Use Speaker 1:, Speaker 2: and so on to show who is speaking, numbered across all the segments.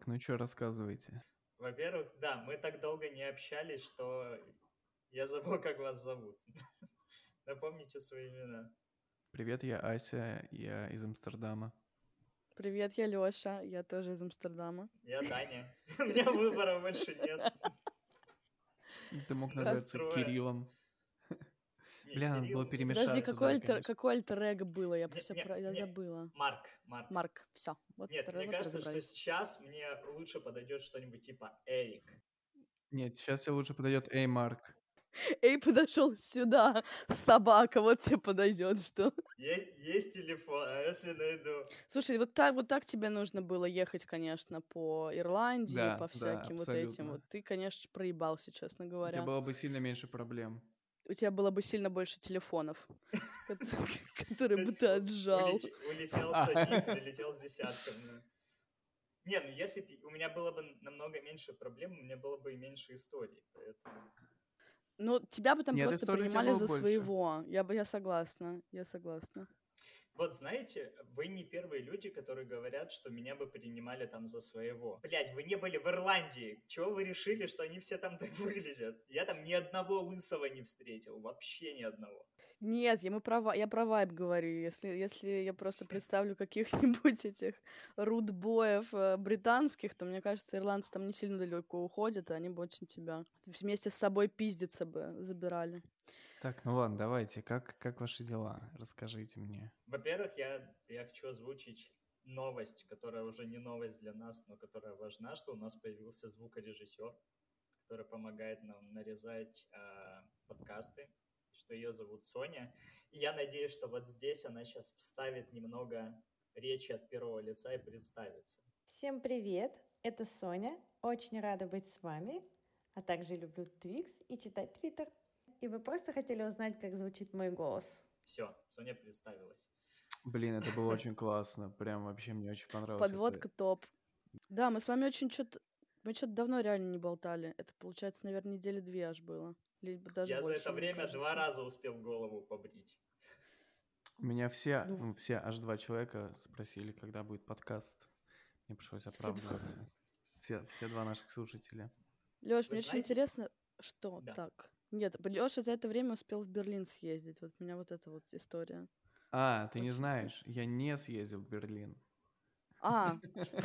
Speaker 1: ну что, рассказывайте.
Speaker 2: Во-первых, да, мы так долго не общались, что я забыл, как вас зовут. Напомните свои имена.
Speaker 1: Привет, я Ася, я из Амстердама.
Speaker 3: Привет, я Лёша, я тоже из Амстердама.
Speaker 2: Я Даня. У меня выбора больше нет.
Speaker 1: Ты мог называться
Speaker 2: Расстроен.
Speaker 1: Кириллом.
Speaker 2: Не,
Speaker 1: Бля, надо было
Speaker 2: Кирилл.
Speaker 1: перемешаться.
Speaker 3: Подожди,
Speaker 1: да, конечно.
Speaker 3: какой альтер-эго было? Я
Speaker 2: Не,
Speaker 3: забыла.
Speaker 2: Марк.
Speaker 3: Марк, все. Вот
Speaker 2: Нет, мне
Speaker 3: вот
Speaker 2: кажется, что
Speaker 3: разобрались.
Speaker 2: сейчас мне лучше подойдет что-нибудь типа Эрик.
Speaker 1: Нет, сейчас тебе лучше подойдет Эй, Марк.
Speaker 3: Эй, подошел сюда, собака, вот тебе подойдет, что?
Speaker 2: Есть телефон, а если найду?
Speaker 3: Слушай, вот так тебе нужно было ехать, конечно, по Ирландии,
Speaker 1: Да,
Speaker 3: по
Speaker 1: да,
Speaker 3: всяким вот этим.
Speaker 1: абсолютно.
Speaker 3: Вот ты, конечно, проебался, честно
Speaker 1: У тебя
Speaker 3: говоря.
Speaker 1: было бы сильно меньше проблем.
Speaker 3: У тебя было бы сильно больше телефонов, которые бы ты отжал.
Speaker 2: Улетел садик, прилетел с десятками. Не, ну если б у меня было бы намного меньше проблем, у меня было бы и меньше историй, поэтому...
Speaker 3: Ну, тебя бы там
Speaker 1: Нет,
Speaker 3: просто
Speaker 1: историй у тебя
Speaker 3: принимали
Speaker 1: было
Speaker 3: за
Speaker 1: больше.
Speaker 3: своего. Я согласна.
Speaker 2: Вот знаете, вы не первые люди, которые говорят, что меня бы принимали там за своего. Блять, вы не были в Ирландии. Чего вы решили, что они все там так выглядят? Я там ни одного лысого не встретил. Вообще ни одного.
Speaker 3: Нет, я про вайб говорю. Если я просто представлю каких-нибудь этих рудбоев британских, то, мне кажется, ирландцы там не сильно далеко уходят, и они бы очень тебя вместе с собой пиздиться бы забирали.
Speaker 1: Так, ну ладно, давайте. Как ваши дела? Расскажите мне.
Speaker 2: Во-первых, я хочу озвучить новость, которая уже не новость для нас, но которая важна, что у нас появился звукорежиссер, который помогает нам нарезать подкасты, что ее зовут Соня. И я надеюсь, что вот здесь она сейчас вставит немного речи от первого лица и представится.
Speaker 4: Всем привет, это Соня. Очень рада быть с вами, а также люблю Твикс и читать Твиттер. И вы просто хотели узнать, как звучит мой голос.
Speaker 2: Все, Соня представилась.
Speaker 1: Блин, это было очень классно. Прям вообще мне очень понравилось.
Speaker 3: Подводка топ. Да, мы с вами мы что-то давно реально не болтали. Это, получается, наверное, недели 2 аж было. Либо даже
Speaker 2: Я
Speaker 3: больше,
Speaker 2: за это
Speaker 3: мне
Speaker 2: время
Speaker 3: кажется.
Speaker 2: 2 раза успел голову побрить.
Speaker 1: У меня все
Speaker 3: Ну,
Speaker 1: аж 2 человека спросили, когда будет подкаст. Мне пришлось
Speaker 3: Все два.
Speaker 1: оправдываться. Все 2 наших слушателя.
Speaker 3: Лёш,
Speaker 2: Вы
Speaker 3: мне очень
Speaker 2: знаете-
Speaker 3: интересно, что
Speaker 2: Да.
Speaker 3: так. Нет, Лёша за это время успел в Берлин съездить. Вот у меня вот эта вот история.
Speaker 1: Ты не
Speaker 3: Очень
Speaker 1: знаешь, я не съездил в Берлин.
Speaker 3: А,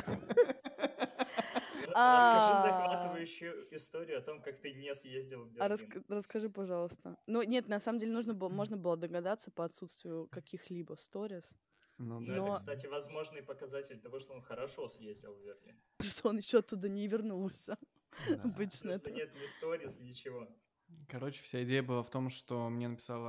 Speaker 2: Расскажи захватывающую историю о том, как ты не съездил в Берлин.
Speaker 3: расскажи, пожалуйста. Ну, нет, на самом деле можно было догадаться по отсутствию каких-либо сторис,
Speaker 1: Ну
Speaker 2: Но
Speaker 1: да.
Speaker 2: это,
Speaker 3: Но-
Speaker 2: кстати, возможный показатель того, что он хорошо съездил в Берлин.
Speaker 3: что он еще оттуда не вернулся.
Speaker 1: Да.
Speaker 3: Обычно
Speaker 2: Потому что
Speaker 3: это.
Speaker 2: нет ни сторис, ничего.
Speaker 1: Короче, вся идея была в том, что мне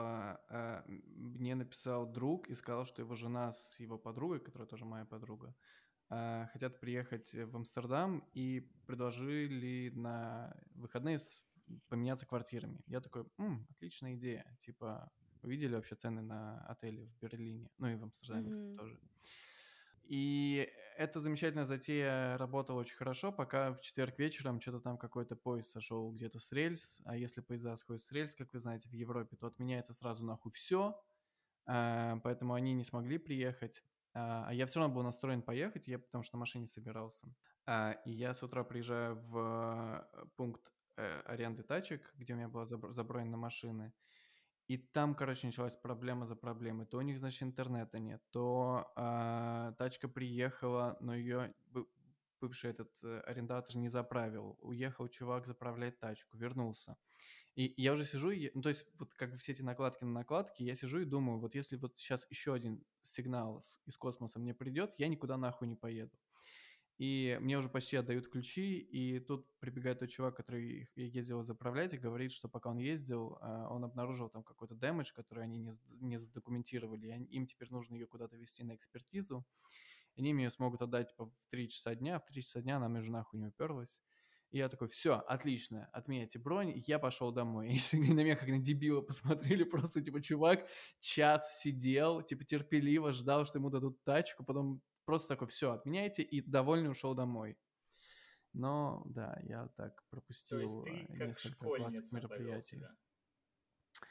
Speaker 1: написал друг и сказал, что его жена с его подругой, которая тоже моя подруга, хотят приехать в Амстердам и предложили на выходные поменяться квартирами. Я такой, отличная идея. Типа, увидели вообще цены на отели в Берлине, ну и в Амстердаме, кстати,
Speaker 3: Мгм.
Speaker 1: тоже. И эта замечательная затея работала очень хорошо, пока в четверг вечером что-то там какой-то поезд сошел где-то с рельс, а если поезда сходят с рельс, как вы знаете, в Европе, то отменяется сразу нахуй все, поэтому они не смогли приехать. А я все равно был настроен поехать, я потому что на машине собирался. И я с утра приезжаю в пункт аренды тачек, где у меня была забронена машина. И там, короче, началась проблема за проблемой. То у них, значит, интернета нет, то тачка приехала, но ее бывший этот арендатор не заправил. Уехал чувак заправлять тачку, вернулся. И я уже сижу, ну, то есть вот как бы все эти накладки на накладки, я сижу и думаю, вот если вот сейчас еще один сигнал из космоса мне придет, я никуда нахуй не поеду. И мне уже почти отдают ключи, и тут прибегает тот чувак, который их ездил заправлять, и говорит, что пока он ездил, он обнаружил там какой-то дэмэдж, который они не задокументировали, и им теперь нужно ее куда-то везти на экспертизу. Они мне ее смогут отдать типа, в 3 часа дня, в 3 часа дня она мне уже нахуй не уперлась. И я такой, все, отлично, отменяйте бронь, я пошел домой. И на меня как на дебила посмотрели, просто, типа, чувак час сидел, типа, терпеливо ждал, что ему дадут тачку, потом просто такой, все, отменяйте, и довольный ушел домой. Но, да, я так
Speaker 2: То есть
Speaker 1: пропустил
Speaker 2: ты как
Speaker 1: несколько классных
Speaker 2: школьница повел
Speaker 1: мероприятий.
Speaker 2: себя.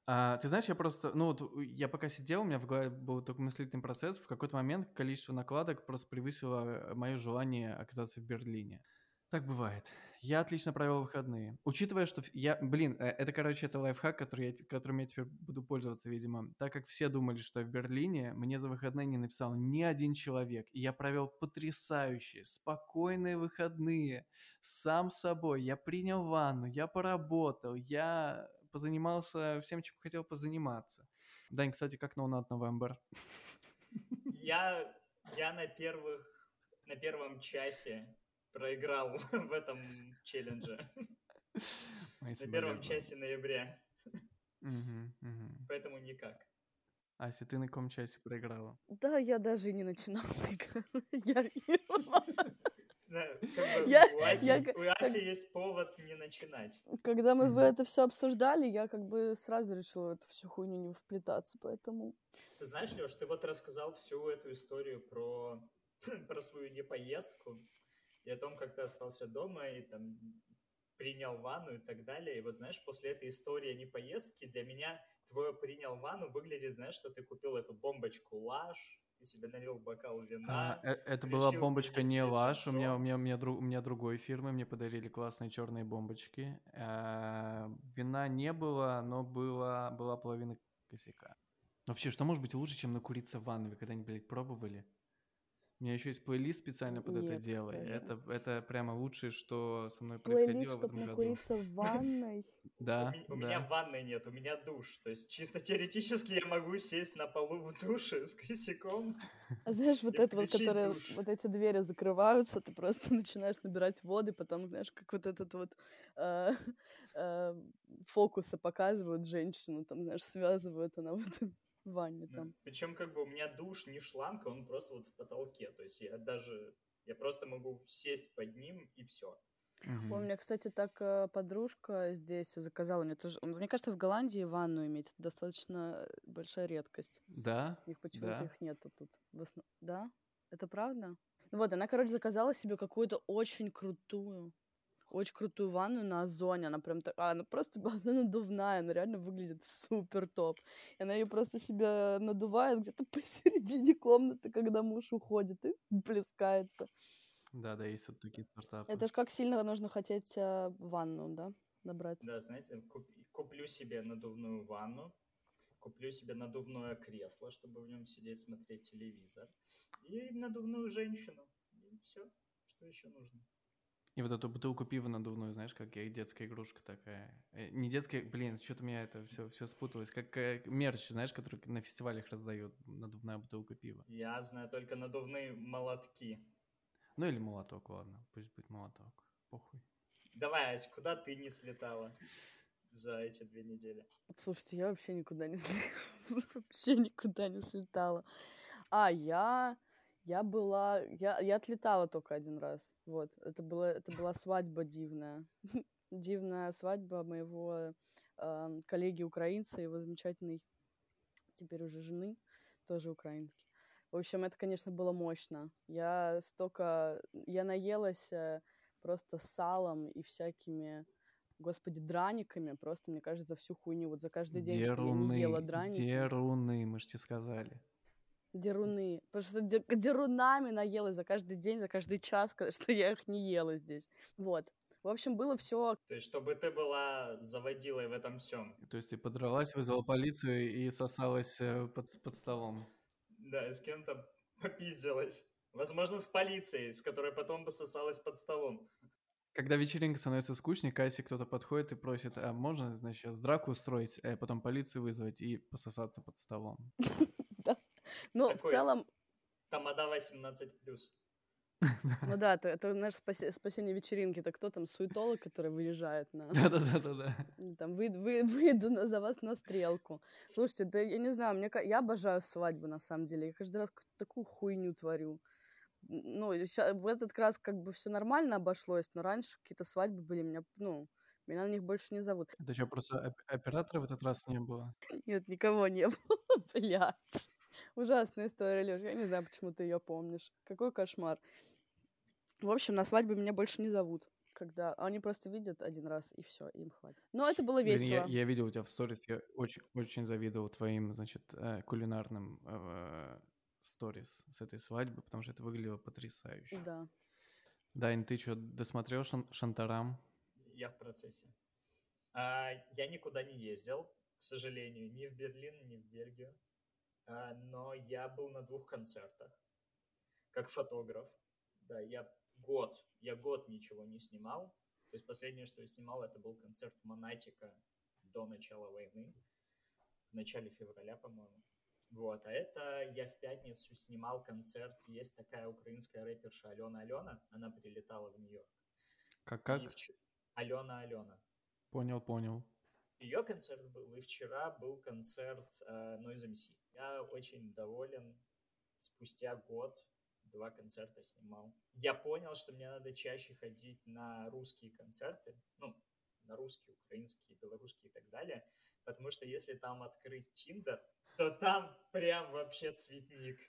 Speaker 1: Ты знаешь, я просто, я пока сидел, у меня в голове был такой мыслительный процесс, в какой-то момент количество накладок просто превысило мое желание оказаться в Берлине. Так бывает. Я отлично провел выходные. Учитывая, что это лайфхак, которым я теперь буду пользоваться, видимо. Так как все думали, что я в Берлине, мне за выходные не написал ни один человек. И я провел потрясающие, спокойные выходные. Сам собой. Я принял ванну, я поработал, я позанимался всем, чем хотел позаниматься. Дань, кстати, как No Nut November?
Speaker 2: Я на первом часе проиграл в этом челлендже.
Speaker 1: Мои
Speaker 2: На первом
Speaker 1: соболезнования.
Speaker 2: часе ноября.
Speaker 1: Мгм, мгм.
Speaker 2: Поэтому никак.
Speaker 1: Ася, ты на каком часе проиграла?
Speaker 3: Да, я даже и не начинала играть.
Speaker 2: Да, как бы
Speaker 3: Я-
Speaker 2: у
Speaker 3: я
Speaker 2: Аси, у Аси есть повод не начинать.
Speaker 3: Когда мы
Speaker 1: Мгм.
Speaker 3: это все обсуждали, я как бы сразу решила в эту всю хуйню не вплетаться, поэтому...
Speaker 2: Знаешь, Леш, ты вот рассказал всю эту историю про, про свою непоездку и о том, как ты остался дома и там принял ванну и так далее. И вот, знаешь, после этой истории непоездки для меня твое принял ванну выглядит, знаешь, что ты купил эту бомбочку Лаш, ты себе налил бокал вина,
Speaker 1: Это была
Speaker 2: включил
Speaker 1: бомбочка не
Speaker 2: Бриджит
Speaker 1: Лаш, у
Speaker 2: Джонс.
Speaker 1: меня другой фирмы, мне подарили классные черные бомбочки. Вина не было, но была половина косяка. Вообще, что может быть лучше, чем накуриться в ванной? Вы когда-нибудь, блядь, пробовали? У меня еще есть плейлист специально под это
Speaker 3: Нет,
Speaker 1: дело. И
Speaker 3: кстати.
Speaker 1: это прямо лучшее, что со мной
Speaker 3: Плейлист,
Speaker 1: происходило в
Speaker 3: чтоб
Speaker 1: этом году.
Speaker 3: накуриться в ванной.
Speaker 2: У меня ванной нет, у меня душ. То есть чисто теоретически я могу сесть на полу в душе с косяком
Speaker 3: А знаешь, вот
Speaker 2: и
Speaker 3: это вот,
Speaker 2: включить
Speaker 3: которые
Speaker 2: душ.
Speaker 3: вот эти двери закрываются, ты просто начинаешь набирать воды, потом, знаешь, как вот этот вот э, э, фокусы показывают женщину, там, знаешь, связывают она в этой ванне там.
Speaker 2: Причем как бы у меня душ не шланг, он просто вот в потолке. То есть я просто могу сесть под ним и все.
Speaker 1: Мгм.
Speaker 3: У меня, кстати, так подружка здесь заказала мне тоже. Мне кажется, в Голландии ванну иметь достаточно большая редкость.
Speaker 1: Да,
Speaker 3: Их почему-то
Speaker 1: да.
Speaker 3: их нету тут. Да? Это правда? Ну вот, она, короче, заказала себе какую-то очень крутую ванну на Озоне. Она прям она просто она надувная, она реально выглядит супер топ. И она ее просто себе надувает где-то посередине комнаты, когда муж уходит, и плескается.
Speaker 1: Да, есть вот такие стартапы.
Speaker 3: Это ж как сильно нужно хотеть ванну, да, набрать.
Speaker 2: Да, знаете, куплю себе надувную ванну, куплю себе надувное кресло, чтобы в нем сидеть, смотреть телевизор, и надувную женщину. И все, что еще нужно.
Speaker 1: И вот эту бутылку пива надувную, знаешь, как детская игрушка такая. Не детская, что-то у меня это все спуталось. Как мерч, знаешь, который на фестивалях раздают, надувная бутылка пива.
Speaker 2: Я знаю только надувные молотки.
Speaker 1: Ну или молоток, ладно, пусть будет молоток. Похуй.
Speaker 2: Давай, Ась, куда ты не слетала за эти 2 недели?
Speaker 3: Слушайте, я вообще никуда не слетала. Вообще никуда не слетала. Я отлетала только один раз. Вот, это была свадьба дивная. Дивная свадьба моего коллеги украинца, его замечательной теперь уже жены, тоже украинки. В общем, это, конечно, было мощно. Я наелась просто салом и всякими, господи, драниками. Просто, мне кажется, за всю хуйню. Вот за каждый день, что я не ела драники.
Speaker 1: Деруны, мы же тебе сказали.
Speaker 3: Деруны. Потому что дерунами наелась за каждый день, за каждый час, что я их не ела здесь. Вот. В общем, было все.
Speaker 2: То есть, чтобы ты была заводилой в этом всем.
Speaker 1: То есть ты подралась, вызвала полицию и сосалась под столом.
Speaker 2: Да, с кем-то попиздилась. Возможно, с полицией, с которой потом пососалась под столом.
Speaker 1: Когда вечеринка становится скучной, к Асе кто-то подходит и просит, а можно, значит, сейчас драку устроить, а потом полицию вызвать и пососаться под столом.
Speaker 3: Но в
Speaker 2: Такой
Speaker 3: целом,
Speaker 2: тамада 18+.
Speaker 3: ну да, это наше спасение вечеринки. Это кто там, суетолог, который выезжает на...
Speaker 1: Да.
Speaker 3: Там, выйду за вас на стрелку. Слушайте, да я не знаю, я обожаю свадьбы, на самом деле. Я каждый раз такую хуйню творю. Ну, в этот раз как бы все нормально обошлось, но раньше какие-то свадьбы были, меня на них больше не зовут.
Speaker 1: Это что, просто оператора в этот раз не было?
Speaker 3: Нет, никого не было, блядь. Ужасная история, Лёш, я не знаю, почему ты ее помнишь. Какой кошмар. В общем, на свадьбы меня больше не зовут. когда они просто видят один раз, и все, им хватит. Но это было
Speaker 1: Блин,
Speaker 3: весело.
Speaker 1: я видел у тебя в сторис, я очень завидовал твоим, значит, кулинарным сторис с этой свадьбы, потому что это выглядело потрясающе.
Speaker 3: Да.
Speaker 1: Дань, ты что, досмотрел Шантарам?
Speaker 2: Я в процессе. Я никуда не ездил, к сожалению, ни в Берлин, ни в Бельгию. Но я был на 2 концертах, как фотограф. Да, я год ничего не снимал. То есть последнее, что я снимал, это был концерт Монатика до начала войны, в начале февраля, по-моему. Вот, а это я в пятницу снимал концерт. Есть такая украинская рэперша Алена, она прилетала в Нью-Йорк.
Speaker 1: Как?
Speaker 2: Алена.
Speaker 1: Понял.
Speaker 2: Ее концерт был, и вчера был концерт Noise MC. Я очень доволен. Спустя год 2 концерта снимал. Я понял, что мне надо чаще ходить на русские концерты. Ну, на русские, украинские, белорусские и так далее. Потому что если там открыть Тиндер, то там прям вообще цветник.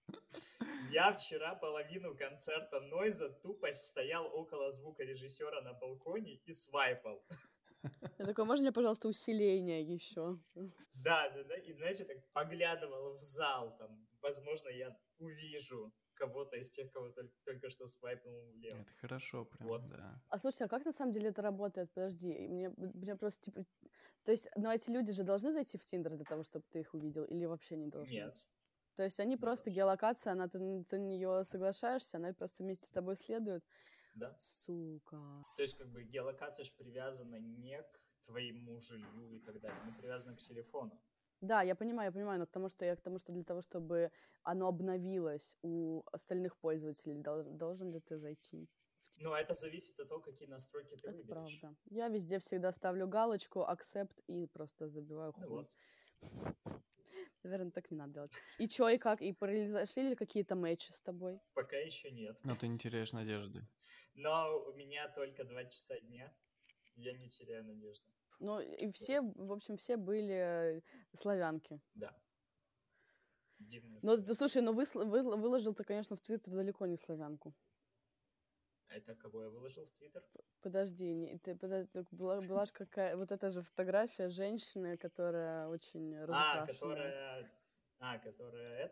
Speaker 2: Я вчера половину концерта Нойза тупо стоял около звукорежиссера на балконе и свайпал.
Speaker 3: Я такой, можно мне, пожалуйста, усиление еще?
Speaker 2: Да. И, знаете, так поглядывал в зал, там, возможно, я увижу кого-то из тех, кого только что свайпнул влево.
Speaker 1: Это хорошо прям,
Speaker 2: Вот.
Speaker 1: да.
Speaker 3: А слушай, а как на самом деле это работает? Подожди, мне просто, типа... То есть, но эти люди же должны зайти в Тиндер для того, чтобы ты их увидел, или вообще не должны?
Speaker 2: Нет.
Speaker 3: То есть они
Speaker 2: Не
Speaker 3: просто
Speaker 2: должны.
Speaker 3: геолокация, ты на нее соглашаешься, она просто вместе с тобой следует.
Speaker 2: Да.
Speaker 3: Сука.
Speaker 2: То есть, как бы, геолокация же привязана не к твоему жилью и так далее, она привязана к телефону.
Speaker 3: Да, я понимаю, но к тому, что для того, чтобы оно обновилось у остальных пользователей, должен ли ты зайти?
Speaker 2: Ну, это зависит от того, какие настройки ты
Speaker 3: Это
Speaker 2: выберешь.
Speaker 3: правда. Я везде всегда ставлю галочку, accept и просто забиваю хуй.
Speaker 2: Ну вот.
Speaker 3: Наверное, так не надо делать. И чё, и как? И произошли ли какие-то матчи с тобой?
Speaker 2: Пока еще нет.
Speaker 1: Но ты не теряешь надежды.
Speaker 2: Но у меня только 2 часа дня. Я не теряю надежды.
Speaker 3: Ну, и все, в общем, все были славянки.
Speaker 2: Да. Дивно.
Speaker 3: Ну, слушай, выложил ты, конечно, в Твиттер далеко не славянку.
Speaker 2: Это кого я выложил в Твиттер?
Speaker 3: Подожди, была же какая... Вот эта же фотография женщины, которая очень разукрашенная.
Speaker 2: Которая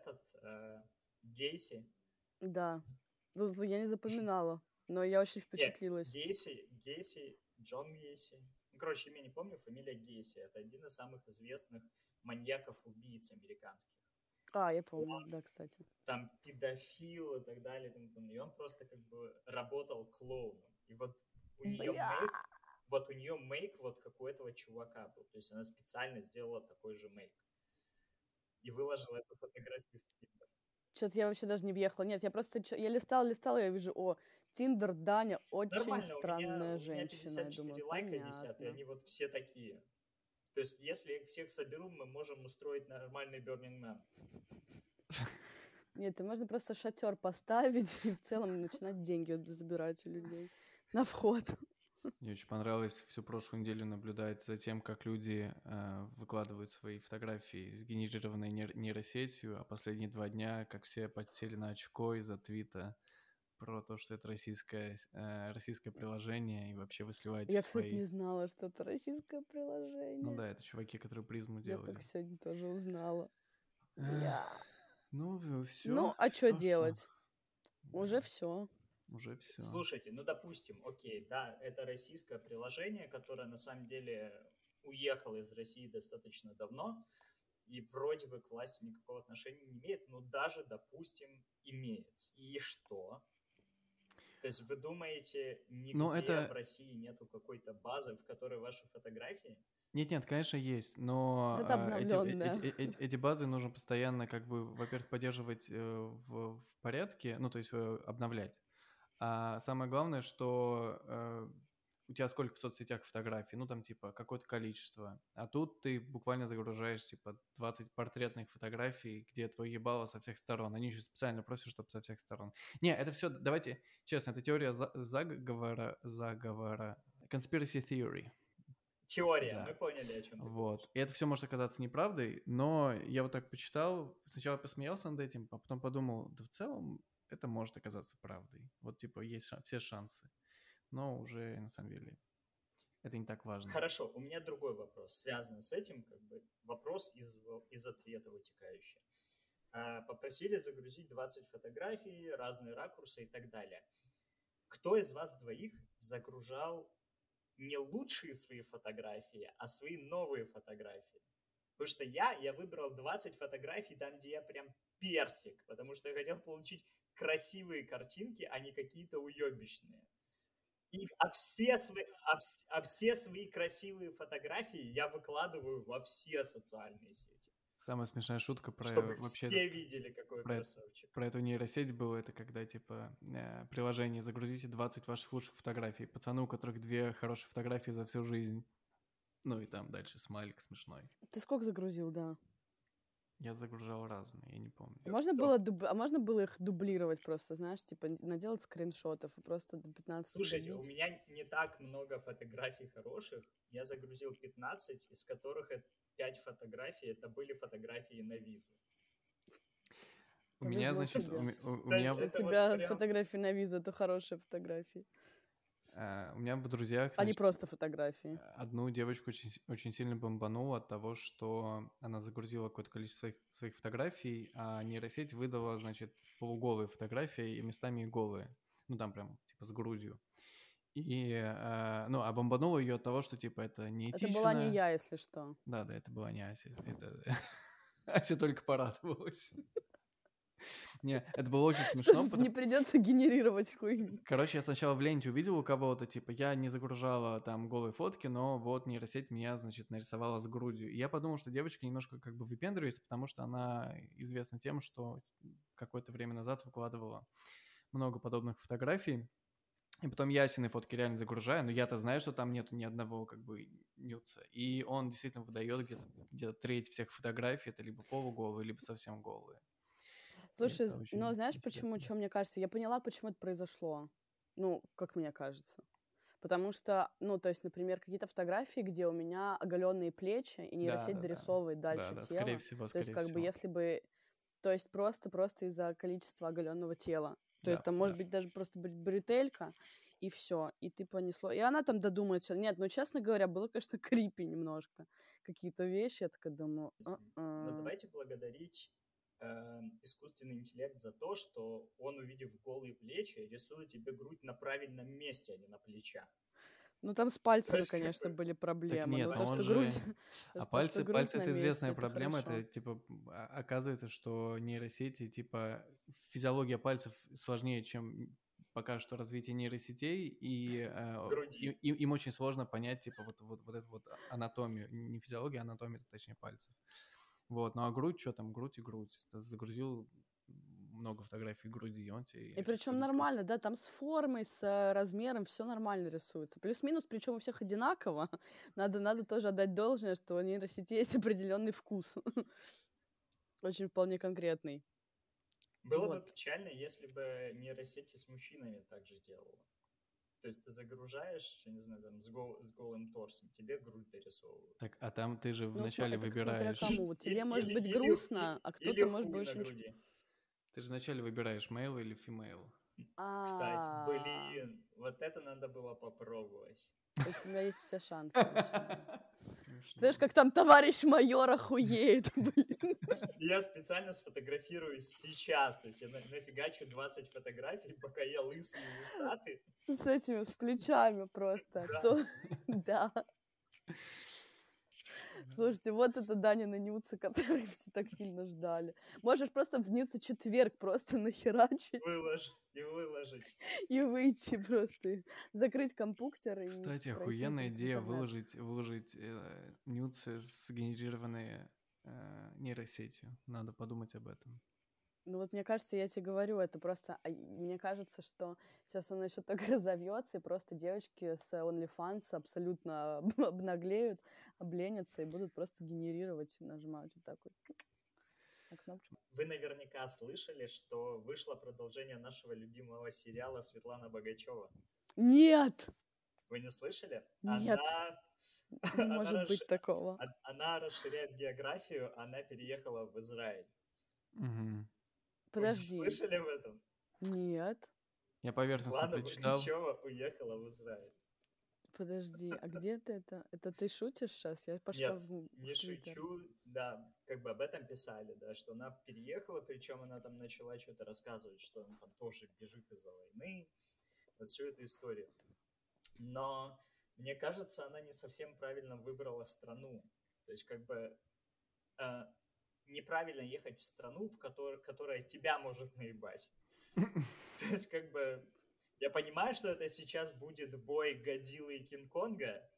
Speaker 2: Гейси.
Speaker 3: Да. Ну, я не запоминала, но я очень впечатлилась.
Speaker 2: Гейси, Джон Гейси. Ну, короче, имя не помню, фамилия Гейси. Это один из самых известных маньяков-убийц американских.
Speaker 3: Я помню, да, кстати.
Speaker 2: Там педофил и так далее. И он просто как бы работал клоуном. И вот у нее мейк вот как у этого чувака был. То есть она специально сделала такой же мейк. И выложила эту фотографию в Твиттер.
Speaker 3: Что-то я вообще даже не въехала. Нет, я листала, и я вижу, Тиндер, Даня, очень
Speaker 2: Нормально,
Speaker 3: странная женщина.
Speaker 2: у меня 54
Speaker 3: я думаю,
Speaker 2: лайка
Speaker 3: понятно.
Speaker 2: висят, и они вот все такие. То есть, если я их всех соберу, мы можем устроить нормальный Burning Man.
Speaker 3: Нет, можно просто шатер поставить и в целом начинать деньги забирать у людей на вход.
Speaker 1: Мне очень понравилось всю прошлую неделю наблюдать за тем, как люди выкладывают свои фотографии, сгенерированные нейросетью, а последние 2 дня, как все подсели на очко из-за твита про то, что это российское приложение, и вообще вы сливаете
Speaker 3: Я,
Speaker 1: свои...
Speaker 3: кстати, не знала, что это российское приложение.
Speaker 1: Ну да, это чуваки, которые призму
Speaker 3: Я
Speaker 1: делали.
Speaker 3: только сегодня тоже узнала. Бля.
Speaker 1: Ну, все.
Speaker 3: Ну, а что делать? Уже все.
Speaker 1: Уже все.
Speaker 2: Слушайте, ну, допустим, окей, да, это российское приложение, которое на самом деле уехало из России достаточно давно, и вроде бы к власти никакого отношения не имеет, но даже, допустим, имеет. И что? То есть вы думаете, нигде в России нету какой-то базы, в которой ваши фотографии?
Speaker 1: Нет, конечно, есть, но
Speaker 3: Это обновлённая.
Speaker 1: эти базы нужно постоянно, как бы, во-первых, поддерживать в порядке, ну, то есть обновлять. А самое главное, что у тебя сколько в соцсетях фотографий, ну, там, типа, какое-то количество. А тут ты буквально загружаешь, типа, 20 портретных фотографий, где твое ебало со всех сторон. Они еще специально просят, чтобы со всех сторон. Не, это все, давайте, честно, это теория заговора, conspiracy theory.
Speaker 2: Теория,
Speaker 1: Да.
Speaker 2: мы поняли, о чем ты
Speaker 1: Вот.
Speaker 2: говоришь.
Speaker 1: И это все может оказаться неправдой, но я вот так почитал, сначала посмеялся над этим, а потом подумал, да в целом это может оказаться правдой. Вот, типа, есть все шансы. но уже на самом деле это не так важно.
Speaker 2: Хорошо, у меня другой вопрос, связанный с этим, как бы вопрос из ответа вытекающий. Попросили загрузить 20 фотографий, разные ракурсы и так далее. Кто из вас двоих загружал не лучшие свои фотографии, а свои новые фотографии? Потому что я выбрал 20 фотографий там, где я прям персик, потому что я хотел получить красивые картинки, а не какие-то уебищные. Все свои красивые фотографии я выкладываю во все социальные сети,
Speaker 1: Самая смешная шутка про
Speaker 2: чтобы
Speaker 1: вообще
Speaker 2: все видели, какой
Speaker 1: про,
Speaker 2: красавчик.
Speaker 1: про эту нейросеть была, это когда, типа, приложение «Загрузите 20 ваших лучших фотографий». Пацаны, у которых 2 хорошие фотографии за всю жизнь. Ну и там дальше смайлик смешной.
Speaker 3: Ты сколько загрузил, да?
Speaker 1: Я загружал разные, я не помню.
Speaker 3: Можно было их дублировать просто, знаешь, типа наделать скриншотов и просто до 15
Speaker 2: Слушайте,
Speaker 3: добить?
Speaker 2: у меня не так много фотографий хороших. Я загрузил 15, из которых 5 фотографий это были фотографии на визу.
Speaker 1: У меня,
Speaker 3: Повезло
Speaker 1: значит,
Speaker 3: тебе.
Speaker 1: у
Speaker 2: То
Speaker 1: меня
Speaker 2: есть
Speaker 3: У
Speaker 2: это вот
Speaker 3: тебя
Speaker 2: прям-
Speaker 3: фотографии на визу — это хорошие фотографии,
Speaker 1: у меня в друзьях,
Speaker 3: а не
Speaker 1: значит,
Speaker 3: просто фотографии.
Speaker 1: одну девочку очень сильно бомбануло от того, что она загрузила какое-то количество своих фотографий, а нейросеть выдала, значит, полуголые фотографии и местами и голые. Ну, там прям, типа, с грудью. И, а бомбануло ее от того, что, типа, это неэтично.
Speaker 3: Это была не я, если что.
Speaker 1: Да, это была не Ася. Ася только порадовалась. Не, это было очень смешно.
Speaker 3: Чтобы не придется генерировать хуйню.
Speaker 1: Короче, я сначала в ленте увидел у кого-то, типа, я не загружала там голые фотки, но вот нейросеть меня, значит, нарисовала с грудью. И я подумал, что девочка немножко как бы выпендривается, потому что она известна тем, что какое-то время назад выкладывала много подобных фотографий. И потом я Асины фотки реально загружаю, но я-то знаю, что там нету ни одного как бы нюца. И он действительно выдает где-то треть всех фотографий, это либо полуголые, либо совсем голые.
Speaker 3: Слушай,
Speaker 1: Это очень
Speaker 3: но знаешь, почему,
Speaker 1: интересно.
Speaker 3: что мне кажется? Я поняла, почему это произошло. Ну, как мне кажется. Потому что, ну, то есть, например, какие-то фотографии, где у меня оголенные плечи, и нейросеть
Speaker 1: Да.
Speaker 3: дорисовывает дальше
Speaker 1: Да,
Speaker 3: тело.
Speaker 1: скорее всего,
Speaker 3: То есть, как бы, если бы... То есть, просто из-за количества оголенного тела. То есть, там может быть даже просто быть бретелька, и все, и ты понесло. И она там додумает все. Нет, ну, честно говоря, было, конечно, крипи немножко. Какие-то вещи, я такая думаю...
Speaker 2: Но давайте благодарить искусственный интеллект за то, что он, увидев голые плечи, рисует тебе грудь на правильном месте, а не на плечах.
Speaker 3: Ну, там с пальцами,
Speaker 2: есть, как
Speaker 3: конечно,
Speaker 2: бы-
Speaker 3: были проблемы.
Speaker 1: нет,
Speaker 3: ну,
Speaker 1: а
Speaker 3: то,
Speaker 1: он
Speaker 3: что
Speaker 1: же-
Speaker 3: грудь...
Speaker 1: А
Speaker 3: то, что грудь
Speaker 1: пальцы
Speaker 3: на
Speaker 1: это известная
Speaker 3: месте,
Speaker 1: проблема.
Speaker 3: хорошо.
Speaker 1: Это типа оказывается, что нейросети, типа, физиология пальцев сложнее, чем пока что развитие нейросетей, и
Speaker 2: Груди.
Speaker 1: им очень сложно понять, типа, вот эту вот анатомию, не физиологию, а анатомию, точнее, пальцев. Вот, ну а грудь, что там, грудь и грудь. Ты загрузил много фотографий груди, и он тебе
Speaker 3: И причем
Speaker 1: рисует грудь.
Speaker 3: нормально, да, там с формой, с размером все нормально рисуется. Плюс-минус, причем у всех одинаково. Надо тоже отдать должное, что у нейросети есть определенный вкус. Очень вполне конкретный.
Speaker 2: Было бы
Speaker 3: Вот.
Speaker 2: печально, если бы нейросети с мужчинами так же делала. То есть ты загружаешь, я не знаю, там, с голым торсом, тебе грудь дорисовывают.
Speaker 1: Так, а там ты же
Speaker 3: Ну,
Speaker 1: вначале
Speaker 3: это смотря
Speaker 1: выбираешь...
Speaker 3: кому. Тебе может быть
Speaker 2: Или
Speaker 3: грустно, а
Speaker 2: или
Speaker 3: кто-то может
Speaker 2: хуй
Speaker 3: быть
Speaker 2: на
Speaker 3: очень...
Speaker 2: груди.
Speaker 1: Ты же вначале выбираешь male или female.
Speaker 2: Кстати,
Speaker 3: А,
Speaker 2: блин, вот это надо было попробовать.
Speaker 3: у тебя есть все шансы. вообще.
Speaker 1: Смешно.
Speaker 3: Знаешь, как там товарищ майор охуеет, блин.
Speaker 2: Я специально сфотографируюсь сейчас, то есть я нафигачу 20 фотографий, пока я лысый и усатый.
Speaker 3: С этими, с плечами просто.
Speaker 2: Да.
Speaker 3: Да. Слушайте, вот это Данины нюцы, которые все так сильно ждали. Можешь просто в Ницца четверг просто нахерачить
Speaker 2: Выложить.
Speaker 3: и выйти просто, закрыть компьютер и
Speaker 1: Кстати,
Speaker 3: пройти
Speaker 1: охуенная
Speaker 3: в
Speaker 1: идея
Speaker 3: интернет.
Speaker 1: выложить нюцы, сгенерированные нейросетью. Надо подумать об этом.
Speaker 3: Ну вот мне кажется, я тебе говорю, это просто... Мне кажется, что сейчас он еще так разовьется, и просто девочки с OnlyFans абсолютно обнаглеют, обленятся и будут просто генерировать, нажимают вот так вот на кнопочку.
Speaker 2: Вы наверняка слышали, что вышло продолжение нашего любимого сериала Светлана Богачева.
Speaker 3: Нет!
Speaker 2: Вы не слышали?
Speaker 3: Нет. Не может быть такого.
Speaker 2: Она расширяет географию, она переехала в Израиль.
Speaker 1: Угу.
Speaker 3: Подожди.
Speaker 2: Вы слышали об этом?
Speaker 3: Нет.
Speaker 1: Я поверхностно
Speaker 2: Светлана
Speaker 1: прочитал.
Speaker 2: Богачева уехала в Израиль.
Speaker 3: Подожди, а где ты это? Это ты шутишь сейчас? Я пошла
Speaker 2: Нет, не
Speaker 3: в Твиттер.
Speaker 2: шучу, да, как бы об этом писали, да, что она переехала, причем она там начала что-то рассказывать, что она там тоже бежит из-за войны, вот всю эту историю. Но мне кажется, она не совсем правильно выбрала страну. То есть как бы э, неправильно ехать в страну, которая тебя может наебать. То есть как бы я понимаю, что это сейчас будет бой Годзиллы и Кинг-Конга,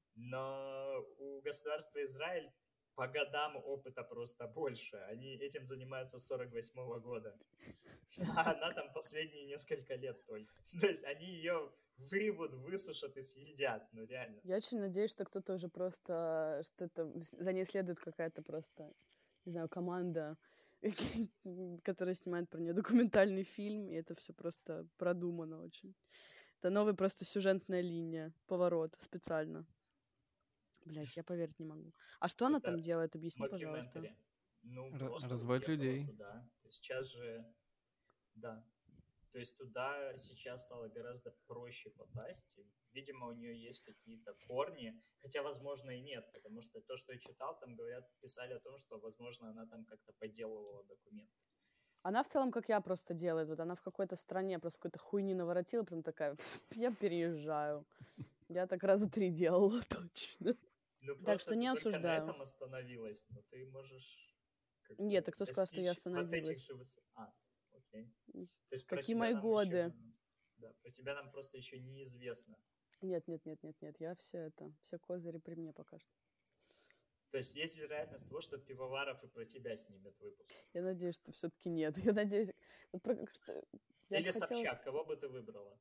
Speaker 2: но у государства Израиль по годам опыта просто больше. Они этим занимаются с 48 года. А она там последние несколько лет только. То есть они ее вырвут, высушат и съедят. Ну реально.
Speaker 3: Я очень надеюсь, что кто-то уже просто, что это за ней следует какая-то просто, не знаю, команда, которая снимает про нее документальный фильм, и это все просто продумано очень. Это новая просто сюжетная линия, поворот специально. Блять, я поверить не могу. А что она там
Speaker 2: Это
Speaker 3: делает? Объясни, пожалуйста.
Speaker 2: мокюментари. Ну, просто
Speaker 1: Разводит
Speaker 2: уехала
Speaker 1: людей.
Speaker 2: туда. То есть сейчас же, да. То есть туда сейчас стало гораздо проще попасть. И, видимо, у нее есть какие-то корни, хотя, возможно, и нет, потому что то, что я читал, там говорят, писали о том, что, возможно, она там как-то подделывала документы.
Speaker 3: Она в целом, как я, просто делает. Вот она в какой-то стране просто какой-то хуйни наворотила, потом такая, я переезжаю. Я так раза 3 делала точно.
Speaker 2: Ну,
Speaker 3: Так
Speaker 2: просто
Speaker 3: что не
Speaker 2: ты только на
Speaker 3: осуждаю.
Speaker 2: этом остановилась, но ты можешь как
Speaker 3: Нет,
Speaker 2: бы
Speaker 3: а кто сказал, что я
Speaker 2: достичь вот этих
Speaker 3: остановилась?
Speaker 2: же окей. То есть про
Speaker 3: Какие
Speaker 2: тебя
Speaker 3: мои
Speaker 2: нам
Speaker 3: годы?
Speaker 2: еще, да, про тебя нам просто еще неизвестно.
Speaker 3: Нет, я все козыри при мне пока что.
Speaker 2: То есть есть вероятность того, что Пивоваров и про тебя снимет выпуск.
Speaker 3: Я надеюсь, что все-таки нет. Я надеюсь... Вот я
Speaker 2: Или
Speaker 3: бы хотела...
Speaker 2: Собчак, кого бы ты выбрала?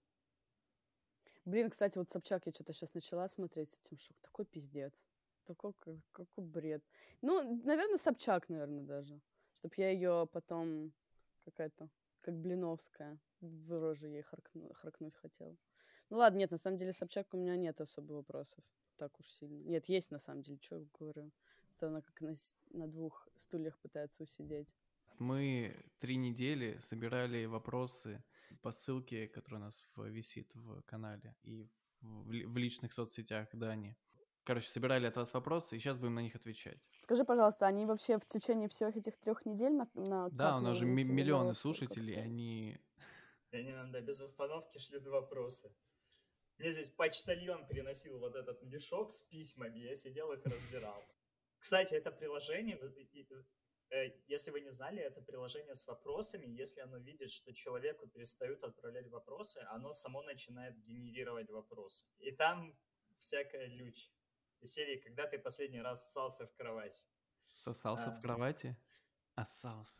Speaker 3: Блин, кстати, вот Собчак я что-то сейчас начала смотреть с этим шок. Такой пиздец. Какой бред. Ну, наверное, Собчак, наверное, даже. Чтоб я ее потом какая-то, как Блиновская, в роже ей харкнуть хотела. Ну ладно, нет, на самом деле Собчак у меня нет особо вопросов. Так уж сильно. Нет, есть на самом деле, что я говорю. Это она как на 2 стульях пытается усидеть.
Speaker 1: Мы 3 недели собирали вопросы по ссылке, которая у нас висит в канале и в личных соцсетях Дани. Короче, собирали от вас вопросы, и сейчас будем на них отвечать.
Speaker 3: Скажи, пожалуйста, они вообще в течение всех этих 3 недель
Speaker 1: Да, у нас же
Speaker 3: накапливались или
Speaker 1: миллионы
Speaker 3: вот
Speaker 1: слушателей,
Speaker 3: как-то?
Speaker 1: они...
Speaker 2: И они нам без остановки шлют вопросы. Мне здесь почтальон приносил вот этот мешок с письмами, я сидел их разбирал. Кстати, это приложение, если вы не знали, это приложение с вопросами. Если оно видит, что человеку перестают отправлять вопросы, оно само начинает генерировать вопросы. И там всякая лючь. Из серии, когда ты последний раз ссался в кровать.
Speaker 1: Сосался в кровати? Ссался.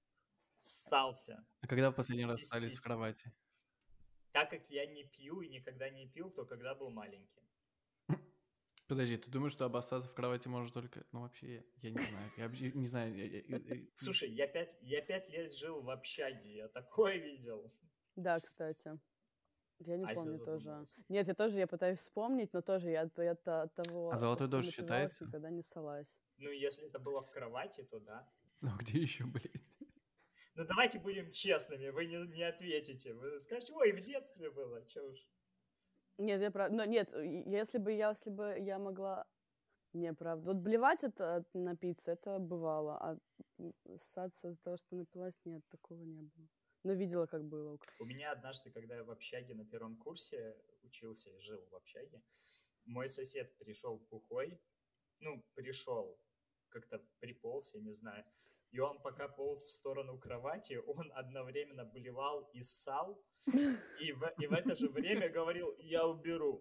Speaker 2: Ссался.
Speaker 1: А когда в последний раз
Speaker 2: Из
Speaker 1: ссались в
Speaker 2: писем.
Speaker 1: кровати?
Speaker 2: Так как я не пью и никогда не пил, то когда был маленький.
Speaker 1: Подожди, ты думаешь, что обоссаться в кровати можно только... Ну, вообще, я не знаю. Я вообще не знаю.
Speaker 2: Слушай, я 5 лет жил в общаге, я такое видел.
Speaker 3: Да, кстати. Я не
Speaker 2: Ася
Speaker 3: помню тоже.
Speaker 2: задумалась.
Speaker 3: Нет, я пытаюсь вспомнить, но тоже я от того,
Speaker 1: А «Золотой
Speaker 3: что
Speaker 1: дождь»
Speaker 3: напивалась,
Speaker 1: считается?
Speaker 3: никогда не ссалась.
Speaker 2: Ну, если это было в кровати, то да.
Speaker 1: Ну, где еще, блин?
Speaker 2: Ну, давайте будем честными, вы не ответите. Вы скажете, ой, в детстве было, че уж.
Speaker 3: Нет, нет, если бы я могла... Не, правда. Вот блевать это напиться, это бывало. А ссаться из-за того, что напилась, нет, такого не было. Но видела, как было.
Speaker 2: У меня однажды, когда я в общаге на 1 курсе учился и жил в общаге, мой сосед пришел бухой, ну, пришел, как-то приполз, я не знаю, и он пока полз в сторону кровати, он одновременно блевал и ссал, и в это же время говорил, я уберу.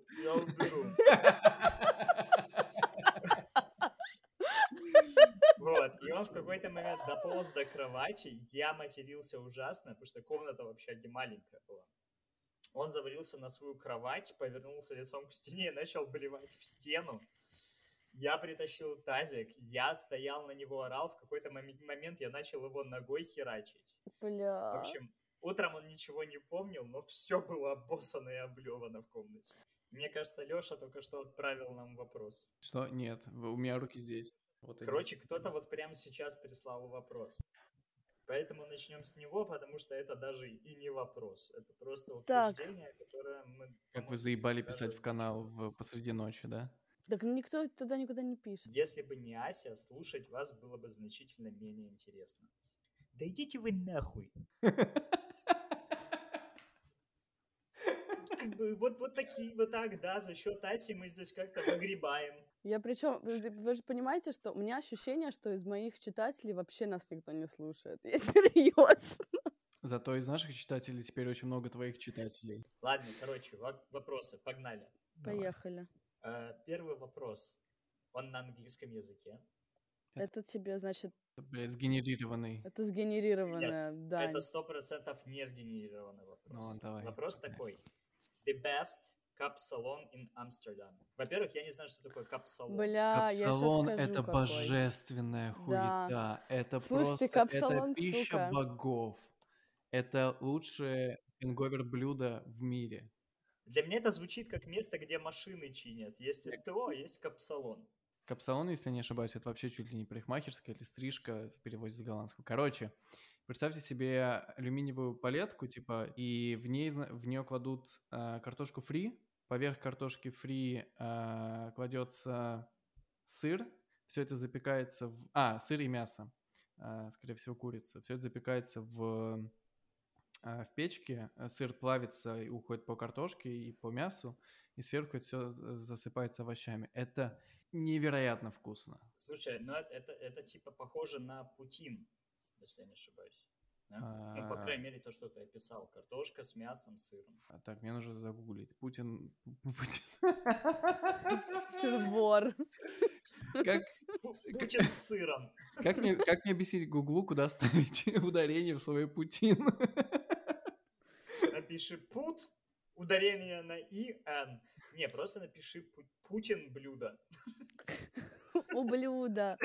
Speaker 2: Вот, и он в какой-то момент дополз до кровати, я матерился ужасно, потому что комната в общаге маленькая была. Он завалился на свою кровать, повернулся лицом к стене и начал блевать в стену. Я притащил тазик, я стоял на него, орал. В какой-то момент я начал его ногой херачить.
Speaker 3: Бля.
Speaker 2: В общем, утром он ничего не помнил, но все было обоссано и облевано в комнате. Мне кажется, Леша только что отправил нам вопрос.
Speaker 1: Что? Нет, у меня руки здесь. Вот они.
Speaker 2: Короче, кто-то вот прямо сейчас прислал вопрос. Поэтому начнем с него, потому что это даже и не вопрос. Это просто
Speaker 3: Так,
Speaker 2: утверждение, которое мы
Speaker 1: Как вы
Speaker 2: можем
Speaker 1: заебали
Speaker 2: даже
Speaker 1: писать в канал
Speaker 2: озвучивать.
Speaker 1: посреди ночи, да?
Speaker 3: так никто туда никуда не пишет.
Speaker 2: Если бы не Ася, слушать вас было бы значительно менее интересно. Да идите вы нахуй. Как бы вот такие, вот так, да, за счет Аси мы здесь как-то выгребаем.
Speaker 3: Я причем, вы же понимаете, что у меня ощущение, что из моих читателей вообще нас никто не слушает. Я серьезно.
Speaker 1: Зато из наших читателей теперь очень много твоих читателей.
Speaker 2: Ладно, короче, вопросы, погнали.
Speaker 1: Давай.
Speaker 3: Поехали.
Speaker 2: Первый вопрос. Он на английском языке.
Speaker 3: Это тебе, значит,
Speaker 1: Блядь, сгенерированный.
Speaker 3: это сгенерированная
Speaker 2: Нет,
Speaker 3: дань.
Speaker 2: это 100% не сгенерированный вопрос.
Speaker 1: Ну ладно, давай.
Speaker 2: Вопрос такой. The best cup salon in Amsterdam. Во-первых, я не знаю, что такое кап-салон.
Speaker 3: Бля, я сейчас
Speaker 1: Капсалон —
Speaker 3: скажу
Speaker 1: это
Speaker 3: какой.
Speaker 1: божественная
Speaker 3: Да.
Speaker 1: хуета. Это
Speaker 3: Слушайте,
Speaker 1: просто, это
Speaker 3: капсалон,
Speaker 1: пища
Speaker 3: сука.
Speaker 1: богов. Это лучшее хэнговер блюдо в мире.
Speaker 2: Для меня это звучит как место, где машины чинят. Есть СТО, а есть кап-салон.
Speaker 1: Капсалон, если не ошибаюсь, это вообще чуть ли не парикмахерская или стрижка в переводе с голландского. Короче, представьте себе алюминиевую палетку, типа, и в нее кладут картошку фри, поверх картошки фри кладется сыр, все это запекается в... сыр и мясо, скорее всего, курица. Все это запекается в печке, сыр плавится и уходит по картошке и по мясу, и сверху это все засыпается овощами. Это невероятно вкусно.
Speaker 2: Слушай, ну это типа похоже на путин, если я не ошибаюсь. Да? Ну, по крайней мере, то, что ты описал. Картошка с мясом, сыром.
Speaker 1: Так, мне нужно загуглить. Путин...
Speaker 3: Ты вор.
Speaker 1: Как...
Speaker 2: Путин с сыром.
Speaker 1: Как мне объяснить Гуглу, куда ставить ударение в слове Путин?
Speaker 2: Напиши пут, ударение на и, н. Не, просто напиши Путин блюдо.
Speaker 3: Ублюдо.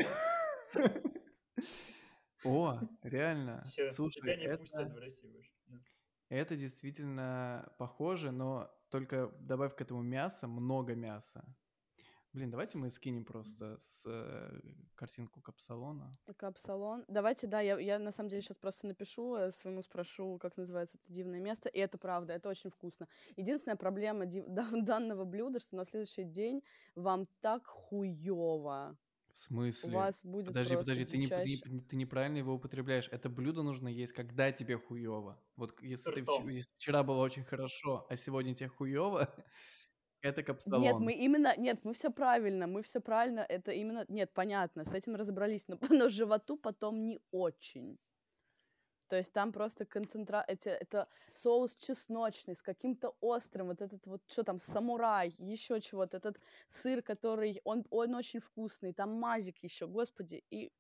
Speaker 1: О, реально.
Speaker 2: Все,
Speaker 1: Слушай,
Speaker 2: тебя не пустят в Россию больше. Да.
Speaker 1: это действительно похоже, но только добавь к этому мясо, много мяса. Блин, давайте мы скинем просто картинку капсалона.
Speaker 3: Капсалон. Давайте, да, я на самом деле сейчас просто напишу, своему спрошу, как называется это дивное место. И это правда, это очень вкусно. Единственная проблема данного блюда, что на следующий день вам так хуёво.
Speaker 1: В смысле?
Speaker 3: У вас будет
Speaker 1: Подожди,
Speaker 3: просто
Speaker 1: ты неправильно его употребляешь. Это блюдо нужно есть, когда тебе хуёво. Вот если если вчера было очень хорошо, а сегодня тебе хуёво, это капсалон.
Speaker 3: Нет, мы все правильно, это именно, нет, понятно, с этим разобрались, но животу потом не очень. То есть там просто это соус чесночный с каким-то острым, вот этот вот, что там, самурай, еще чего-то, этот сыр, который, он очень вкусный, там мазик еще, господи, и...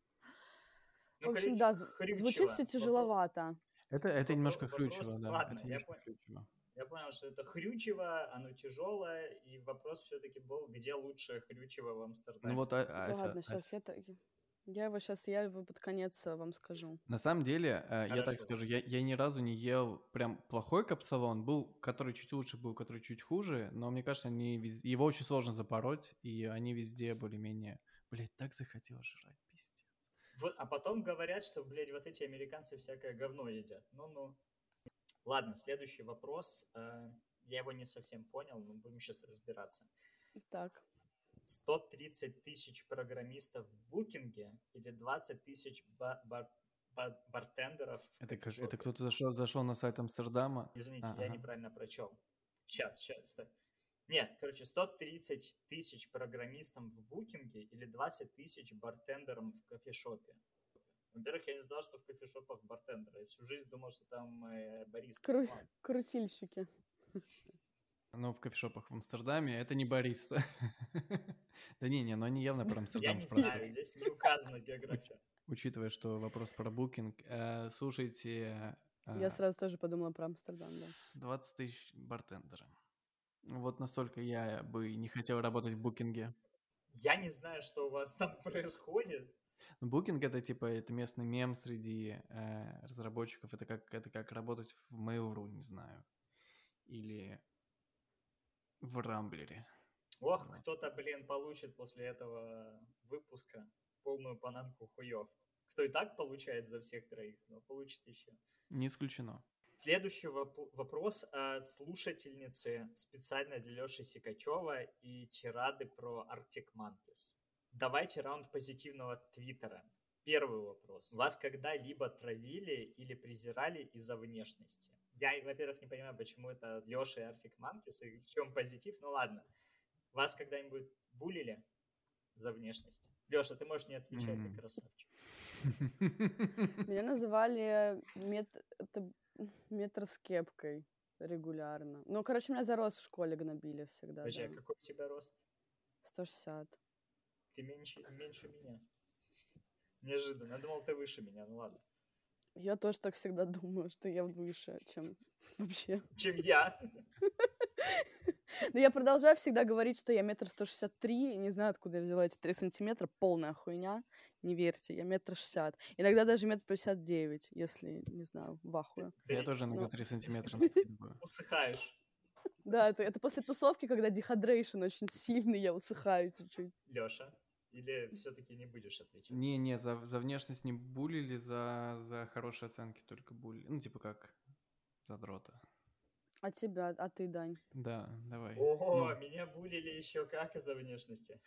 Speaker 2: Ну,
Speaker 3: в общем, да, звучит все тяжеловато.
Speaker 1: Это немножко хрючево, да.
Speaker 2: Ладно,
Speaker 1: это немножко хрючево.
Speaker 2: Я понял, что это хрючево, оно тяжелое, и вопрос все-таки был, где лучше хрючево в Амстердаме.
Speaker 1: Ну вот,
Speaker 3: Ладно, сейчас я его под конец вам скажу.
Speaker 1: На самом деле, я так
Speaker 2: Хорошо.
Speaker 1: скажу, я ни разу не ел прям плохой капсалон. Был, который чуть лучше, был, который чуть хуже, но мне кажется, его очень сложно запороть, и они везде более-менее... Блять, так захотел жрать, пиздец.
Speaker 2: А потом говорят, что, блядь, вот эти американцы всякое говно едят. Ну-ну. Ладно, следующий вопрос. Я его не совсем понял, но будем сейчас разбираться.
Speaker 3: Так.
Speaker 2: 130 тысяч программистов в букинге или 20 тысяч бартендеров в кофешопе?
Speaker 1: Это кто-то зашел на сайт Амстердама?
Speaker 2: Извините, я неправильно прочел. Сейчас. Нет, короче, 130 тысяч программистам в букинге или 20 тысяч бартендерам в кофешопе. Во-первых, я не знал, что в кофешопах бартендеры. Я всю жизнь думал, что там бариста.
Speaker 3: Крутильщики.
Speaker 1: Но в кофешопах в Амстердаме это не бариста. Да не, но они явно про Амстердам
Speaker 2: Я не
Speaker 1: спрашивают.
Speaker 2: знаю, здесь не указана география.
Speaker 1: Учитывая, что вопрос про букинг, слушайте...
Speaker 3: Я сразу тоже подумала про Амстердам, да.
Speaker 1: 20 тысяч бартендера. Вот настолько я бы не хотел работать в букинге.
Speaker 2: Я не знаю, что у вас там происходит.
Speaker 1: Букинг это типа это местный мем среди разработчиков. Это как работать в Mail.ru, не знаю. Или в Рамблере.
Speaker 2: Ох, кто-то, блин, получит после этого выпуска полную панамку хуев. кто и так получает за всех троих, но получит еще.
Speaker 1: Не исключено.
Speaker 2: Следующий вопрос от слушательницы специально для Леши Сикачева и тирады про Arctic Monkeys. Давайте раунд позитивного твиттера. Первый вопрос. Вас когда-либо травили или презирали из-за внешности? Я, во-первых, не понимаю, почему это Леша и Arctic Monkeys, и в чем позитив, ну ладно. Вас когда-нибудь булили за внешность? Леша, ты можешь не отвечать, ты красавчик.
Speaker 3: Меня называли метр с кепкой регулярно. Ну, короче, меня за рост в школе гнобили всегда.
Speaker 2: Подожди, а
Speaker 3: Да.
Speaker 2: какой у тебя рост?
Speaker 3: 160.
Speaker 2: Ты меньше меня. Неожиданно. Я думал, ты выше меня, ну ладно.
Speaker 3: Я тоже так всегда думаю, что я выше, чем вообще.
Speaker 2: Чем я.
Speaker 3: Но я продолжаю всегда говорить, что я 1,163 м, и не знаю, откуда я взяла эти 3 сантиметра. Полная хуйня. Не верьте, я 1,60 м. Иногда даже 1,59 м, если, не знаю, в ахуе.
Speaker 1: Я тоже иногда
Speaker 3: Ну.
Speaker 1: 3 сантиметра накидываю.
Speaker 2: Усыхаешь.
Speaker 3: Да, это после тусовки, когда дехидрейшн очень сильный, я усыхаю чуть-чуть.
Speaker 2: Леша, или все-таки не будешь отвечать?
Speaker 1: Не, за внешность не булили, за хорошие оценки только булили. Ну, типа как задрота.
Speaker 3: А тебя, а ты, Дань?
Speaker 1: Да, давай.
Speaker 2: Ого, меня булили еще как из-за внешности.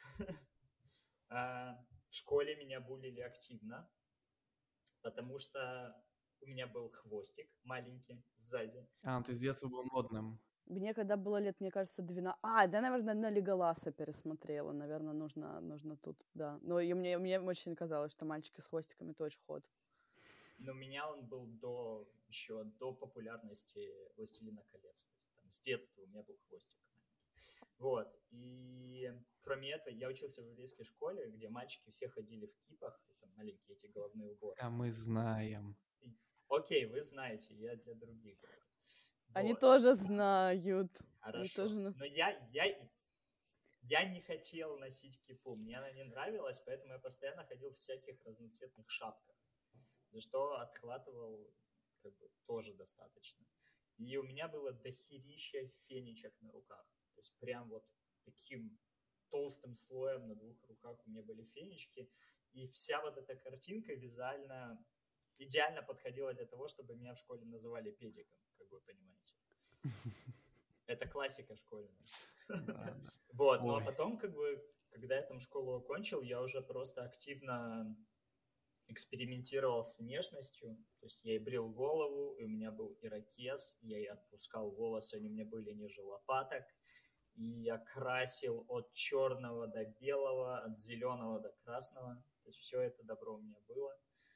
Speaker 2: В школе меня булили активно, потому что у меня был хвостик маленький сзади.
Speaker 1: Ну ты с детства был модным.
Speaker 3: Мне когда было лет, мне кажется, 12... да, наверное, на Леголаса пересмотрела. Наверное, нужно тут, да. Но и мне очень казалось, что мальчики с хвостиками — это очень ход.
Speaker 2: Но у меня он был еще до популярности «Властелина колец». Там, с детства у меня был хвостик. Вот. И кроме этого, я учился в еврейской школе, где мальчики все ходили в кипах, там маленькие эти головные уборы.
Speaker 1: А мы знаем.
Speaker 2: Окей, вы знаете, я для других говорю.
Speaker 3: Они
Speaker 2: Вот.
Speaker 3: тоже знают.
Speaker 2: Хорошо.
Speaker 3: Тоже...
Speaker 2: Но я не хотел носить кипу, мне она не нравилась, поэтому я постоянно ходил в всяких разноцветных шапках, за что отхватывал как бы тоже достаточно. И у меня было дохерища фенечек на руках. То есть прям вот таким толстым слоем на 2 руках у меня были фенечки. И вся вот эта картинка визуально идеально подходила для того, чтобы меня в школе называли педиком, как вы понимаете. Это классика школьная. Вот, ну а потом, как бы, когда я там школу окончил, я уже просто активно экспериментировал с внешностью. То есть я и брил голову, и у меня был ирокез, я и отпускал волосы, они у меня были ниже лопаток. И я красил от черного до белого, от зеленого до красного. То есть все это добро у меня было.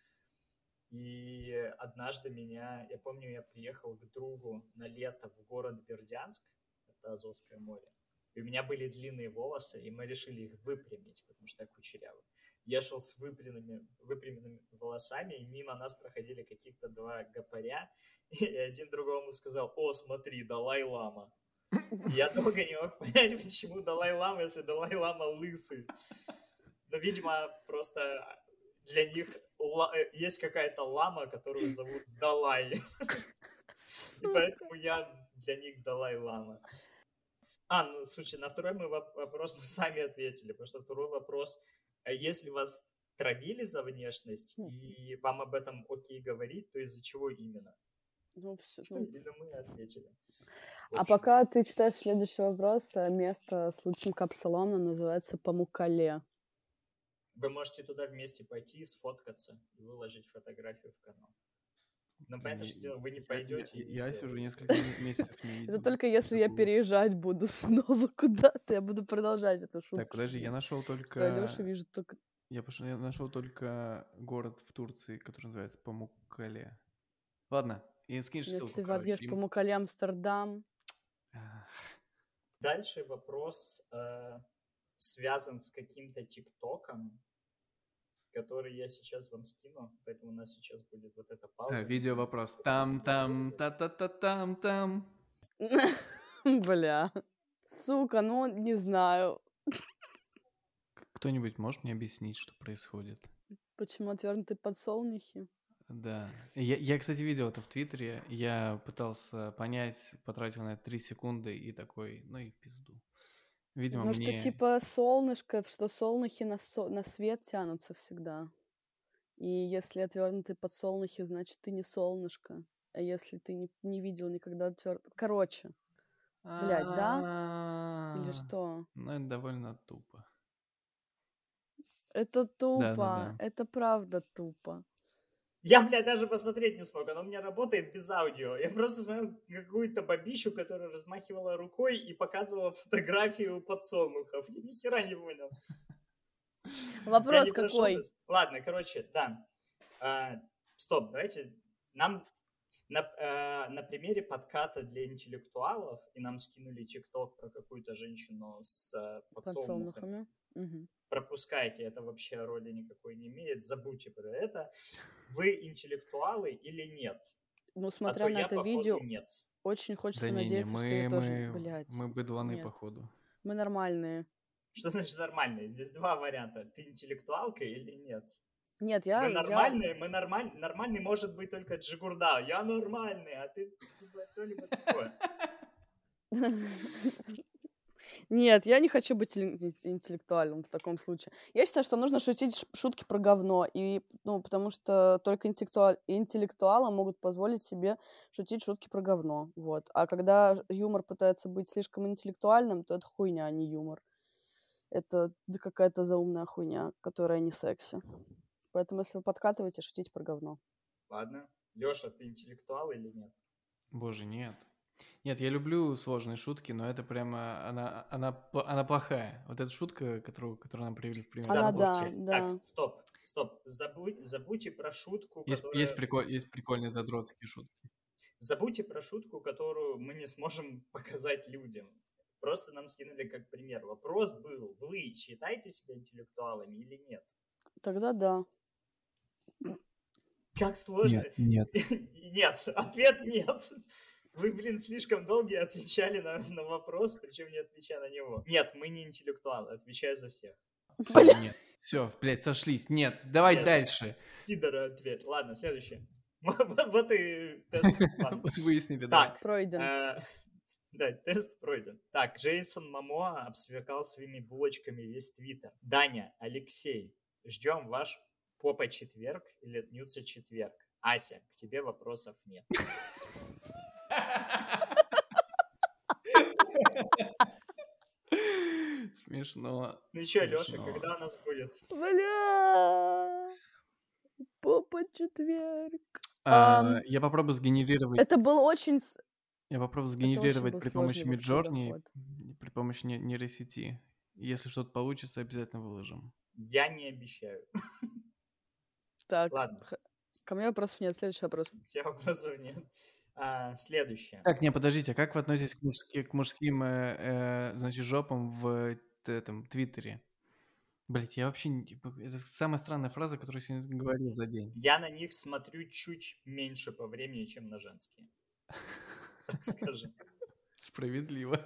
Speaker 2: И однажды я помню, я приехал к другу на лето в город Бердянск, это Азовское море. И у меня были длинные волосы, и мы решили их выпрямить, потому что я кучерявый. Я шел с выпрямленными волосами, и мимо нас проходили каких-то 2 гопаря, и один другому сказал: «О, смотри, Далай-лама». Я долго не мог понять, почему Далай-лама, если Далай-лама лысый. Но, видимо, просто для них есть какая-то лама, которую зовут Далай. И поэтому я для них Далай-лама. Ну, слушай, на второй вопрос мы сами ответили, потому что второй вопрос: если вас травили за внешность, и вам об этом окей говорить, то из-за чего именно?
Speaker 3: Ну, все.
Speaker 2: Именно мы ответили.
Speaker 3: А пока ты читаешь следующий вопрос, место с лучшим капсалоном называется Памуккале.
Speaker 2: Вы можете туда вместе пойти, сфоткаться и выложить фотографию в канал. Но понятно, что вы не пойдете.
Speaker 1: Я уже несколько месяцев не видел.
Speaker 3: Это только если я переезжать буду снова куда-то, я буду продолжать эту шутку.
Speaker 1: Так, подожди, я нашел только...
Speaker 3: Алёша вижу только...
Speaker 1: Я нашел только город в Турции, который называется Памуккале. Ладно, и скинешь ссылку.
Speaker 3: Если ты вобьешь Памуккале Амстердам...
Speaker 2: Дальше вопрос связан с каким-то тиктоком, который я сейчас вам скину, поэтому у нас сейчас будет вот эта пауза.
Speaker 1: Видео вопрос. Там-там, та-та-та-там-там.
Speaker 3: Бля. Сука, ну не знаю.
Speaker 1: Кто-нибудь может мне объяснить, что происходит?
Speaker 3: Почему отвергнуты подсолнухи?
Speaker 1: Да. Я, кстати, видел это в Твиттере. Я пытался понять, потратил на это 3 секунды и такой, ну и в пизду. Видимо,
Speaker 3: ну, что типа солнышко, что солнухи на свет тянутся всегда. И если отвернутые подсолнухи, значит, ты не солнышко. А если ты не видел никогда Короче, блядь, да? Или что?
Speaker 1: Ну, это довольно тупо.
Speaker 3: Это тупо.
Speaker 1: Да-да-да.
Speaker 3: Это правда тупо.
Speaker 2: Я, блядь, даже посмотреть не смог. Оно у меня работает без аудио. Я просто смотрел какую-то бабищу, которая размахивала рукой и показывала фотографию подсолнухов. Я ни хера не понял. Я
Speaker 3: Вопрос
Speaker 2: не прошел
Speaker 3: какой?
Speaker 2: тест. Ладно, короче, да. Стоп, давайте нам на примере подката для интеллектуалов, и нам скинули ТикТок про какую-то женщину с подсолнухами.
Speaker 3: Подсолнухами. Мгм.
Speaker 2: Пропускайте, это вообще роли никакой не имеет, забудьте про это. Вы интеллектуалы или нет?
Speaker 3: Ну,
Speaker 2: А
Speaker 3: смотря
Speaker 2: то
Speaker 3: на
Speaker 2: я,
Speaker 3: это
Speaker 2: походу,
Speaker 3: видео,
Speaker 2: нет.
Speaker 3: очень хочется
Speaker 1: Да не,
Speaker 3: надеяться, что я тоже,
Speaker 1: мы
Speaker 3: блядь,
Speaker 1: быдланы,
Speaker 3: нет.
Speaker 1: походу.
Speaker 3: Мы нормальные.
Speaker 2: Что значит нормальные? Здесь два варианта. Ты интеллектуалка или нет?
Speaker 3: Нет,
Speaker 2: Мы нормальный может быть только Джигурда. Я нормальный, а ты либо такое.
Speaker 3: Нет, я не хочу быть интеллектуальным в таком случае. Я считаю, что нужно шутить шутки про говно, и, ну, потому что только интеллектуалы могут позволить себе шутить шутки про говно, вот. А когда юмор пытается быть слишком интеллектуальным, то это хуйня, а не юмор. Это какая-то заумная хуйня, которая не секси. Поэтому, если вы подкатываете, шутите про говно.
Speaker 2: Ладно. Леша, ты интеллектуал или нет?
Speaker 1: Боже, нет. Нет, я люблю сложные шутки, но это прямо, она плохая. Вот эта шутка, которую нам привели в пример.
Speaker 3: Она,
Speaker 2: Забудьте.
Speaker 3: да.
Speaker 2: Так, стоп. Забудьте про шутку,
Speaker 1: Есть
Speaker 2: которая...
Speaker 1: есть прикольные задротские шутки.
Speaker 2: Забудьте про шутку, которую мы не сможем показать людям. Просто нам скинули как пример. Вопрос был, вы считаете себя интеллектуалами или нет?
Speaker 3: Тогда да.
Speaker 2: Как сложно.
Speaker 1: Нет.
Speaker 2: Нет, ответ нет. Вы, блин, слишком долго отвечали на вопрос, причем не отвечая на него. Нет, мы не интеллектуалы, отвечаю за всех.
Speaker 1: Нет. Все, блядь, сошлись. Нет, давай
Speaker 2: Нет.
Speaker 1: дальше.
Speaker 2: Пидора ответ. Ладно, следующий. Вот и тест.
Speaker 1: Выяснили, да.
Speaker 2: Так,
Speaker 3: Пройден.
Speaker 2: да, тест пройден. Так, Джейсон Момоа обсверкал своими булочками весь твиттер. Даня, Алексей, ждем ваш попа четверг или нюца четверг. Ася, к тебе вопросов нет.
Speaker 1: Смешно.
Speaker 2: Ну и что,
Speaker 1: Смешно.
Speaker 2: Леша, когда у нас будет?
Speaker 3: Бля! Попа четверг.
Speaker 1: Я попробую сгенерировать...
Speaker 3: Это был очень...
Speaker 1: Я попробую
Speaker 3: был
Speaker 1: сгенерировать при помощи
Speaker 3: сложный вообще
Speaker 1: Midjourney,
Speaker 3: заход.
Speaker 1: при помощи нейросети. Если что-то получится, обязательно выложим.
Speaker 2: Я не обещаю.
Speaker 3: Так,
Speaker 2: Ладно.
Speaker 3: ко мне вопросов нет. Следующий вопрос.
Speaker 2: Все вопросов нет. Следующее.
Speaker 1: Так, не, подождите, а как вы относитесь к мужским, значит, жопам в этом Твиттере? Блять, я вообще... Это самая странная фраза, которую я сегодня говорил за день.
Speaker 2: Я на них смотрю чуть меньше по времени, чем на женские. Так скажем.
Speaker 1: Справедливо.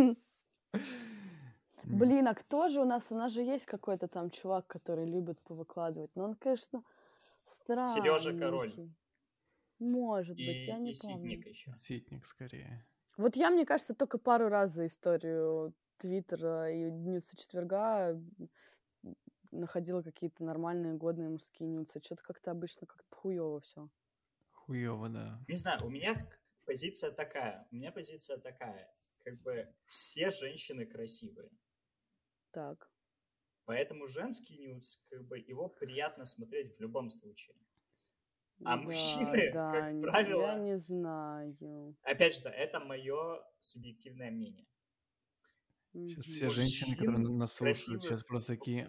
Speaker 3: Блин, а кто же у нас? У нас же есть какой-то там чувак, который любит повыкладывать. Но он, конечно, странный.
Speaker 2: Сережа Король.
Speaker 3: Может быть, я не
Speaker 2: И
Speaker 3: помню.
Speaker 2: Ситник еще.
Speaker 1: Ситник, скорее.
Speaker 3: Вот я, мне кажется, только пару раз за историю Твиттера и Ньюса четверга находила какие-то нормальные, годные мужские нюцы. Что-то как-то обычно как-то хуёво все.
Speaker 1: Хуёво, да.
Speaker 2: Не знаю, у меня позиция такая. Как бы все женщины красивые.
Speaker 3: Так.
Speaker 2: Поэтому женский нюц, как бы его приятно смотреть в любом случае. А
Speaker 3: Да,
Speaker 2: мужчины,
Speaker 3: да,
Speaker 2: как правило...
Speaker 3: Я не знаю.
Speaker 2: Опять же, это мое субъективное мнение.
Speaker 1: Сейчас
Speaker 3: Мгм.
Speaker 1: все женщины, которые
Speaker 2: Мужчин
Speaker 1: нас слушают,
Speaker 2: красивых.
Speaker 1: сейчас просто такие...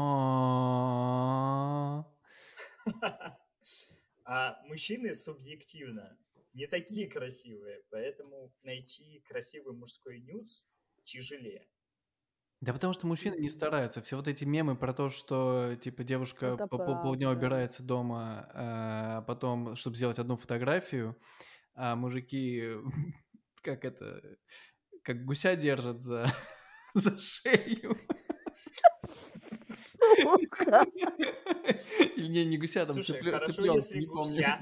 Speaker 2: А мужчины субъективно не такие красивые, поэтому найти красивый мужской нюц тяжелее.
Speaker 1: Да потому что мужчины не стараются. Все вот эти мемы про то, что типа девушка
Speaker 3: Это
Speaker 1: полдня
Speaker 3: правда.
Speaker 1: убирается дома, а потом, чтобы сделать одну фотографию, а мужики как гуся держат за шею.
Speaker 3: Сука.
Speaker 1: Или не гуся, там
Speaker 2: Слушай, хорошо,
Speaker 1: цыпленка,
Speaker 2: если
Speaker 1: не помню.
Speaker 2: гуся.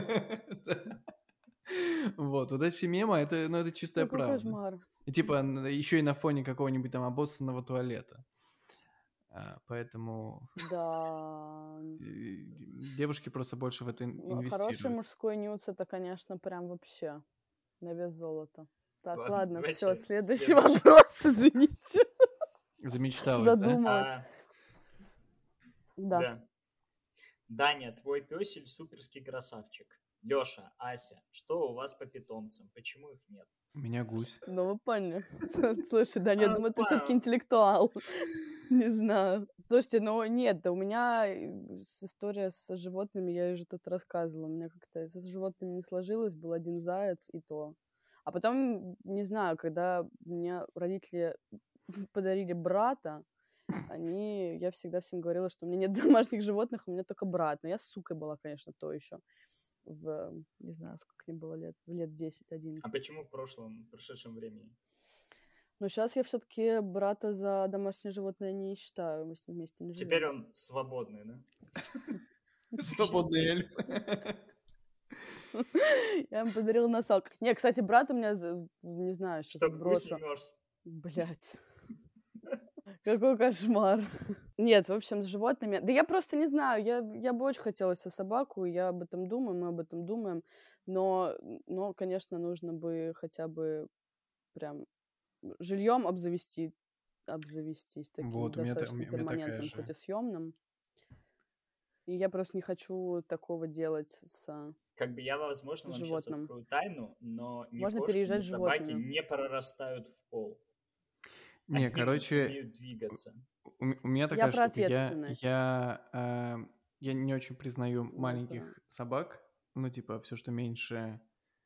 Speaker 1: Вот эти все мемы, это чистая
Speaker 3: Какой
Speaker 1: правда.
Speaker 3: кошмар.
Speaker 1: И типа еще и на фоне какого-нибудь там обоссанного туалета. Поэтому...
Speaker 3: Да.
Speaker 1: девушки просто больше в это
Speaker 3: Ну, хороший
Speaker 1: инвестируют.
Speaker 3: мужской нюц, это, конечно, прям вообще на вес золота. Так,
Speaker 2: Ладно,
Speaker 3: ладно, все,
Speaker 2: давайте
Speaker 3: следующий
Speaker 2: следующий.
Speaker 3: вопрос, извините.
Speaker 1: Замечталась, да?
Speaker 3: Задумалась. Да.
Speaker 2: Да. Даня, твой пёсель суперский красавчик. Лёша, Ася, что у вас по питомцам? Почему их нет?
Speaker 1: У меня гусь.
Speaker 3: Ну, вы поняли. Слушай, да, я думаю, ты все-таки
Speaker 2: Понял.
Speaker 3: интеллектуал. Не знаю. Слушайте, ну нет, да у меня история с животными, я уже тут рассказывала. У меня как-то с животными не сложилось, был один заяц и то. А потом, не знаю, когда мне родители подарили брата, я всегда всем говорила, что у меня нет домашних животных, у меня только брат. Но я сукой была, конечно, то еще. Не знаю, сколько мне было лет, в лет 10-11.
Speaker 2: А почему в прошедшем времени?
Speaker 3: Но сейчас я все-таки брата за домашнее животное не считаю, мы с ним вместе не живем.
Speaker 2: Теперь он свободный, да?
Speaker 1: Свободный эльф.
Speaker 3: Я ему подарила носок. Не, кстати, брат у меня, не знаю, сейчас
Speaker 2: Чтоб гусь
Speaker 3: брошу.
Speaker 2: не мерз.
Speaker 3: Блять. Какой кошмар. Нет, в общем, с животными... Да я просто не знаю, я бы очень хотела себе собаку, я об этом думаю, мы об этом думаем, но конечно, нужно бы хотя бы прям жильем обзавестись таким
Speaker 1: Вот, у меня
Speaker 3: достаточно
Speaker 1: такая
Speaker 3: перманентным,
Speaker 1: же.
Speaker 3: хоть и съемным. И я просто не хочу такого делать с
Speaker 2: Как бы я, возможно, вам сейчас
Speaker 3: животным.
Speaker 2: открою тайну, но ни
Speaker 3: Можно
Speaker 2: кошки,
Speaker 3: переезжать
Speaker 2: ни
Speaker 3: с
Speaker 2: собаки
Speaker 3: животными.
Speaker 2: не прорастают в пол.
Speaker 1: Не,
Speaker 2: Они
Speaker 1: короче,
Speaker 2: умеют двигаться.
Speaker 1: у меня
Speaker 3: Я
Speaker 1: такая
Speaker 3: про
Speaker 1: штука.
Speaker 3: ответственность.
Speaker 1: Я не очень признаю
Speaker 3: Ну,
Speaker 1: маленьких собак. Ну, типа, все, что меньше...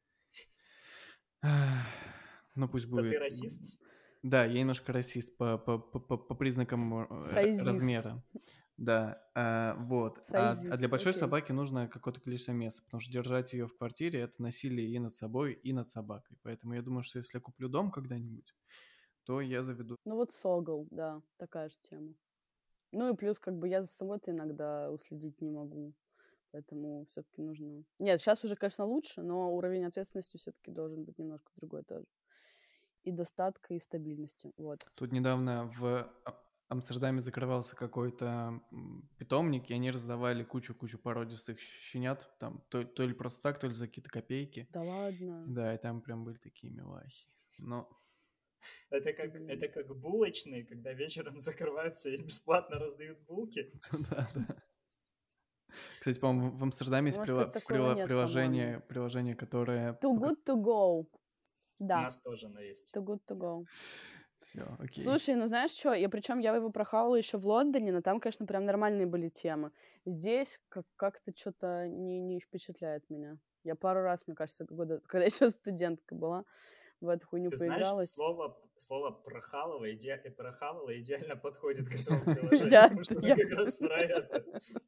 Speaker 1: Ну, пусть
Speaker 2: Да ты
Speaker 1: будет...
Speaker 2: расист?
Speaker 1: Да, я немножко расист по признакам
Speaker 3: Сайзист.
Speaker 1: размера. Да, вот. А для
Speaker 3: Сайзист,
Speaker 1: большой
Speaker 3: окей.
Speaker 1: собаки нужно какое-то количество места, потому что держать ее в квартире — это насилие и над собой, и над собакой. Поэтому я думаю, что если я куплю дом когда-нибудь, то я заведу.
Speaker 3: Ну вот Согл, да, такая же тема. Ну и плюс как бы я за собой-то иногда уследить не могу. Поэтому все-таки нужно... Нет, сейчас уже, конечно, лучше, но уровень ответственности все-таки должен быть немножко другой тоже. И достатка, и стабильности. Вот.
Speaker 1: Тут недавно в Амстердаме закрывался какой-то питомник, и они раздавали кучу породистых щенят, там, то ли просто так, то ли за какие-то копейки.
Speaker 3: Да ладно.
Speaker 1: Да, и там прям были такие милахи. Но
Speaker 2: Это как булочные, когда вечером закрываются и бесплатно раздают булки.
Speaker 1: да. Кстати, по-моему, в Амстердаме есть
Speaker 3: Может, такого нет,
Speaker 1: приложение, которое...
Speaker 3: Too good to go.
Speaker 2: У
Speaker 3: Да,
Speaker 2: нас тоже оно есть.
Speaker 3: too good to go.
Speaker 1: Все, окей.
Speaker 3: Слушай, ну знаешь что, причем я его прохавала еще в Лондоне, но там, конечно, прям нормальные были темы. Здесь как-то что-то не впечатляет меня. Я пару раз, мне кажется, когда еще студенткой была, в эту хуйню
Speaker 2: Ты
Speaker 3: поигралась.
Speaker 2: знаешь, слово прохавала идеально подходит к этому приложению, потому что мы как раз про это.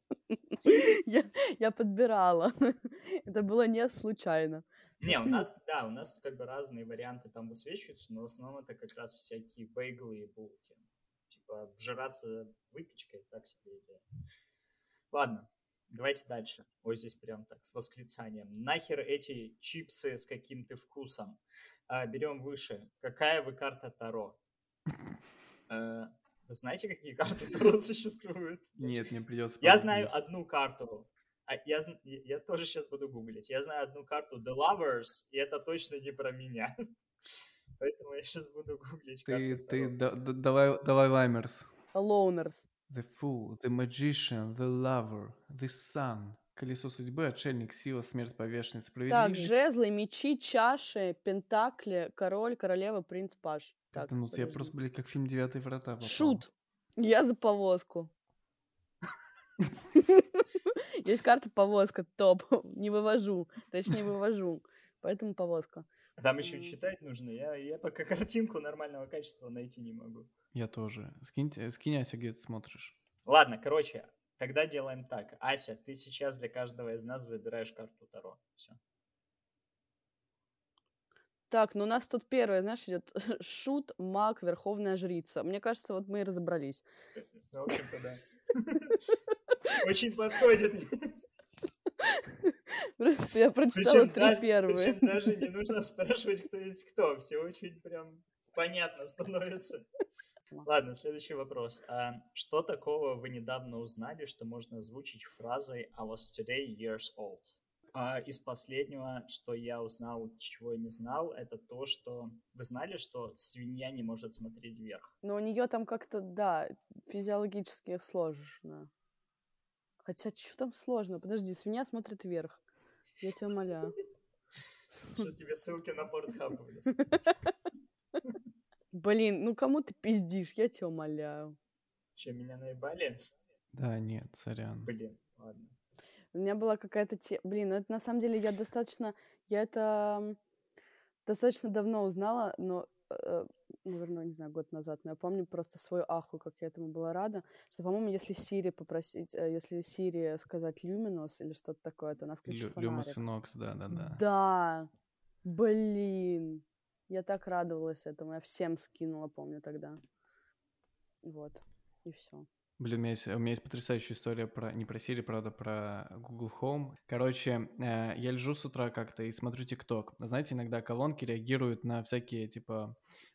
Speaker 3: Я подбирала. Это было не случайно.
Speaker 2: Не, у нас как бы разные варианты там высвечиваются, но в основном это как раз всякие бейглы и булки. Типа обжираться выпечкой, так себе идея. Ладно, давайте дальше. Ой, здесь прям так, с восклицанием. Нахер эти чипсы с каким-то вкусом? Берем выше. Какая вы карта Таро? Вы знаете, какие карты Таро существуют?
Speaker 1: Нет, мне придется...
Speaker 2: Я знаю одну карту. Я тоже сейчас буду гуглить. Я знаю одну карту The Lovers, и это точно не про меня. Поэтому я сейчас буду гуглить
Speaker 1: Ты
Speaker 2: карты
Speaker 1: давай Лаймерс.
Speaker 3: Loners.
Speaker 1: The Fool, The Magician, The Lover, The Sun. Колесо судьбы, отшельник, сила, смерть, повешенный,
Speaker 3: Так,
Speaker 1: справедливость.
Speaker 3: жезлы, мечи, чаши, пентакли, король, королева, принц, паж. Так,
Speaker 1: Да ну, я
Speaker 3: подожди.
Speaker 1: просто, блядь, как фильм «Девятые врата» попал.
Speaker 3: Шут. Я за повозку. Есть карта повозка, топ. Не вывожу. Точнее, вывожу. Поэтому повозка.
Speaker 2: Там еще читать нужно. Я пока картинку нормального качества найти не могу.
Speaker 1: Я тоже. Скинь, Ася, где ты смотришь.
Speaker 2: Ладно, короче, тогда делаем так. Ася, ты сейчас для каждого из нас выбираешь карту Таро. Все.
Speaker 3: Так, ну у нас тут первое, знаешь, идет шут, маг, верховная жрица. Мне кажется, вот мы и разобрались.
Speaker 2: Ну, в общем-то, да. Очень подходит.
Speaker 3: Просто я прочитала три первые.
Speaker 2: Причем даже не нужно спрашивать, кто есть кто. Все очень прям понятно становится.
Speaker 3: весело.
Speaker 2: Ладно, следующий вопрос. Что такого вы недавно узнали, что можно озвучить фразой I was today years old? Из последнего, что я узнал, чего я не знал, это то, что вы знали, что свинья не может смотреть вверх.
Speaker 3: Но у нее там как-то, да, физиологически сложно. Хотя, что там сложно? Подожди, свинья смотрит вверх. Я тебя умоляю.
Speaker 2: Сейчас тебе ссылки на Pornhub вылезут.
Speaker 3: Блин, ну кому ты пиздишь? Я тебя умоляю.
Speaker 2: Че, меня наебали?
Speaker 1: Да, нет, сорян.
Speaker 2: Блин, ладно.
Speaker 3: У меня была какая-то Блин, ну это на самом деле я это достаточно давно узнала, но, наверное, не знаю, год назад, но я помню просто свою аху, как я этому была рада, что, по-моему, если Siri сказать Luminous или что-то такое, то она включит
Speaker 1: Люмос и
Speaker 3: фонарик.
Speaker 1: Нокс, да-да-да.
Speaker 3: Да, блин, я так радовалась этому, я всем скинула, помню тогда. Вот, и все.
Speaker 1: Блин, у меня есть потрясающая история не про Siri, правда, про Google Home. Короче, я лежу с утра как-то и смотрю ТикТок. Знаете, иногда колонки реагируют на всякие, типа,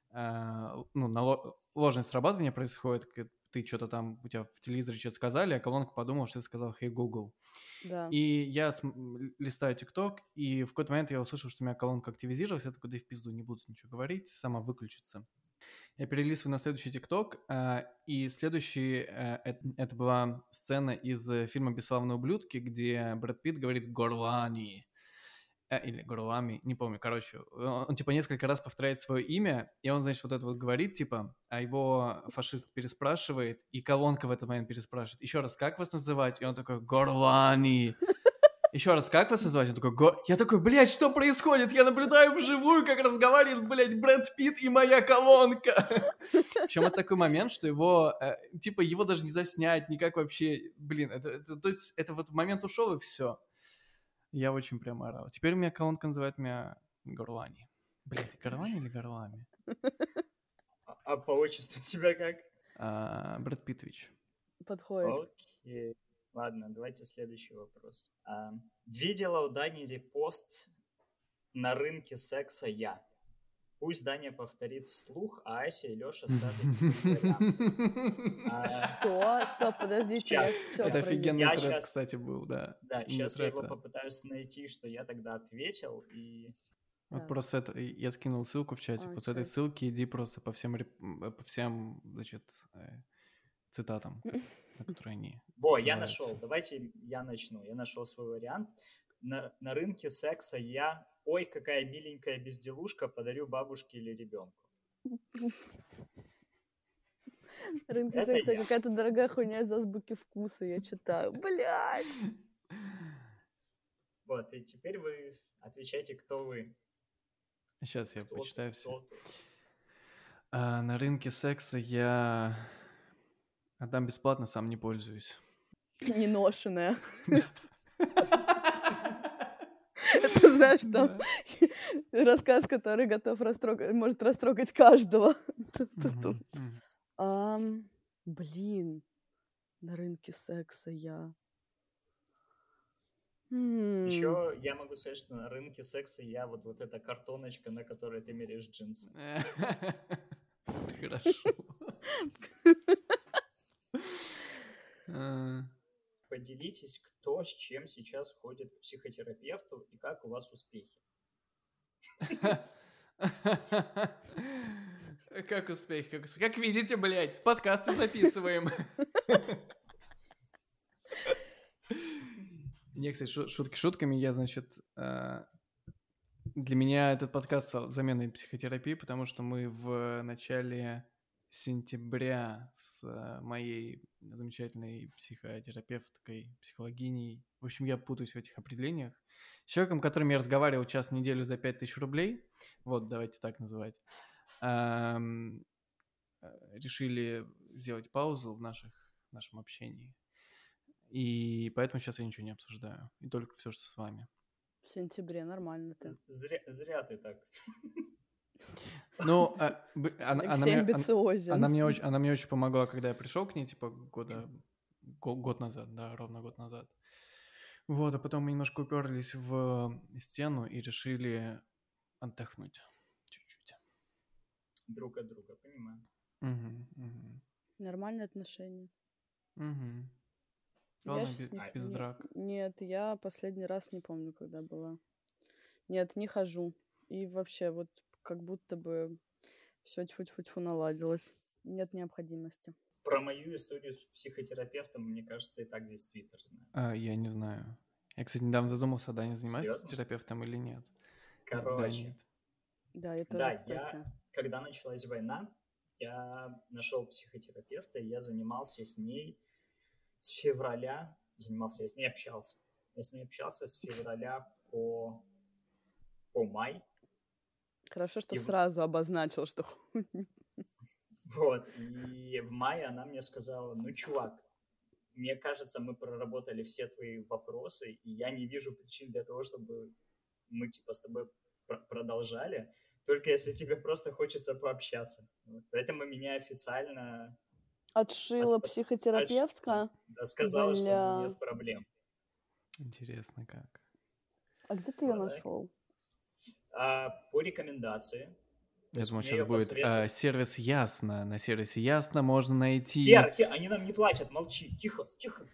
Speaker 1: ложное срабатывание происходит, ты что-то там, у тебя в телевизоре что-то сказали, а колонка подумала, что ты сказал «Hey, Google».
Speaker 3: Да.
Speaker 1: И я листаю ТикТок, и в какой-то момент я услышал, что у меня колонка активизировалась, я такой, да и в пизду, не буду ничего говорить, сама выключится. Я перелистываю на следующий ТикТок, и следующий, это была сцена из фильма «Бесславные ублюдки», где Брэд Питт говорит «Горлани», или «Горлами», не помню, короче. Он, типа, несколько раз повторяет свое имя, и он, значит, вот это вот говорит, типа, а его фашист переспрашивает, и колонка в этот момент переспрашивает, еще раз, как вас называть? И он такой «Горлани». Еще раз, как вас называть? Он такой, я такой, блядь, что происходит? Я наблюдаю вживую, как разговаривает, блядь, Брэд Питт и моя колонка. Причем это такой момент, что его, типа, его даже не заснять, никак вообще, блин, то есть это вот момент ушел и все. Я очень прямо орал. Теперь у меня колонка называет меня Горлани. Блядь, Горлани или Горлами?
Speaker 2: А по отчеству тебя как?
Speaker 1: Брэд Питтович.
Speaker 3: Подходит.
Speaker 2: Окей. Ладно, давайте следующий вопрос. Видела у Дани репост на рынке секса я. Пусть Даня повторит вслух, а Ася и Леша скажут свой вариант.
Speaker 3: Что? Стоп, подождите, я
Speaker 2: Щас.
Speaker 3: все
Speaker 1: Это офигенный
Speaker 2: Я
Speaker 1: тред,
Speaker 2: щас-
Speaker 1: кстати, был, да.
Speaker 2: Да,
Speaker 1: Не
Speaker 2: сейчас я
Speaker 1: тред,
Speaker 2: его
Speaker 1: а-
Speaker 2: попытаюсь найти, что я тогда ответил, и
Speaker 1: Вот
Speaker 3: Так.
Speaker 1: просто это, я скинул ссылку в чате, после этой
Speaker 3: чат.
Speaker 1: ссылки иди просто по всем, значит, цитатам, на которые они
Speaker 2: Во, я
Speaker 1: ссылаются.
Speaker 2: нашел. Давайте я начну. Я нашел свой вариант. На рынке секса я, ой, какая миленькая безделушка, подарю бабушке или ребенку.
Speaker 3: Рынки
Speaker 2: Это
Speaker 3: секса
Speaker 2: я.
Speaker 3: какая-то дорогая хуйня из азбуки вкуса, я читаю. Блядь!
Speaker 2: Вот, и теперь вы отвечайте, кто вы.
Speaker 1: Сейчас я
Speaker 2: Кто
Speaker 1: почитаю
Speaker 2: ты,
Speaker 1: все.
Speaker 2: кто ты.
Speaker 1: На рынке секса я отдам бесплатно, сам не пользуюсь.
Speaker 3: Неношенная. Это, знаешь, там рассказ, который может растрогать каждого. Блин, на рынке секса я...
Speaker 2: Еще я могу сказать, что на рынке секса я вот эта картоночка, на которой ты меряешь джинсы.
Speaker 1: Хорошо.
Speaker 2: Поделитесь, кто с чем сейчас ходит к психотерапевту и как у вас успехи.
Speaker 1: Как успех? Как видите, блядь, подкасты записываем. Не, кстати, шутки шутками. Я, значит, для меня этот подкаст стал заменой психотерапии, потому что мы в начале сентября с моей замечательной психотерапевткой, психологиней, в общем, я путаюсь в этих определениях, с человеком, которым я разговаривал час в неделю за 5000 рублей, вот, давайте так называть, решили сделать паузу в нашем общении. И поэтому сейчас я ничего не обсуждаю. И только все, что с вами.
Speaker 3: В сентябре нормально ты.
Speaker 2: Зря ты так.
Speaker 1: Ну,
Speaker 3: Алексей амбициозен.
Speaker 1: она мне очень помогла, когда я пришел к ней, типа, год назад, да, ровно год назад. Вот, а потом мы немножко уперлись в стену и решили отдохнуть чуть-чуть.
Speaker 2: Друг от друга, понимаю.
Speaker 1: Мгм, мгм,
Speaker 3: Нормальные отношения.
Speaker 1: мгм.
Speaker 3: Я
Speaker 1: Главное,
Speaker 3: сейчас не...
Speaker 1: без драк.
Speaker 3: Нет, я последний раз не помню, когда была. Нет, не хожу. И вообще, вот как будто бы все тьфу-тьфу-тьфу наладилось. Нет необходимости.
Speaker 2: Про мою историю с психотерапевтом, мне кажется, и так весь Твиттер знает.
Speaker 1: Я не знаю. Я, кстати, недавно задумался, да, не занимается
Speaker 2: Серьезно?
Speaker 1: терапевтом или нет. Да,
Speaker 2: Короче,
Speaker 1: нет.
Speaker 3: Да, я тоже,
Speaker 2: да,
Speaker 3: кстати.
Speaker 2: когда началась война, я нашел психотерапевта, и я занимался с ней с февраля, я с ней общался. Я с ней общался с февраля по май.
Speaker 3: Хорошо, что
Speaker 2: И
Speaker 3: сразу обозначил, что
Speaker 2: вот, и в мае она мне сказала: ну, чувак, мне кажется, мы проработали все твои вопросы, и я не вижу причин для того, чтобы мы, типа, с тобой продолжали, только если тебе просто хочется пообщаться. Вот. Поэтому меня официально
Speaker 3: отшила психотерапевтка.
Speaker 2: сказала, что
Speaker 3: Бля.
Speaker 2: нет проблем.
Speaker 1: Интересно как.
Speaker 3: А где ты ее нашел?
Speaker 2: По рекомендации. То
Speaker 1: Я
Speaker 2: есть
Speaker 1: думаю,
Speaker 2: мне
Speaker 1: сейчас
Speaker 2: ее
Speaker 1: будет
Speaker 2: посоветовали.
Speaker 1: сервис Ясно. На сервисе Ясно можно найти...
Speaker 2: Хер, они нам не платят, молчи, тихо, тихо.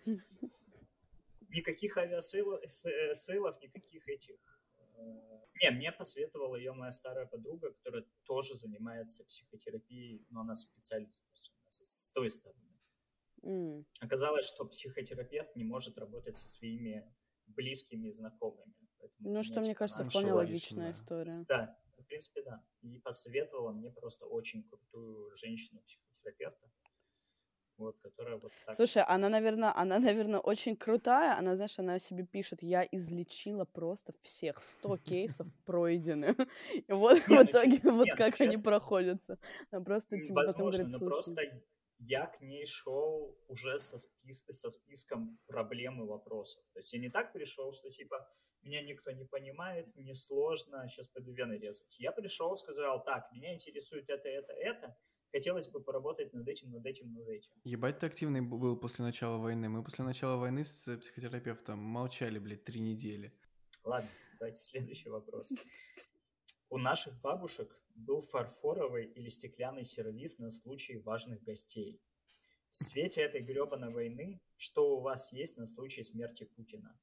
Speaker 2: Никаких авиасейлов, никаких этих. Не, мне посоветовала ее моя старая подруга, которая тоже занимается психотерапией, но она специалист, с той стороны. Оказалось, что психотерапевт не может работать со своими близкими и знакомыми. Поэтому
Speaker 3: Ну, что, мне
Speaker 2: типа,
Speaker 3: кажется,
Speaker 1: Ну,
Speaker 3: вполне
Speaker 1: что логично,
Speaker 3: логичная
Speaker 1: да.
Speaker 3: история.
Speaker 2: Да, в принципе, да. И посоветовала мне просто очень крутую женщину-психотерапевта, вот, которая вот так...
Speaker 3: Слушай, она, наверное, очень крутая. Она, знаешь, она себе пишет: я излечила просто всех, 100 кейсов пройдены. И вот в итоге, вот как они проходятся. Она просто тебе потом
Speaker 2: Возможно,
Speaker 3: говорит:
Speaker 2: но
Speaker 3: слушай.
Speaker 2: просто я к ней шел уже со списком проблем и вопросов. То есть я не так пришел, что типа меня никто не понимает, мне сложно, сейчас пойду вены резать. Я пришел, сказал: так, меня интересует это. Хотелось бы поработать над этим.
Speaker 1: Ебать, ты активный был после начала войны. Мы после начала войны с психотерапевтом молчали, блядь, 3 недели.
Speaker 2: Ладно, давайте следующий вопрос. У наших бабушек был фарфоровый или стеклянный сервиз на случай важных гостей. В свете этой гребаной войны, что у вас есть на случай смерти Путина?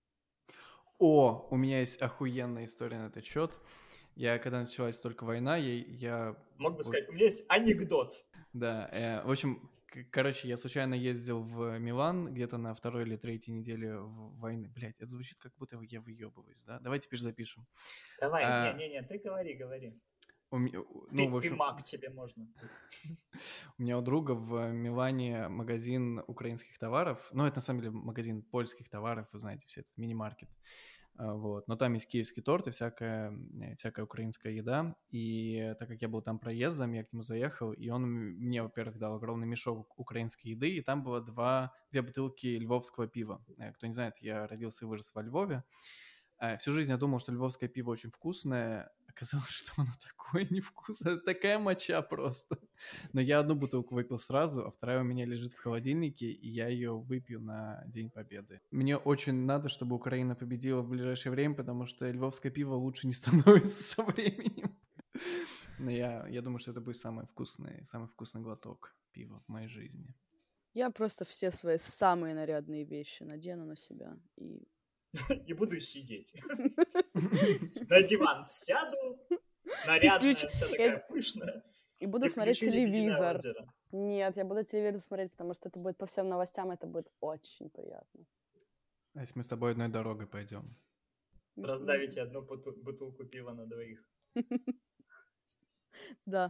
Speaker 1: О, у меня есть охуенная история на этот счет. Когда началась только война, я...
Speaker 2: Мог бы сказать, у меня есть анекдот.
Speaker 1: Да, в общем, короче, я случайно ездил в Милан где-то на 2-й или 3-й неделе войны. Блять, это звучит, как будто я выебываюсь, да? Давай теперь запишем.
Speaker 2: Давай, не, ты говори.
Speaker 1: В
Speaker 2: Ты
Speaker 1: общем,
Speaker 2: маг, тебе можно.
Speaker 1: у меня у друга в Милане магазин украинских товаров. Ну, это на самом деле магазин польских товаров, вы знаете, все этот мини-маркет. Вот. Но там есть киевский торт и всякая украинская еда. И так как я был там проездом, я к нему заехал, и он мне, во-первых, дал огромный мешок украинской еды, и там было 2 бутылки львовского пива. Кто не знает, я родился и вырос во Львове. Всю жизнь я думал, что львовское пиво очень вкусное. Оказалось, что оно такое невкусное. Это такая моча просто. Но я 1 бутылку выпил сразу, а 2 у меня лежит в холодильнике, и я ее выпью на День Победы. Мне очень надо, чтобы Украина победила в ближайшее время, потому что львовское пиво лучше не становится со временем. Но я думаю, что это будет самый вкусный глоток пива в моей жизни.
Speaker 3: Я просто все свои самые нарядные вещи надену на себя и...
Speaker 2: И буду сидеть. На диван сяду, нарядная, вся такая пышная.
Speaker 3: И буду смотреть телевизор.
Speaker 2: Озеро.
Speaker 3: Нет, я буду телевизор смотреть, потому что это будет по всем новостям, это будет очень приятно.
Speaker 1: А если мы с тобой одной дорогой пойдем?
Speaker 2: Раздавите 1 бутылку пива на 2.
Speaker 3: Да.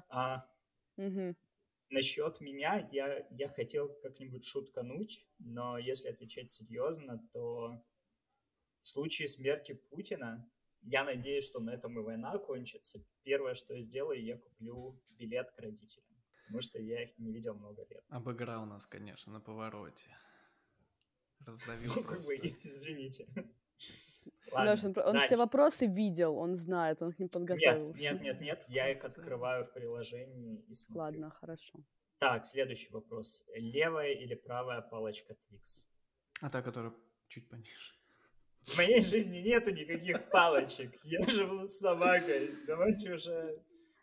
Speaker 2: Насчет меня, я хотел как-нибудь шуткануть, но если отвечать серьезно, то в случае смерти Путина, я надеюсь, что на этом и война кончится. Первое, что я сделаю, я куплю билет к родителям, потому что я их не видел много лет.
Speaker 1: Обыграл нас, конечно, на повороте. Раздавил просто.
Speaker 2: Извините.
Speaker 3: Леша, он все вопросы видел, он знает, он к ним подготовился.
Speaker 2: Нет, я их открываю в приложении и смотрю.
Speaker 3: Ладно, хорошо.
Speaker 2: Так, следующий вопрос. Левая или правая палочка Twix?
Speaker 1: А та, которая чуть пониже.
Speaker 2: В моей жизни нету никаких палочек. Я живу с собакой. Давайте уже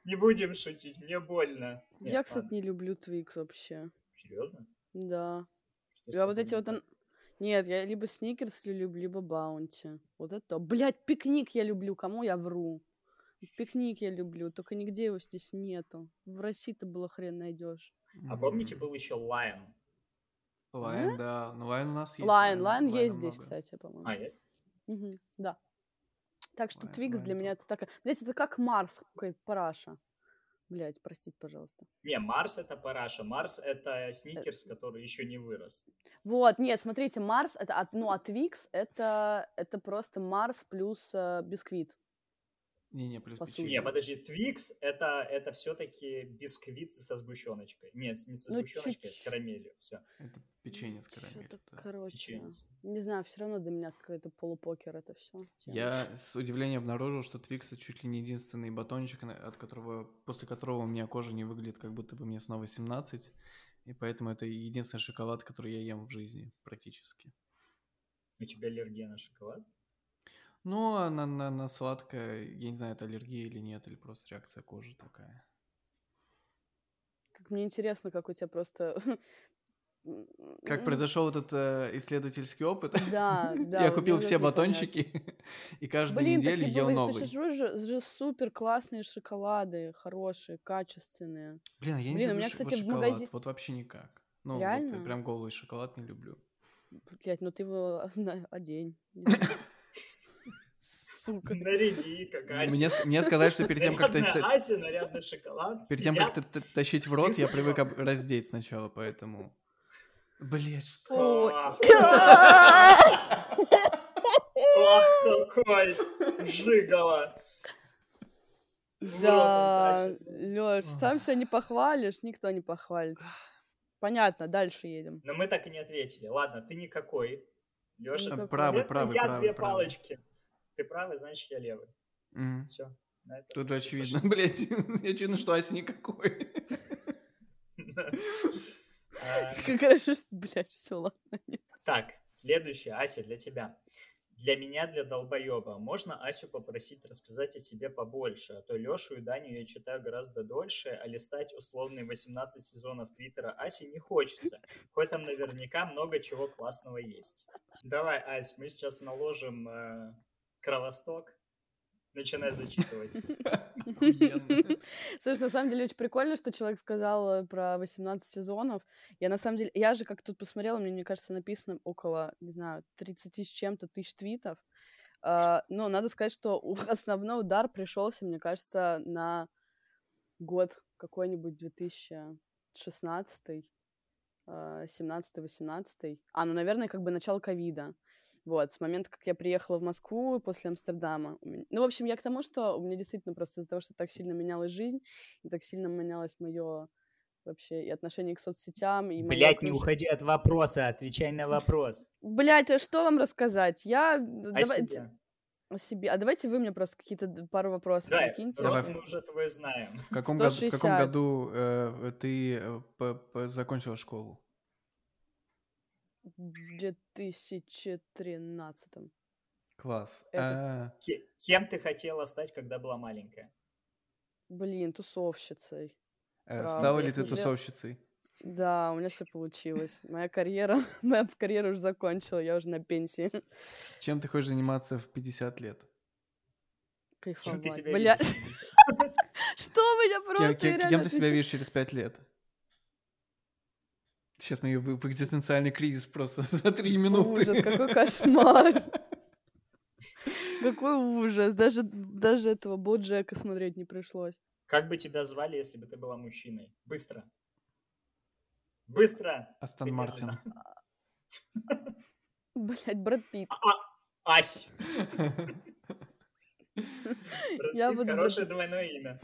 Speaker 2: Не будем шутить, мне больно.
Speaker 3: Я,
Speaker 2: Нет,
Speaker 3: кстати,
Speaker 2: ладно.
Speaker 3: не люблю Твикс вообще.
Speaker 2: Серьезно?
Speaker 3: Да.
Speaker 2: Что с
Speaker 3: Я вот
Speaker 2: тобой
Speaker 3: эти
Speaker 2: не
Speaker 3: вот...
Speaker 2: так?
Speaker 3: Нет, я либо Сникерс люблю, либо Баунти. Вот это... Блядь, пикник я люблю. Кому я вру? Пикник я люблю, только нигде его здесь нету. В России-то было хрен найдешь.
Speaker 2: А помните, был еще Lion?
Speaker 1: Лайн, да. Ну, Лайн у нас есть.
Speaker 3: Лайн
Speaker 1: Лайна
Speaker 3: есть здесь,
Speaker 1: много.
Speaker 3: кстати, по-моему.
Speaker 2: А, есть?
Speaker 3: Мгм, да. Так что
Speaker 1: Лайн-
Speaker 3: Твикс
Speaker 1: Лайн
Speaker 3: для меня
Speaker 1: топ.
Speaker 3: это такая... Блядь, это как Марс, какая-то параша. Блядь, простите, пожалуйста.
Speaker 2: Не, Марс это параша. Марс это сникерс, который еще не вырос.
Speaker 3: Вот, нет, смотрите, Марс, это, а Твикс, это просто Марс плюс бисквит.
Speaker 1: Не, плюс
Speaker 3: По
Speaker 1: печенье.
Speaker 2: Не,
Speaker 3: сути.
Speaker 2: подожди, Твикс это все-таки бисквит со сгущеночкой. Нет, не со
Speaker 3: Ну,
Speaker 2: сгущеночкой, а с
Speaker 3: чуть-чуть.
Speaker 2: карамелью. Все,
Speaker 1: Это печенье с карамелью.
Speaker 3: Что-то,
Speaker 1: да.
Speaker 3: короче,
Speaker 2: печенье.
Speaker 3: не знаю, все равно для меня какой-то полупокер это все.
Speaker 1: Я с удивлением обнаружил, что Твикс чуть ли не единственный батончик, после которого у меня кожа не выглядит, как будто бы мне снова 17. И поэтому это единственный шоколад, который я ем в жизни практически.
Speaker 2: У тебя аллергия на шоколад?
Speaker 1: Ну, а на сладкое, я не знаю, это аллергия или нет, или просто реакция кожи такая.
Speaker 3: Как мне интересно, как у тебя просто...
Speaker 1: Как произошел этот исследовательский опыт.
Speaker 3: Да, да.
Speaker 1: Я
Speaker 3: вот
Speaker 1: купил
Speaker 3: мне
Speaker 1: все
Speaker 3: вот непонятно.
Speaker 1: батончики и каждую
Speaker 3: Блин, так
Speaker 1: неделю
Speaker 3: не
Speaker 1: ел
Speaker 3: было,
Speaker 1: новый.
Speaker 3: существуют же супер классные шоколады, хорошие, качественные.
Speaker 1: Блин, я не
Speaker 3: Блин, у
Speaker 1: люблю
Speaker 3: меня, кстати, в
Speaker 1: шоколад,
Speaker 3: магазине...
Speaker 1: вот вообще никак. Ну, вот
Speaker 3: Реально?
Speaker 1: прям голый шоколад не люблю.
Speaker 3: Блять, ну ты его одень. Сука.
Speaker 2: Наряди, как Ася.
Speaker 1: Мне сказали, что перед тем, как
Speaker 2: Нарядная Ася, нарядный шоколад.
Speaker 1: перед тем, как
Speaker 2: сидят.
Speaker 1: тащить в рот, я
Speaker 2: Быстро.
Speaker 1: привык раздеть сначала, поэтому... Блять, что?
Speaker 3: Ой.
Speaker 2: Ох, какой жигало.
Speaker 3: Да,
Speaker 2: В рот он
Speaker 3: Лёш, сам себя не похвалишь, никто не похвалит. Понятно, дальше едем.
Speaker 2: Но мы так и не ответили. Ладно, ты никакой. Леша,
Speaker 3: Никакой.
Speaker 1: Правый,
Speaker 2: я две
Speaker 1: правый.
Speaker 2: палочки. Ты правый, значит, я левый.
Speaker 1: Мгм.
Speaker 2: Все.
Speaker 1: Тут же очевидно, блять. Очевидно, что Ася никакой.
Speaker 3: Как хорошо, что, блядь, все, ладно.
Speaker 2: Так, следующий, Ася, для тебя. Для меня, для долбоеба, можно Асю попросить рассказать о себе побольше, а то Лешу и Даню я читаю гораздо дольше, а листать условные 18 сезонов Твиттера Аси не хочется, хоть там наверняка много чего классного есть. Давай, Ась, мы сейчас наложим кровосток, начинай зачитывать.
Speaker 1: Охуенно.
Speaker 3: Слушай, на самом деле очень прикольно, что человек сказал про 18 сезонов. Я на самом деле, я же как тут посмотрела, мне кажется, написано около, не знаю, 30 с чем-то тысяч твитов. Но надо сказать, что основной удар пришелся, мне кажется, на год какой-нибудь 2016, 17-18. Ну, наверное, как бы начало ковида. Вот, с момента, как я приехала в Москву после Амстердама. Ну, в общем, я к тому, что у меня действительно просто из-за того, что так сильно менялась жизнь, и так сильно менялось мое вообще и отношение к соцсетям, и моё
Speaker 2: Блять, не
Speaker 3: окружение.
Speaker 2: уходи от вопроса, отвечай на вопрос.
Speaker 3: Блять, а что вам рассказать?
Speaker 2: О
Speaker 3: Давайте...
Speaker 2: себе.
Speaker 3: О себе. А давайте вы мне просто какие-то пару вопросов
Speaker 2: Да,
Speaker 3: накиньте.
Speaker 2: рост мы уже твой знаем.
Speaker 1: В каком году
Speaker 3: 160.
Speaker 1: ты закончила школу?
Speaker 3: В 2013.
Speaker 1: Класс.
Speaker 3: Это-
Speaker 2: Кем ты хотела стать, когда была маленькая?
Speaker 3: Блин, тусовщицей.
Speaker 1: Стала ли ты
Speaker 3: Если-
Speaker 1: тусовщицей?
Speaker 3: Да, у меня все получилось. Моя карьера уже закончила, я уже на пенсии.
Speaker 1: Чем ты хочешь заниматься в 50 лет?
Speaker 2: Кем ты
Speaker 3: Кайфовать.
Speaker 2: себя
Speaker 3: Бля,
Speaker 2: видишь?
Speaker 3: что меня просто
Speaker 1: Кем
Speaker 3: реально
Speaker 1: ты себя
Speaker 3: отвечаю.
Speaker 1: видишь через 5 лет? Сейчас мы в экзистенциальный кризис просто за 3 минуты.
Speaker 3: Ужас, какой кошмар. Какой ужас. Даже этого Боджека смотреть не пришлось.
Speaker 2: Как бы тебя звали, если бы ты была мужчиной? Быстро. Быстро.
Speaker 1: Астон
Speaker 2: Ты
Speaker 1: Мартин.
Speaker 2: медленно.
Speaker 3: Блять, Брэд Питт.
Speaker 2: Ась.
Speaker 3: Я
Speaker 2: Брэд Питт,
Speaker 3: буду
Speaker 2: хорошее двойное имя.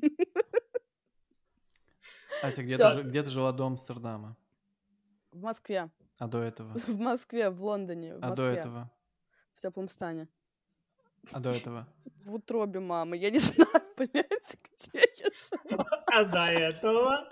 Speaker 1: Ася, где
Speaker 3: Всё.
Speaker 1: ты жила до Амстердама?
Speaker 3: В Москве.
Speaker 1: А до этого?
Speaker 3: В Москве, в Лондоне, в
Speaker 1: А до
Speaker 3: Москве.
Speaker 1: этого?
Speaker 3: В теплом стане.
Speaker 1: А до этого?
Speaker 3: В утробе мамы. Я не знаю, блядь, где я жила.
Speaker 2: А до этого?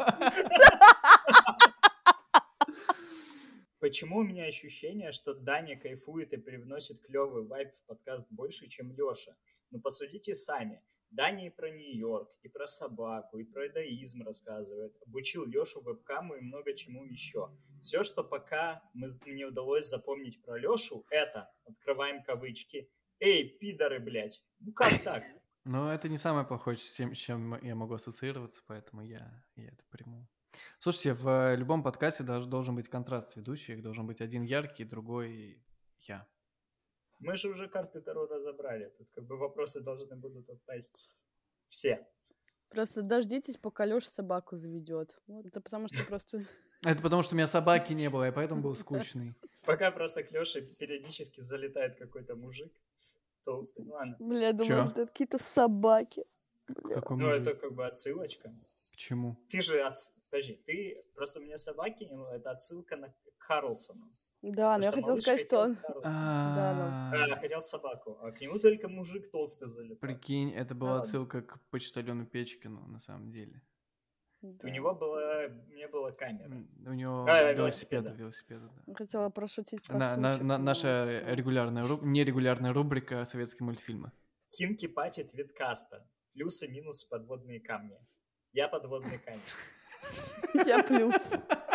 Speaker 2: Почему у меня ощущение, что Даня кайфует и привносит клевый вайб в подкаст больше, чем Леша? Ну, посудите сами. Даня и про Нью-Йорк, и про собаку, и про эгоизм рассказывает. Обучил Лешу вебкаму и много чему еще. Все, что пока мне удалось запомнить про Лешу, это, открываем кавычки, «Эй, пидоры, блядь!» Ну как так?
Speaker 1: Но это не самое плохое, с чем я могу ассоциироваться, поэтому я это приму. Слушайте, в любом подкасте должен быть контраст ведущих, должен быть один яркий, другой я.
Speaker 2: Мы же уже карты Таро разобрали. Тут как бы вопросы должны будут отпасть все.
Speaker 3: Просто дождитесь, пока Лёша собаку заведет. Вот, это потому что просто...
Speaker 1: Это потому, что у меня собаки не было, и поэтому был скучный.
Speaker 2: Пока просто к Лёше периодически залетает какой-то мужик толстый. Ну ладно.
Speaker 3: Бля, думаю,
Speaker 1: Чё?
Speaker 3: это какие-то собаки. Бля.
Speaker 1: Какой
Speaker 2: Ну
Speaker 1: мужик?
Speaker 2: это как бы отсылочка.
Speaker 1: К чему?
Speaker 2: Ты же... Подожди, ты... Просто у меня собаки не было. Это отсылка на Карлсону.
Speaker 3: Да, но я хотела сказать, что он... Да,
Speaker 1: А,
Speaker 2: хотел собаку. А к нему только мужик толстый залетал.
Speaker 1: Прикинь, это была
Speaker 2: ладно.
Speaker 1: отсылка к почтальону Печкину, на самом деле.
Speaker 2: У него не было камеры.
Speaker 1: У него
Speaker 2: велосипеда.
Speaker 1: велосипеда, да.
Speaker 3: Я хотела прошутить про
Speaker 1: Наша
Speaker 3: сучек, но всё.
Speaker 1: нерегулярная рубрика «Советские мультфильмы».
Speaker 2: Кинки пати твиткаста. Плюсы, минусы, подводные камни. Я подводный камень.
Speaker 3: Я плюс.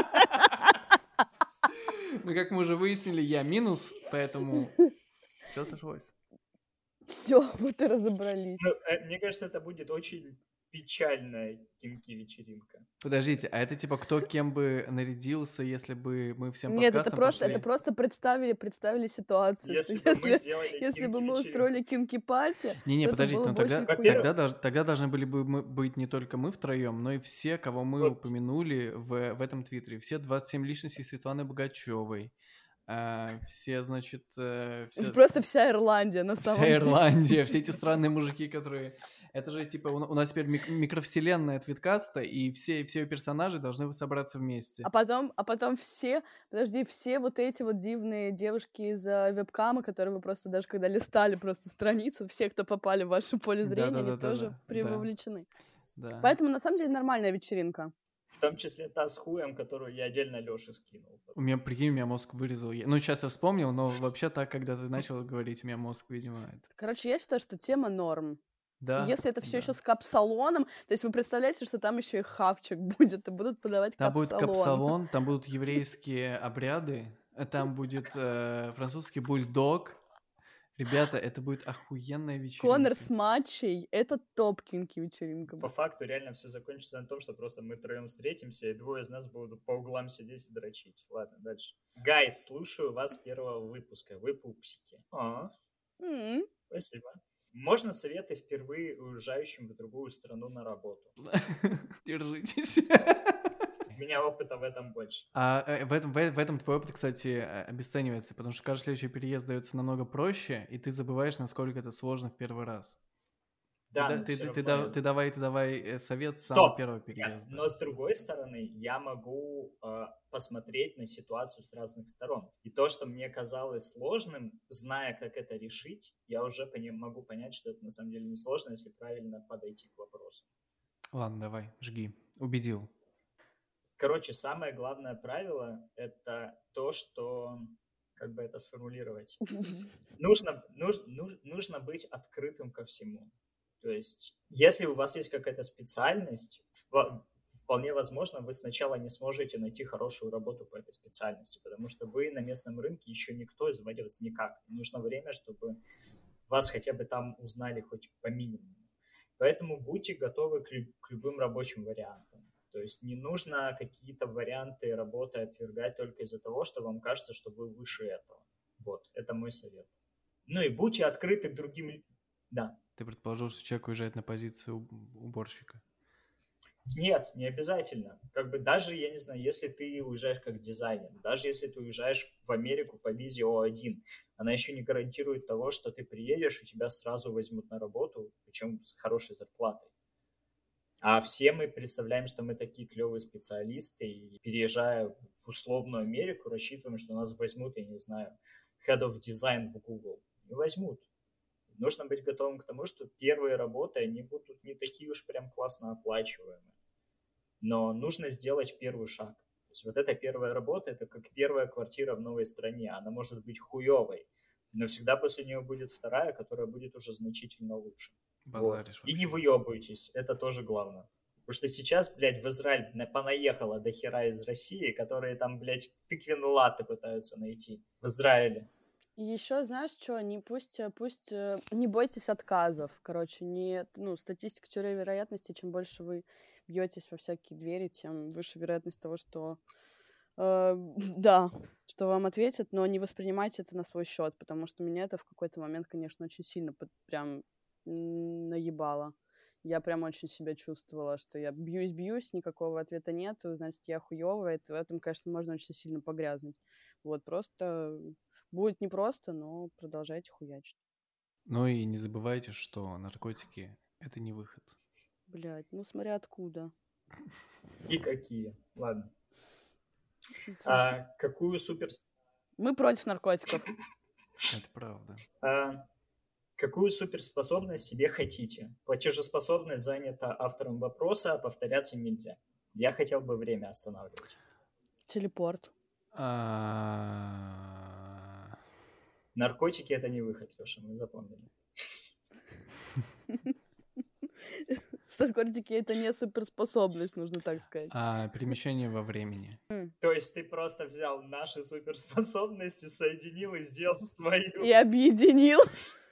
Speaker 1: Ну, как мы уже выяснили, я минус, поэтому все сошлось.
Speaker 3: Все, вот и разобрались.
Speaker 2: Ну, мне кажется, это будет очень печальная кинки-вечеринка.
Speaker 1: Подождите, а это типа кто кем бы нарядился, если бы мы всем
Speaker 3: Нет,
Speaker 1: подкастом
Speaker 3: это просто представили ситуацию,
Speaker 2: Если
Speaker 3: что
Speaker 2: бы мы сделали
Speaker 3: если бы мы
Speaker 2: кинки-вечеринку.
Speaker 3: устроили кинки-парти,
Speaker 1: Не-не,
Speaker 3: то это
Speaker 1: подождите,
Speaker 3: было
Speaker 1: но
Speaker 3: бы очень
Speaker 2: Во-первых,
Speaker 1: тогда должны были бы быть не только мы втроем, но и все, кого мы
Speaker 2: Вот.
Speaker 1: упомянули в этом твиттере. Все 27 личностей Светланы Богачевой. Все, значит...
Speaker 3: Просто вся Ирландия, на самом
Speaker 1: Вся
Speaker 3: деле.
Speaker 1: Ирландия, все эти странные мужики, которые... Это же, типа, у нас теперь микровселенная твиткаста, и все персонажи должны собраться вместе.
Speaker 3: А потом все вот эти вот дивные девушки из вебкама, которые вы просто даже когда листали просто страницу, все, кто попали в ваше поле зрения, они тоже вовлечены.
Speaker 1: Да.
Speaker 3: Поэтому, на самом деле, нормальная вечеринка.
Speaker 2: В том числе та с хуем, которую я отдельно Лёше скинул.
Speaker 1: У меня, прикинь, у меня мозг вырезал. Ну, сейчас я вспомнил, но вообще так, когда ты начал говорить, у меня мозг, видимо, это...
Speaker 3: Короче, я считаю, что тема норм.
Speaker 1: Да.
Speaker 3: Если это все еще с капсалоном, то есть вы представляете, что там еще и хавчик будет, и будут подавать
Speaker 1: Там будет
Speaker 3: капсалон.
Speaker 1: капсалон, там будут еврейские обряды, там будет французский бульдог. Ребята, это будет охуенная вечеринка.
Speaker 3: Конор с матчей — это топ кинки вечеринка.
Speaker 2: По факту реально все закончится на том, что просто мы троем встретимся, и двое из нас будут по углам сидеть и дрочить. Ладно, дальше. Гайс, слушаю вас с первого выпуска. Вы пупсики. Спасибо. Можно советы впервые уезжающим в другую страну на работу?
Speaker 1: Держитесь.
Speaker 2: У меня опыта в этом больше.
Speaker 1: В этом твой опыт, кстати, обесценивается, потому что каждый следующий переезд дается намного проще, и ты забываешь, насколько это сложно в первый раз.
Speaker 2: Да,
Speaker 1: ты давай совет с
Speaker 2: Стоп!
Speaker 1: самого первого переезда.
Speaker 2: Нет, но с другой стороны, я могу посмотреть на ситуацию с разных сторон. И то, что мне казалось сложным, зная, как это решить, я уже могу понять, что это на самом деле не сложно, если правильно подойти к вопросу.
Speaker 1: Ладно, давай, жги. Убедил.
Speaker 2: Короче, самое главное правило – это то, что, как бы это сформулировать, нужно быть открытым ко всему. То есть, если у вас есть какая-то специальность, вполне возможно, вы сначала не сможете найти хорошую работу по этой специальности, потому что вы на местном рынке еще никто, и звать вас никак. Нужно время, чтобы вас хотя бы там узнали хоть по минимуму. Поэтому будьте готовы к любым рабочим вариантам. То есть не нужно какие-то варианты работы отвергать только из-за того, что вам кажется, что вы выше этого. Вот, это мой совет. Ну и будьте открыты к другим... Да.
Speaker 1: Ты предположил, что человек уезжает на позицию уборщика?
Speaker 2: Нет, не обязательно. Как бы даже, я не знаю, если ты уезжаешь как дизайнер, даже если ты уезжаешь в Америку по визе О1, она еще не гарантирует того, что ты приедешь и тебя сразу возьмут на работу, причем с хорошей зарплатой. А все мы представляем, что мы такие клевые специалисты, и переезжая в условную Америку, рассчитываем, что нас возьмут, я не знаю, Head of Design в Google. Не возьмут. Нужно быть готовым к тому, что первые работы, они будут не такие уж прям классно оплачиваемые. Но нужно сделать первый шаг. То есть вот эта первая работа, это как первая квартира в новой стране. Она может быть хуевой, но всегда после нее будет вторая, которая будет уже значительно лучше. Вот.
Speaker 1: Базаришь
Speaker 2: И не
Speaker 1: вообще.
Speaker 2: выебывайтесь, это тоже главное. Потому что сейчас, блядь, в Израиль понаехало до хера из России, которые там, блядь, тыквенные латы пытаются найти в Израиле.
Speaker 3: И еще, знаешь, что, пусть не бойтесь отказов. Короче, статистика теории вероятности, чем больше вы бьетесь во всякие двери, тем выше вероятность того, что да, что вам ответят, но не воспринимайте это на свой счет, потому что меня это в какой-то момент, конечно, очень сильно прям наебало. Я прям очень себя чувствовала, что я бьюсь, никакого ответа нету, значит, я хуёвая, и в этом, конечно, можно очень сильно погрязнуть. Вот, просто будет непросто, но продолжайте хуячить.
Speaker 1: Ну и не забывайте, что наркотики — это не выход.
Speaker 3: Блядь, смотря откуда.
Speaker 2: И какие. Ладно. Какую
Speaker 3: Мы против наркотиков.
Speaker 1: Это правда.
Speaker 2: Какую суперспособность себе хотите? Платежеспособность занята автором вопроса, а повторяться нельзя. Я хотел бы время останавливать.
Speaker 3: Телепорт.
Speaker 2: Наркотики — это не выход, Леша, мы запомнили.
Speaker 3: Наркотики — это не суперспособность, нужно так сказать.
Speaker 1: Перемещение во времени.
Speaker 2: То есть ты просто взял наши суперспособности, соединил и сделал свою.
Speaker 3: И объединил.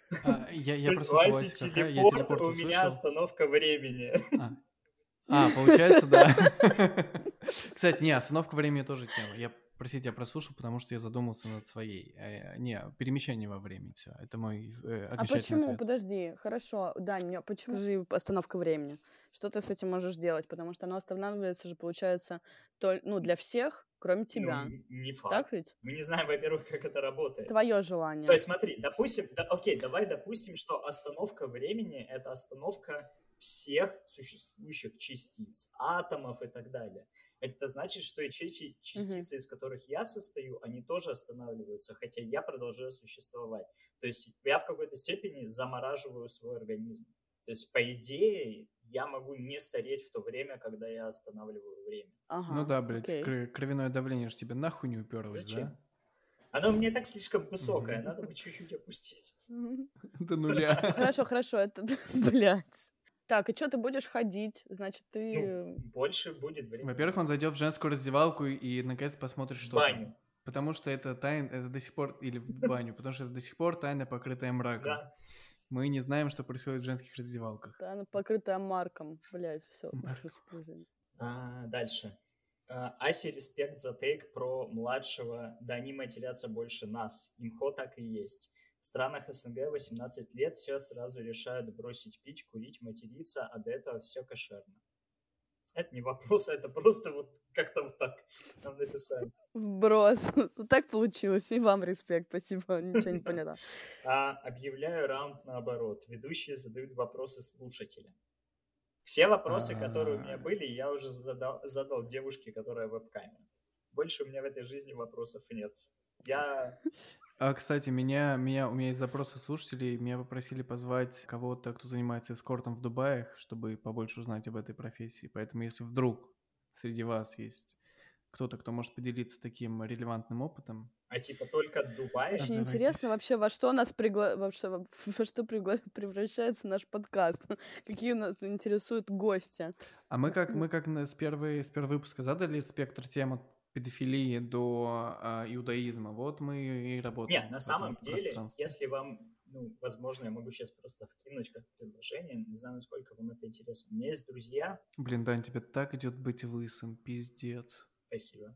Speaker 1: Я
Speaker 2: То есть
Speaker 1: прослушал
Speaker 2: Вася
Speaker 1: Васика, я
Speaker 2: телепорт,
Speaker 1: телепорт
Speaker 2: у меня
Speaker 1: услышал.
Speaker 2: остановка времени.
Speaker 1: Получается, да. Кстати, не, остановка времени тоже тема. Простите, я прослушал, потому что я задумался над своей. Перемещение во времени, все. Это мой окончательный
Speaker 3: почему?
Speaker 1: ответ.
Speaker 3: Подожди, хорошо. Дань, почему? Скажи, остановка времени. Что ты с этим можешь делать? Потому что оно останавливается же, получается, для всех, кроме тебя.
Speaker 2: Не факт.
Speaker 3: Так ведь?
Speaker 2: Мы не знаем, во-первых, как это работает.
Speaker 3: Твое желание.
Speaker 2: То есть смотри, давай допустим, что остановка времени — это остановка всех существующих частиц, атомов и так далее. Это значит, что и частицы, из которых я состою, они тоже останавливаются, хотя я продолжаю существовать. То есть я в какой-то степени замораживаю свой организм. То есть, по идее, я могу не стареть в то время, когда я останавливаю время.
Speaker 1: Ну да, блядь, кровяное давление же тебе нахуй не уперлось,
Speaker 2: Зачем?
Speaker 1: да?
Speaker 2: Оно у меня так слишком высокое, надо бы чуть-чуть опустить.
Speaker 1: До нуля.
Speaker 3: Хорошо, это, блядь. Так, и что ты будешь ходить? Значит, ты...
Speaker 2: больше будет времени.
Speaker 1: Во-первых, он зайдет в женскую раздевалку и наконец посмотрит, что
Speaker 2: баню.
Speaker 1: Потому что это это до сих пор... Или в баню. Потому что это до сих пор тайна, покрытая мраком.
Speaker 2: Да.
Speaker 1: Мы не знаем, что происходит в женских раздевалках.
Speaker 3: Тайна, покрытая марком. Блядь, все.
Speaker 2: Дальше. Аси, респект за тейк про младшего. Да они матерятся больше нас. Имхо так и есть. В странах СНГ 18 лет все сразу решают бросить пить, курить, материться, а до этого все кошерно. Это не вопрос, это просто вот как-то вот так нам написали.
Speaker 3: Вброс. Так получилось. И вам респект, спасибо. Ничего не понятно.
Speaker 2: Объявляю раунд наоборот. Ведущие задают вопросы слушателям. Все вопросы, которые у меня были, я уже задал девушке, которая в веб-камере. Больше у меня в этой жизни вопросов нет.
Speaker 1: Кстати, у меня есть запросы слушателей. Меня попросили позвать кого-то, кто занимается эскортом в Дубае, чтобы побольше узнать об этой профессии. Поэтому, если вдруг среди вас есть кто-то, кто может поделиться таким релевантным опытом.
Speaker 2: А типа только Дубай?
Speaker 3: Очень интересно вообще, во что нас превращается наш подкаст. Какие у нас интересуют гости.
Speaker 1: А мы как с первого выпуска задали спектр тем от педофилии до иудаизма. Вот мы и работаем.
Speaker 2: Нет, на самом деле, если вам, возможно, я могу сейчас просто вкинуть как предложение, не знаю, насколько вам это интересно. У меня есть друзья.
Speaker 1: Блин, Дань, тебе так идет быть лысым, пиздец.
Speaker 2: Спасибо.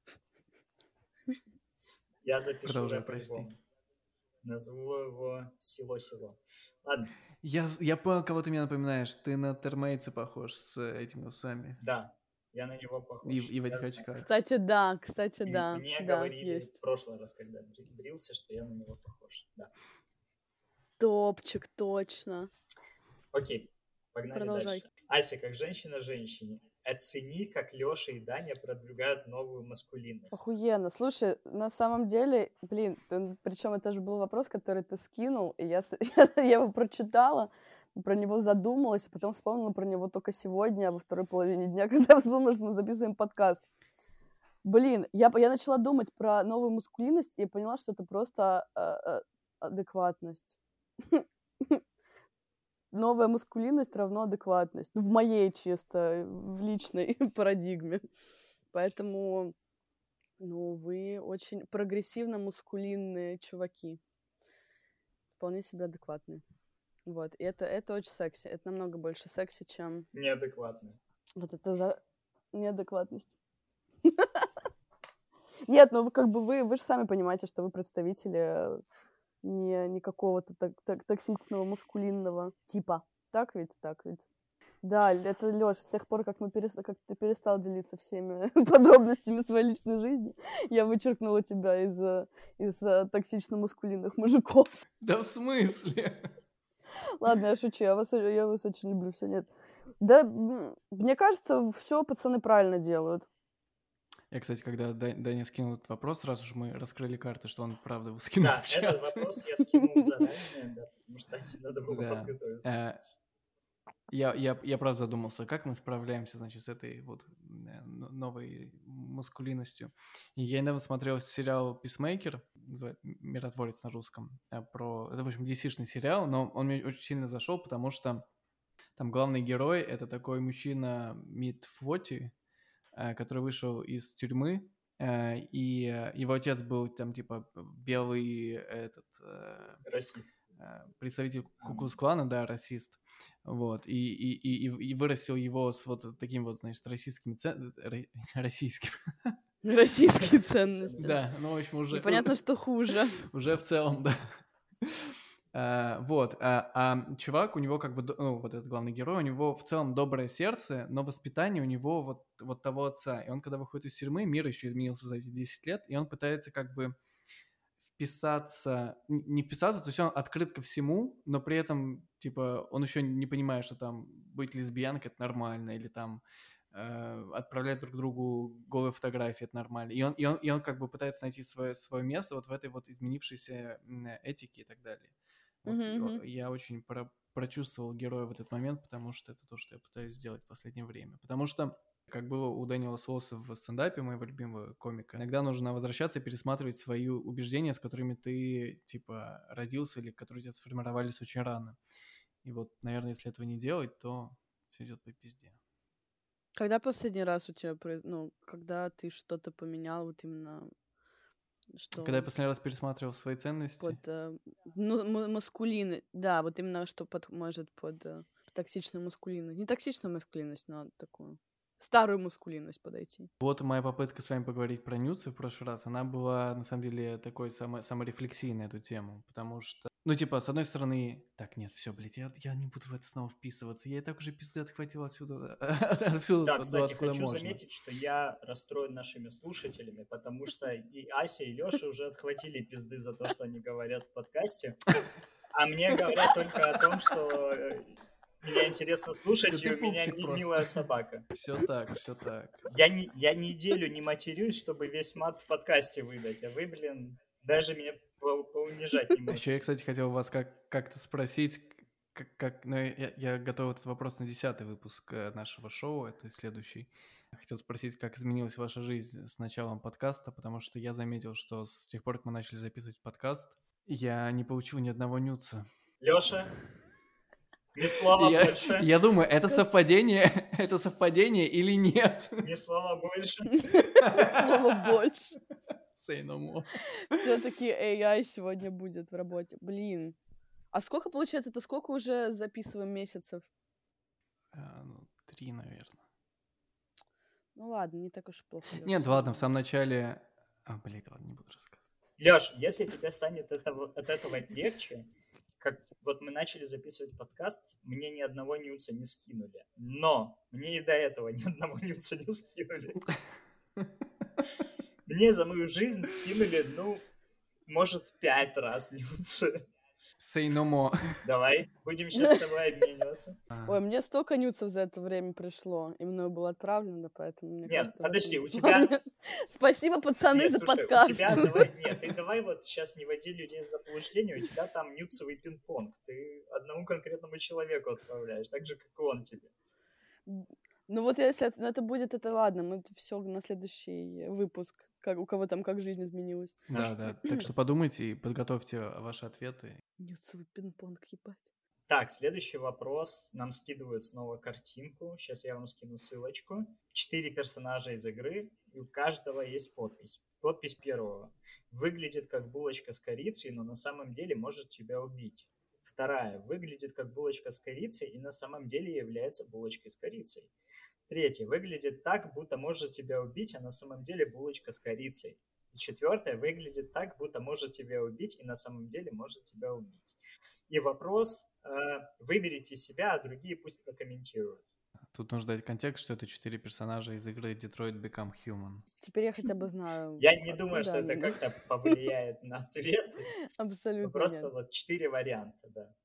Speaker 2: Я запишу рэп альбом. Назову его «Село-село». Ладно.
Speaker 1: Я понял, кого ты мне напоминаешь. Ты на термейца похож с этими усами.
Speaker 2: Да, я на него похож.
Speaker 1: И в этих очках.
Speaker 3: Кстати, да.
Speaker 2: Мне говорили в прошлый раз, когда брился, что я на него похож. Да.
Speaker 3: Топчик, точно.
Speaker 2: Окей, погнали дальше. Ася, как женщина женщине, оцени, как Леша и Даня продвигают новую маскулинность.
Speaker 3: Охуенно. Слушай, на самом деле, причем это же был вопрос, который ты скинул, и я его прочитала, про него задумалась, а потом вспомнила про него только сегодня, во второй половине дня, когда вспомнила, что мы записываем подкаст. Блин, я начала думать про новую маскулинность, и поняла, что это просто адекватность. новая маскулинность равно адекватность. Ну, в моей чисто, в личной парадигме. Поэтому, ну, вы очень прогрессивно-маскулинные чуваки. Вполне себе адекватные. Вот. И это очень секси. Это намного больше секси, чем
Speaker 2: Неадекватно.
Speaker 3: вот это за неадекватность. Нет, ну как бы вы же сами понимаете, что вы представители не какого-то токсичного маскулинного типа. Так ведь? Так ведь? Да, это, Лёш, с тех пор, как ты перестал делиться всеми подробностями своей личной жизни, я вычеркнула тебя из токсично-маскулинных мужиков.
Speaker 1: Да в смысле?
Speaker 3: Ладно, я шучу, я вас очень люблю, все нет. Да, мне кажется, все пацаны правильно делают.
Speaker 1: Я, кстати, когда Даня скинул этот вопрос, сразу же мы раскрыли карты, что он, правда, скинул
Speaker 2: Да,
Speaker 1: в чат.
Speaker 2: этот вопрос я скинул заранее, да, потому что надо было
Speaker 1: Да.
Speaker 2: подготовиться.
Speaker 1: Я правда задумался, как мы справляемся, значит, с этой вот новой маскулинностью. И я недавно смотрел сериал «Писмейкер», называется «Миротворец» на русском. Это, в общем, DC-шный сериал, но он мне очень сильно зашел, потому что там главный герой — это такой мужчина mid-40, который вышел из тюрьмы, и его отец был там типа белый
Speaker 2: Расист.
Speaker 1: представитель Ку-клукс-клана, да, расист, вот, и вырастил его с вот таким вот, значит, российскими
Speaker 3: Российские ценности.
Speaker 1: да, ну, в общем, уже...
Speaker 3: Непонятно, что хуже.
Speaker 1: Уже в целом, да. Вот, чувак, у него как бы, ну, вот этот главный герой, у него в целом доброе сердце, но воспитание у него вот того отца. И он, когда выходит из тюрьмы, мир еще изменился за эти 10 лет, и он пытается как бы не вписаться, то есть он открыт ко всему, но при этом, типа, он еще не понимает, что там быть лесбиянкой — это нормально, или там отправлять друг другу голые фотографии — это нормально. И он как бы пытается найти свое место вот в этой вот изменившейся этике и так далее. Вот, я очень прочувствовал героя в этот момент, потому что это то, что я пытаюсь сделать в последнее время. Потому что, как было у Дэниела Слоуса в стендапе, моего любимого комика, иногда нужно возвращаться и пересматривать свои убеждения, с которыми ты, типа, родился или которые у тебя сформировались очень рано. И вот, наверное, если этого не делать, то все идет по пизде.
Speaker 3: Когда последний раз у тебя, когда ты что-то поменял, вот именно, что...
Speaker 1: Когда я последний раз пересматривал свои ценности?
Speaker 3: Маскулины, да, вот именно, что может под токсичную маскулинность. Не токсичную маскулинность, но такую старую маскулинность подойти.
Speaker 1: Вот моя попытка с вами поговорить про нюцы в прошлый раз, она была, на самом деле, такой саморефлексией на эту тему, потому что, ну, типа, с одной стороны, так, нет, все, блядь, я не буду в это снова вписываться, я и так уже пизды отхватил отсюда,
Speaker 2: Да, кстати, хочу заметить, что я расстроен нашими слушателями, потому что и Ася, и Леша уже отхватили пизды за то, что они говорят в подкасте, а мне говорят только о том, что меня интересно слушать, и у меня милая собака.
Speaker 1: Все так.
Speaker 2: Я неделю не матерюсь, чтобы весь мат в подкасте выдать, а вы, блин, даже меня поунижать не можете.
Speaker 1: Еще я, кстати, хотел вас как-то спросить, ну, я готовил этот вопрос на 10-й выпуск нашего шоу, это следующий. Хотел спросить, как изменилась ваша жизнь с началом подкаста, потому что я заметил, что с тех пор, как мы начали записывать подкаст, я не получил ни одного нюца.
Speaker 2: Леша, ни слова больше.
Speaker 1: Я думаю, это совпадение или нет?
Speaker 2: Ни слова больше.
Speaker 3: Слова больше.
Speaker 1: Say no more.
Speaker 3: Все-таки AI сегодня будет в работе. Блин. А сколько, получается, это сколько уже записываем месяцев?
Speaker 1: 3, наверное.
Speaker 3: Ну ладно, не так уж и плохо.
Speaker 1: Нет, ладно, в самом начале... ладно, не буду рассказывать.
Speaker 2: Леш, если тебе станет от этого легче, как вот мы начали записывать подкаст, мне ни одного нюца не скинули. Но мне и до этого ни одного нюца не скинули. Мне за мою жизнь скинули, может, 5 раз нюцы.
Speaker 1: Say no more.
Speaker 2: Давай, будем сейчас с тобой обмениваться.
Speaker 3: Ой, мне столько нюцев за это время пришло, и мною было отправлено, поэтому мне кажется...
Speaker 2: Подожди, у тебя...
Speaker 3: Спасибо, пацаны, за подкаст.
Speaker 2: У тебя, давай вот сейчас не води людей в заблуждение, у тебя там нюцевый пинг-понг, ты одному конкретному человеку отправляешь, так же, как и он тебе.
Speaker 3: Ну вот если это будет, это ладно, мы все на следующий выпуск, у кого там как жизнь изменилась.
Speaker 1: Да, так что подумайте и подготовьте ваши ответы.
Speaker 3: Нюцевый пинг-понг, ебать.
Speaker 2: Так, следующий вопрос. Нам скидывают снова картинку. Сейчас я вам скину ссылочку. 4 персонажа из игры, и у каждого есть подпись. Подпись первого. Выглядит как булочка с корицей, но на самом деле может тебя убить. Вторая. Выглядит как булочка с корицей и на самом деле является булочкой с корицей. Третья. Выглядит так, будто может тебя убить, а на самом деле булочка с корицей. И четвертая. Выглядит так, будто может тебя убить и на самом деле может тебя убить. И вопрос, выберите себя, а другие пусть прокомментируют.
Speaker 1: Тут нужно дать контекст, что это 4 персонажа из игры Detroit Become Human.
Speaker 3: Теперь я хотя бы знаю.
Speaker 2: Я не думаю,
Speaker 3: откуда
Speaker 2: что это
Speaker 3: они,
Speaker 2: как-то повлияет на ответ.
Speaker 3: Абсолютно
Speaker 2: Просто
Speaker 3: нет.
Speaker 2: вот 4 варианта, да.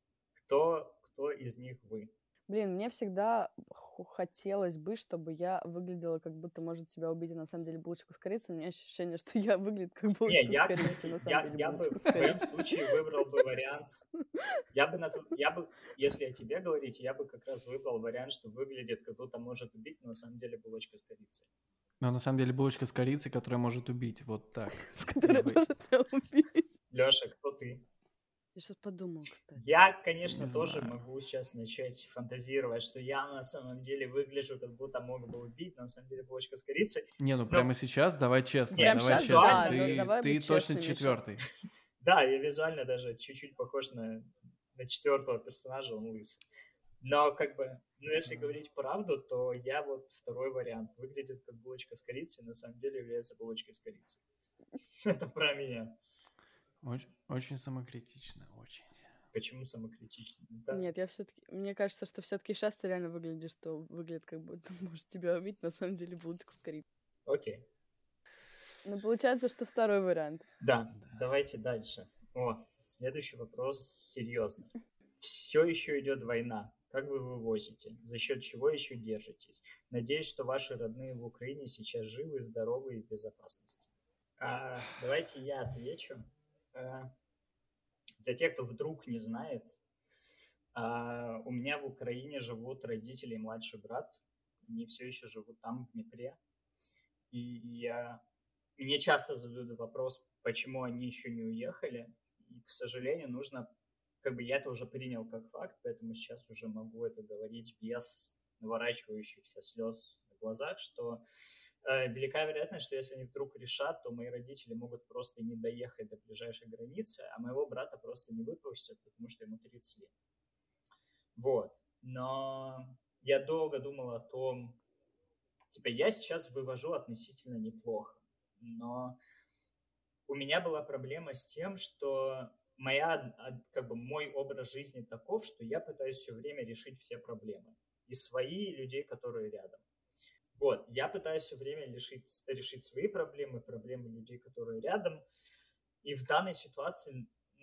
Speaker 2: Кто из них вы?
Speaker 3: Блин, мне всегда хотелось бы, чтобы я выглядела, как будто может себя убить, а на самом деле булочка с корицей. У меня ощущение, что я выгляжу как
Speaker 2: Не,
Speaker 3: булочка с
Speaker 2: я,
Speaker 3: корицей,
Speaker 2: кстати,
Speaker 3: на самом деле
Speaker 2: я бы
Speaker 3: булочка
Speaker 2: в
Speaker 3: с
Speaker 2: твоем
Speaker 3: корицей.
Speaker 2: случае выбрал бы вариант. Я бы, если о тебе говорить, я бы как раз выбрал вариант, что выглядит, как будто может убить, но на самом деле булочка с корицей.
Speaker 1: Но на самом деле булочка с корицей, которая может убить. Вот так.
Speaker 3: С которой
Speaker 1: вы-
Speaker 3: тоже тебя убить.
Speaker 2: Леша, кто ты?
Speaker 3: Я сейчас подумал, кстати.
Speaker 2: Я, конечно,
Speaker 1: Не
Speaker 2: тоже
Speaker 1: знаю.
Speaker 2: могу сейчас начать фантазировать, что я на самом деле выгляжу, как будто мог бы убить, но на самом деле булочка с корицей.
Speaker 1: Не, ну прямо сейчас давай честно.
Speaker 2: Прям
Speaker 1: давай
Speaker 2: щас,
Speaker 1: честно.
Speaker 2: да,
Speaker 1: Ты,
Speaker 2: ну
Speaker 3: давай
Speaker 1: ты
Speaker 3: быть
Speaker 1: точно
Speaker 3: честными,
Speaker 1: четвертый.
Speaker 2: Да, я визуально даже чуть-чуть похож на четвертого персонажа, он лысый. Но как бы, ну если говорить правду, то я вот второй вариант. Выглядит как булочка с корицей, на самом деле является булочкой с корицей. Это про меня.
Speaker 1: Очень, очень самокритично, очень.
Speaker 2: Почему самокритично? Да.
Speaker 3: Нет, я все-таки. Мне кажется, что все-таки сейчас ты реально выглядишь, что выглядит как будто может тебя убить, на самом деле булочка с корицей.
Speaker 2: Окей.
Speaker 3: Ну, получается, что второй вариант.
Speaker 2: Да, давайте дальше. Следующий вопрос серьезный. Все еще идет война. Как вы вывозите? За счет чего еще держитесь? Надеюсь, что ваши родные в Украине сейчас живы, здоровы и в безопасности. Давайте я отвечу. Для тех, кто вдруг не знает, у меня в Украине живут родители и младший брат. Они все еще живут там, в Днепре. И мне часто задают вопрос, почему они еще не уехали. И, к сожалению, нужно... Как бы я это уже принял как факт, поэтому сейчас уже могу это говорить без наворачивающихся слез на глазах, что велика вероятность, что если они вдруг решат, то мои родители могут просто не доехать до ближайшей границы, а моего брата просто не выпустят, потому что ему 30 лет. Вот. Но я долго думал о том, типа, я сейчас вывожу относительно неплохо, но у меня была проблема с тем, что мой образ жизни таков, что я пытаюсь все время решить все проблемы. И свои, и людей, которые рядом. Вот, я пытаюсь все время решить свои проблемы, проблемы людей, которые рядом. И в данной ситуации,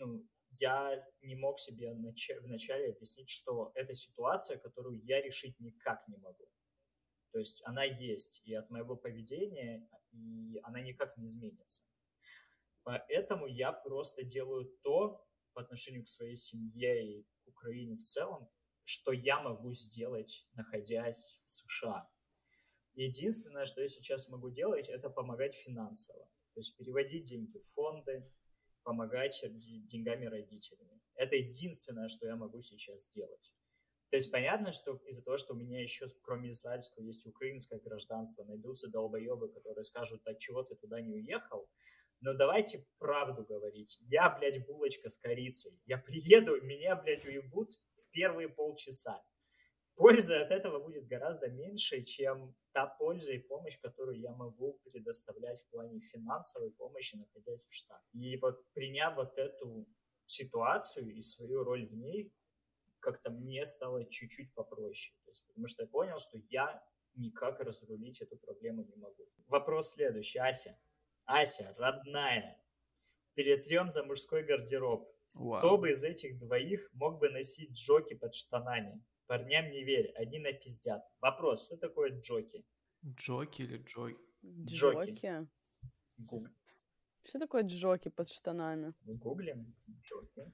Speaker 2: я не мог себе вначале объяснить, что это ситуация, которую я решить никак не могу. То есть она есть, и от моего поведения, и она никак не изменится. Поэтому я просто делаю то по отношению к своей семье и к Украине в целом, что я могу сделать, находясь в США. Единственное, что я сейчас могу делать, это помогать финансово. То есть переводить деньги в фонды, помогать деньгами родителям. Это единственное, что я могу сейчас сделать. То есть понятно, что из-за того, что у меня еще, кроме израильского, есть украинское гражданство, найдутся долбоебы, которые скажут, а чего ты туда не уехал? Но давайте правду говорить. Я, блядь, булочка с корицей. Я приеду, меня, блядь, уебут в первые полчаса. Польза от этого будет гораздо меньше, чем та польза и помощь, которую я могу предоставлять в плане финансовой помощи, находясь в Штатах. И вот приняв вот эту ситуацию и свою роль в ней, как-то мне стало чуть-чуть попроще. То есть, потому что я понял, что я никак разрулить эту проблему не могу. Вопрос следующий. Ася, родная, перетрем за мужской гардероб.
Speaker 1: Вау.
Speaker 2: Кто бы из этих двоих мог бы носить джоки под штанами? Парням не верь, они напиздят. Вопрос, что такое джоки?
Speaker 1: Джоки или джой?
Speaker 3: Джоки?
Speaker 2: Гугл.
Speaker 3: Что такое джоки под штанами?
Speaker 2: Гуглим джоки.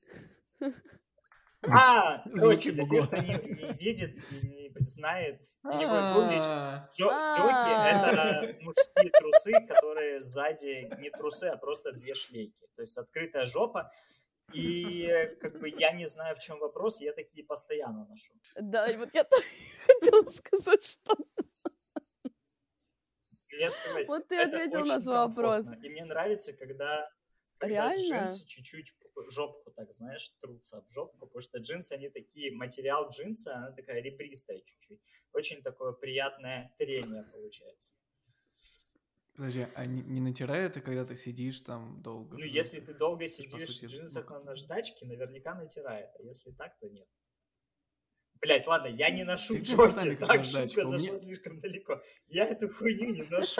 Speaker 2: Короче, для тех, кто не видит и не знает, и не будет гуглить, джоки — это мужские трусы, которые сзади не трусы, а просто две шлейки. То есть открытая жопа. И как бы я не знаю, в чем вопрос, я такие постоянно ношу.
Speaker 3: Да, и вот я так хотела сказать, что...
Speaker 2: Мне сказать,
Speaker 3: Вот ты
Speaker 2: это
Speaker 3: ответил на
Speaker 2: очень
Speaker 3: свой вопрос.
Speaker 2: комфортно. И мне нравится, когда
Speaker 3: Реально?
Speaker 2: джинсы чуть-чуть жопку, так знаешь, трутся об жопку, потому что джинсы, они такие, материал джинса, она такая ребристая чуть-чуть. Очень такое приятное трение получается.
Speaker 1: Подожди, а не натирает, когда ты сидишь там долго?
Speaker 2: Ну,
Speaker 1: в
Speaker 2: если
Speaker 1: джинсах?
Speaker 2: ты долго
Speaker 1: Это ж, по
Speaker 2: сидишь в
Speaker 1: сути,
Speaker 2: джинсах
Speaker 1: как
Speaker 2: на наждачке, наверняка натирает. А если так, то нет. Блять, ладно, я не ношу
Speaker 1: Ты
Speaker 2: джоки,
Speaker 1: сами как
Speaker 2: так,
Speaker 1: наждачка.
Speaker 2: шутка
Speaker 1: У
Speaker 2: зашла
Speaker 1: меня...
Speaker 2: слишком далеко. Я эту хуйню не ношу.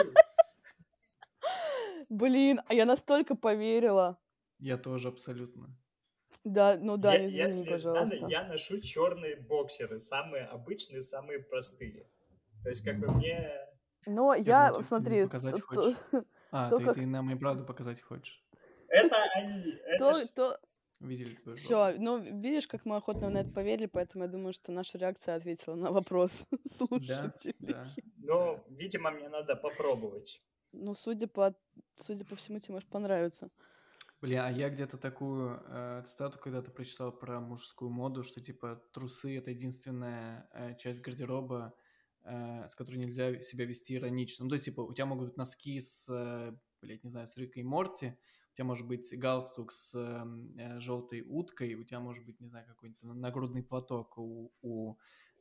Speaker 3: Блин, а я настолько поверила.
Speaker 1: Я тоже абсолютно.
Speaker 3: Да, ну да, не извини,
Speaker 2: Если надо,
Speaker 3: пожалуйста.
Speaker 2: я ношу черные боксеры, самые обычные, самые простые. То есть, как бы мне...
Speaker 3: Но
Speaker 1: Я
Speaker 3: я,
Speaker 1: думал, ты
Speaker 3: смотри,
Speaker 1: показать хочешь. А,
Speaker 3: то,
Speaker 1: ты
Speaker 3: как...
Speaker 1: нам и правду показать хочешь.
Speaker 2: Это они, это ж...
Speaker 3: То...
Speaker 1: Видели твою жопу.
Speaker 3: Все, ну, видишь, как мы охотно на это поверили, поэтому я думаю, что наша реакция ответила на вопрос
Speaker 1: Да,
Speaker 3: слушателей.
Speaker 1: да.
Speaker 2: Ну, видимо, мне надо попробовать.
Speaker 3: Ну, судя по всему, тебе может понравиться.
Speaker 1: Блин, а я где-то такую цитату когда-то прочитал про мужскую моду, что типа трусы — это единственная часть гардероба, с которой нельзя себя вести иронично. Ну, то есть, типа, у тебя могут быть носки с, блядь, не знаю, с Рикой и Морти, у тебя может быть галстук с желтой уткой, у тебя может быть, не знаю, какой-нибудь нагрудный платок у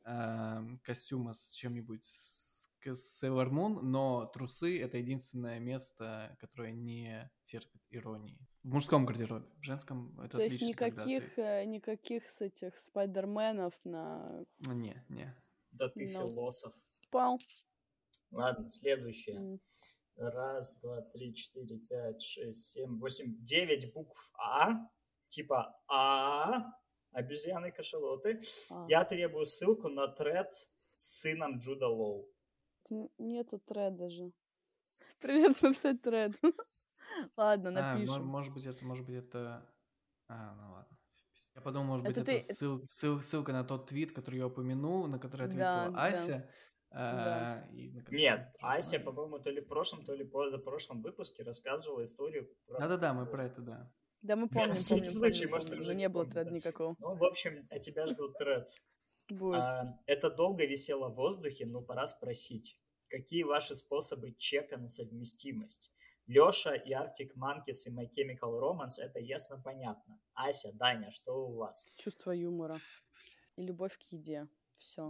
Speaker 1: костюма с чем-нибудь с Sailor Moon, но трусы — это единственное место, которое не терпит иронии. В мужском гардеробе. В женском это
Speaker 3: То есть
Speaker 1: отлично, когда ты...
Speaker 3: никаких с этих спайдерменов на...
Speaker 1: Не.
Speaker 2: Да ты
Speaker 3: No.
Speaker 2: философ.
Speaker 3: Пау.
Speaker 2: Ладно, следующее. 1, 2, 3, 4, 5, 6, 7, 8, 9 букв А. Типа А. Обезьяны кашалоты. Я требую ссылку на тред с сыном Джуда Лоу.
Speaker 3: Нету треда же. Придется написать тред. Ладно, напишем.
Speaker 1: Может быть, это... ну ладно. Я подумал, может быть,
Speaker 3: Это
Speaker 1: это
Speaker 3: ты-
Speaker 1: ссылка на тот твит, который я упомянул, на который ответила
Speaker 3: Да,
Speaker 1: Ася.
Speaker 3: да.
Speaker 1: И на который
Speaker 2: Нет,
Speaker 1: я нажал.
Speaker 2: Ася, по-моему, то ли в прошлом, то ли позапрошлом выпуске рассказывала историю про...
Speaker 1: Да-да-да, мы про это, да.
Speaker 3: Да, мы
Speaker 2: Да,
Speaker 3: помним,
Speaker 2: на всякий случай, может, ты
Speaker 3: помним.
Speaker 2: уже
Speaker 3: Но
Speaker 2: не
Speaker 3: не было
Speaker 2: помнишь,
Speaker 3: треда
Speaker 2: да.
Speaker 3: никакого.
Speaker 2: Ну, в общем, от тебя ждут тред.
Speaker 3: Будет.
Speaker 2: Это долго висело в воздухе, но пора спросить. Какие ваши способы чека на совместимость? Леша и Arctic Monkeys и My Chemical Romance — это ясно понятно. Ася, Даня, что у вас?
Speaker 3: Чувство юмора. И любовь к еде. Все.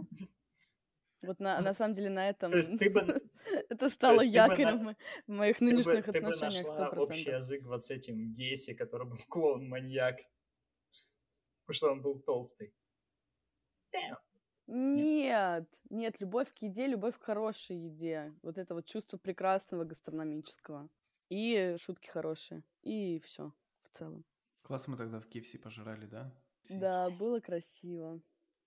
Speaker 3: Вот на самом деле на этом
Speaker 2: То есть ты бы...
Speaker 3: это стало
Speaker 2: ты бы
Speaker 3: якорем в моих нынешних
Speaker 2: Ты бы
Speaker 3: отношениях
Speaker 2: нашла
Speaker 3: 100%.
Speaker 2: общий язык вот с этим Гейси, который был клоун-маньяк. Потому что он был толстый. Damn.
Speaker 3: Нет, любовь к еде, любовь к хорошей еде. Вот это вот чувство прекрасного гастрономического. И шутки хорошие. И все в целом.
Speaker 1: Классно мы тогда в KFC пожрали, да?
Speaker 3: Да, было красиво.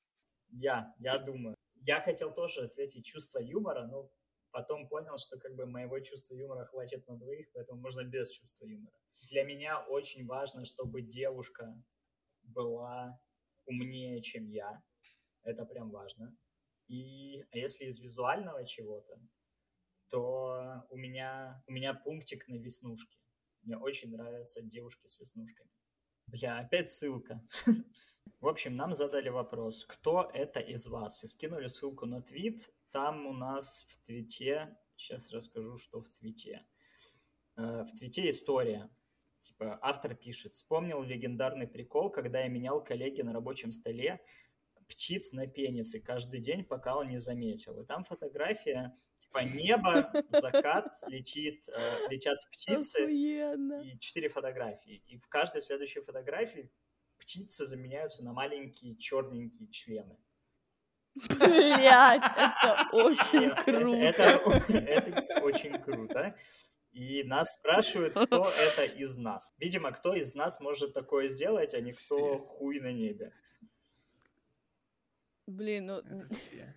Speaker 2: Я думаю. Я хотел тоже ответить чувство юмора, но потом понял, что как бы моего чувства юмора хватит на двоих, поэтому можно без чувства юмора. Для меня очень важно, чтобы девушка была умнее, чем я. Это прям важно. А если из визуального чего-то, то у меня пунктик на веснушки. Мне очень нравятся девушки с веснушками. Бля, опять ссылка. В общем, нам задали вопрос, кто это из вас? И скинули ссылку на твит. Там у нас в твите, сейчас расскажу, что в твите. В твите история. Типа автор пишет: вспомнил легендарный прикол, когда я менял коллеге на рабочем столе птиц на пенисы каждый день, пока он не заметил. И там фотография, типа небо, закат, летят птицы.
Speaker 3: Охуенно.
Speaker 2: И 4 фотографии. И в каждой следующей фотографии птицы заменяются на маленькие черненькие члены.
Speaker 3: Блять, это очень круто.
Speaker 2: Это очень круто. И нас спрашивают, кто это из нас. Видимо, кто из нас может такое сделать, а не кто хуй на небе.
Speaker 3: Блин, ну...
Speaker 1: Это все.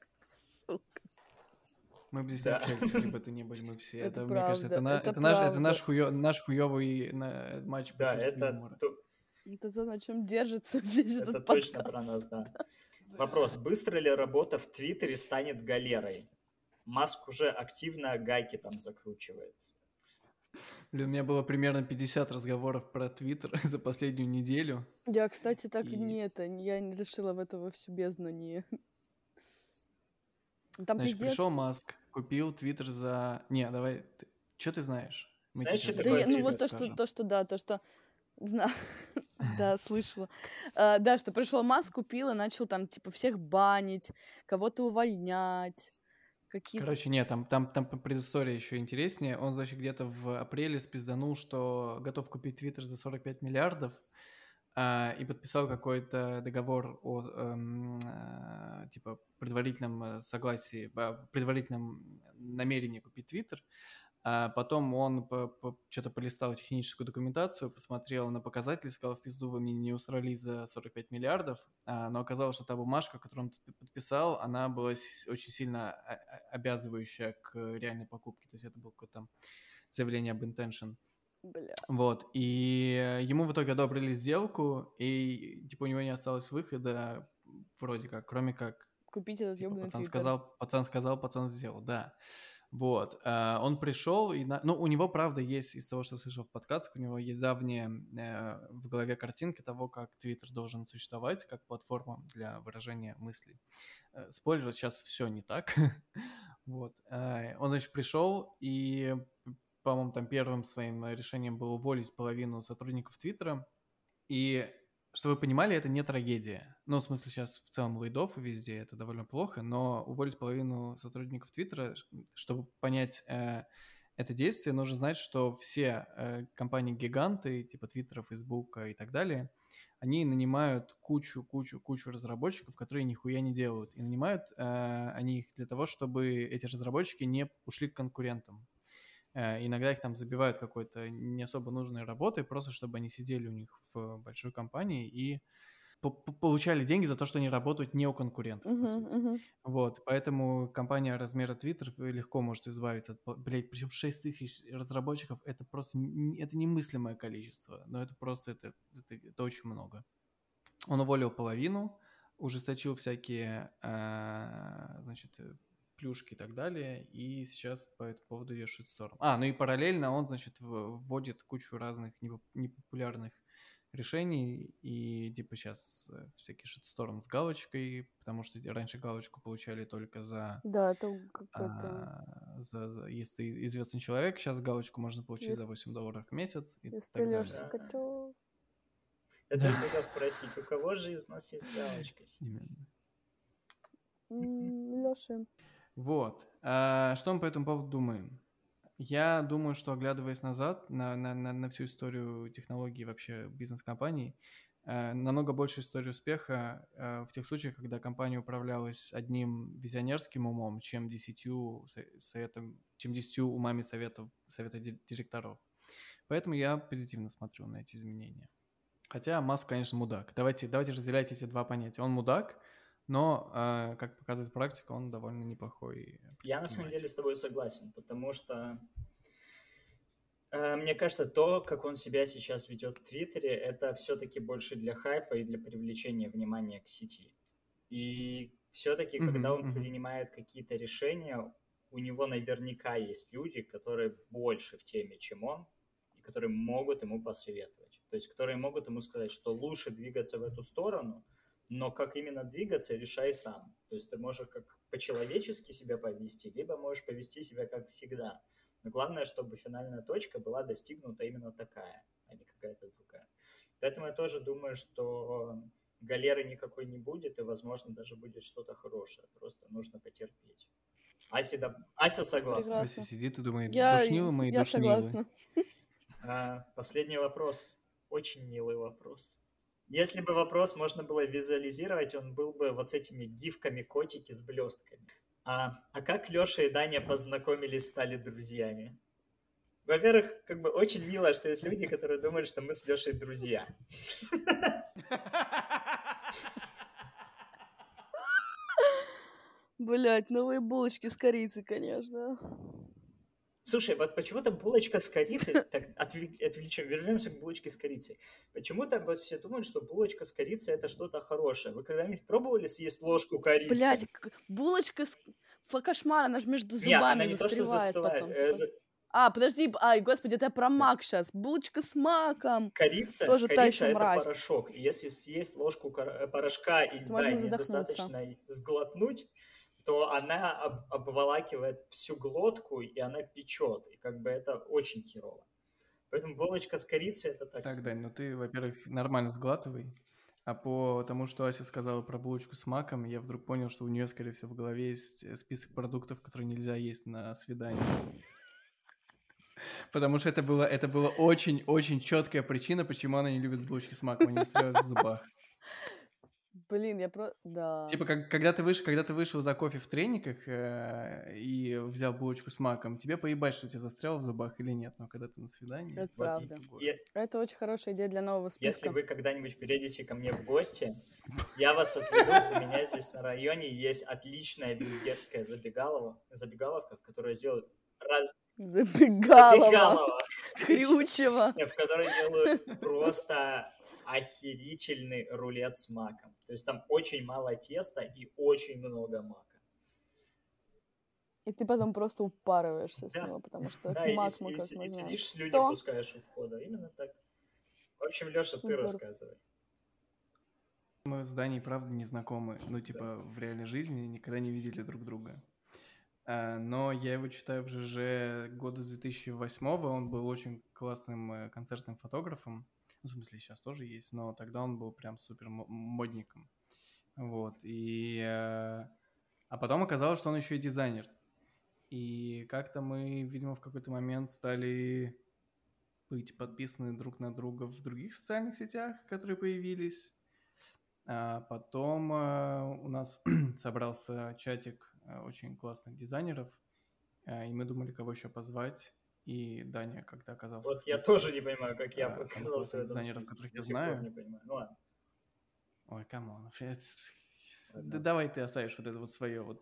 Speaker 1: Мы бы здесь не общались, если бы это не были мы все. Это, мне кажется, это наш хуёвый матч по чувству юмора.
Speaker 3: Это то, на чем держится весь этот
Speaker 2: подкаст. Это точно про нас, да. Вопрос. Быстро ли работа в Твиттере станет галерой? Маск уже активно гайки там закручивает.
Speaker 1: Блин, у меня было примерно 50 разговоров про Твиттер за последнюю неделю.
Speaker 3: Я, кстати, так
Speaker 1: И,
Speaker 3: я не решила в это во всю бездну не... Там
Speaker 1: значит,
Speaker 3: пиздец.
Speaker 1: пришел Маск, купил Твиттер за... Не, давай, что ты знаешь? Мы
Speaker 2: Знаешь,
Speaker 1: тебе
Speaker 2: что
Speaker 3: Да,
Speaker 2: такое
Speaker 1: сейчас
Speaker 3: ну вот
Speaker 2: Твиттер?
Speaker 3: то, что... Знаю. Да, слышала. Да, что пришел Маск, купил и начал там, типа, всех банить, кого-то увольнять, какие-то...
Speaker 1: Короче, нет, там предыстория еще интереснее. Он, значит, где-то в апреле спизданул, что готов купить Твиттер за 45 миллиардов, и подписал какой-то договор о типа предварительном согласии, предварительном намерении купить Твиттер. А потом он что-то полистал техническую документацию, посмотрел на показатели, сказал, в пизду вы мне не устроились за 45 миллиардов, но оказалось, что та бумажка, которую он подписал, она была очень сильно обязывающая к реальной покупке, то есть это было какое-то заявление об intention.
Speaker 3: Бля.
Speaker 1: Вот, и ему в итоге одобрили сделку, и типа у него не осталось выхода вроде как, кроме как
Speaker 3: Купить этот
Speaker 1: типа
Speaker 3: ёбаный
Speaker 1: пацан
Speaker 3: Твиттер.
Speaker 1: сказал, пацан сделал, да. Вот, он пришел, и ну, у него, правда, есть, из того, что я слышал в подкастах, у него есть давняя в голове картинка того, как Твиттер должен существовать, как платформа для выражения мыслей. Спойлер, сейчас все не так. Вот, он, значит, пришел, и, по-моему, там первым своим решением было уволить половину сотрудников Твиттера, и чтобы вы понимали, это не трагедия. Ну, в смысле, сейчас в целом лейдов везде это довольно плохо, но уволить половину сотрудников Твиттера, чтобы понять это действие, нужно знать, что все компании-гиганты, типа Твиттера, Фейсбука и так далее, они нанимают кучу разработчиков, которые нихуя не делают. И нанимают они их для того, чтобы эти разработчики не ушли к конкурентам. Иногда их там забивают какой-то не особо нужной работой, просто чтобы они сидели у них в большой компании и получали деньги за то, что они работают не у конкурентов, по сути. Вот, поэтому компания размера Twitter легко может избавиться от... Блять, причем 6 тысяч разработчиков, это просто... Это немыслимое количество, но это просто... Это очень много. Он уволил половину, ужесточил всякие, значит, плюшки и так далее, и сейчас по этому поводу идет шитсторм. Ну и параллельно он, значит, вводит кучу разных непопулярных решений, и типа сейчас всякий шитсторм с галочкой, потому что раньше галочку получали только за...
Speaker 3: Да, это какой-то...
Speaker 1: если ты известный человек, сейчас галочку можно получить за $8 в месяц и
Speaker 3: Если
Speaker 1: так далее.
Speaker 3: Лёша Сукачёв.
Speaker 2: Я только хотел спросить, у кого же из нас есть галочка?
Speaker 1: Именно.
Speaker 3: Лёша.
Speaker 1: Вот. Что мы по этому поводу думаем? Я думаю, что, оглядываясь назад на всю историю технологий вообще бизнес-компаний, намного больше истории успеха в тех случаях, когда компания управлялась одним визионерским умом, чем 10 умами совета директоров. Поэтому я позитивно смотрю на эти изменения. Хотя Маск, конечно, мудак. Давайте разделять эти два понятия. Он мудак, но, как показывает практика, он довольно неплохой.
Speaker 2: Я на самом деле с тобой согласен, потому что мне кажется, то, как он себя сейчас ведет в Твиттере, это все-таки больше для хайпа и для привлечения внимания к сети. И все-таки, когда он принимает какие-то решения, у него наверняка есть люди, которые больше в теме, чем он, и которые могут ему посоветовать. То есть, которые могут ему сказать, что лучше двигаться в эту сторону, но как именно двигаться, решай сам. То есть ты можешь как по-человечески себя повести, либо можешь повести себя как всегда. Но главное, чтобы финальная точка была достигнута именно такая, а не какая-то другая. Поэтому я тоже думаю, что галеры никакой не будет, и, возможно, даже будет что-то хорошее. Просто нужно потерпеть. Ася согласна.
Speaker 3: Прекрасно.
Speaker 1: Ася сидит и думает,
Speaker 3: Я
Speaker 1: душнилы.
Speaker 3: согласна.
Speaker 2: Последний вопрос. Очень милый вопрос. Если бы вопрос можно было визуализировать, он был бы вот с этими гифками котики с блестками. А как Леша и Даня познакомились, стали друзьями? Во-первых, как бы очень мило, что есть люди, которые думают, что мы с Лешей друзья.
Speaker 3: Блять, новые булочки с корицей, конечно.
Speaker 2: Слушай, вот почему-то булочка с корицей, так отвлечем, вернемся к булочке с корицей. Почему-то вот все думают, что булочка с корицей это что-то хорошее. Вы когда-нибудь пробовали съесть ложку корицы?
Speaker 3: Блять, булочка с... Кошмар, она же между зубами
Speaker 2: Нет, она не то, что
Speaker 3: застревает
Speaker 2: застывает.
Speaker 3: потом. Подожди, господи, это я про мак сейчас. Булочка с маком.
Speaker 2: Корица
Speaker 3: Тоже та еще
Speaker 2: это
Speaker 3: мразь.
Speaker 2: порошок. И если съесть ложку порошка и
Speaker 3: То можно
Speaker 2: недостаточно сглотнуть, то она обволакивает всю глотку, и она печет. И как бы это очень херово. Поэтому булочка с корицей это так.
Speaker 1: Так, Дань, ну ты, во-первых, нормально сглатывай. А по тому, что Ася сказала про булочку с маком, я вдруг понял, что у нее, скорее всего, в голове есть список продуктов, которые нельзя есть на свидании. Потому что это была очень-очень четкая причина, почему она не любит булочки с маком, они застревают в зубах.
Speaker 3: Блин, да.
Speaker 1: Типа, когда ты вышел за кофе в трениках и взял булочку с маком, тебе поебать, что у тебя застряло в зубах или нет, но когда ты на свидании...
Speaker 3: Это правда. Это очень хорошая идея для нового списка.
Speaker 2: Если вы когда-нибудь приедете ко мне в гости, я вас отведу, у меня здесь на районе есть отличная венгерская забегаловка, в которой сделают
Speaker 3: Забегалова. Хрючево.
Speaker 2: В которой делают просто охерительный рулет с маком. То есть там очень мало теста и очень много мака.
Speaker 3: И ты потом просто упарываешься с него, потому что мак мы как мы
Speaker 2: и
Speaker 3: знаем.
Speaker 2: сидишь, слюни пускаешь у входа. Именно так. В общем, Леша, ты рассказывай.
Speaker 1: Мы с Даней, правда, не знакомы. Ну, типа, в реальной жизни никогда не видели друг друга. Но я его читаю в ЖЖ года 2008-го. Он был очень классным концертным фотографом. В смысле, сейчас тоже есть, но тогда он был прям супер модником. Вот. А потом оказалось, что он еще и дизайнер. И как-то мы, видимо, в какой-то момент стали быть подписаны друг на друга в других социальных сетях, которые появились. А потом у нас собрался чатик очень классных дизайнеров, и мы думали, кого еще позвать. И Даня как-то оказался...
Speaker 2: Вот я тоже не понимаю, как я оказался в этом
Speaker 1: дизайнеров,
Speaker 2: списке.
Speaker 1: которых я знаю.
Speaker 2: Не понимаю. Ну ладно.
Speaker 1: Ой, камон. Да давай ты оставишь вот это вот свое вот.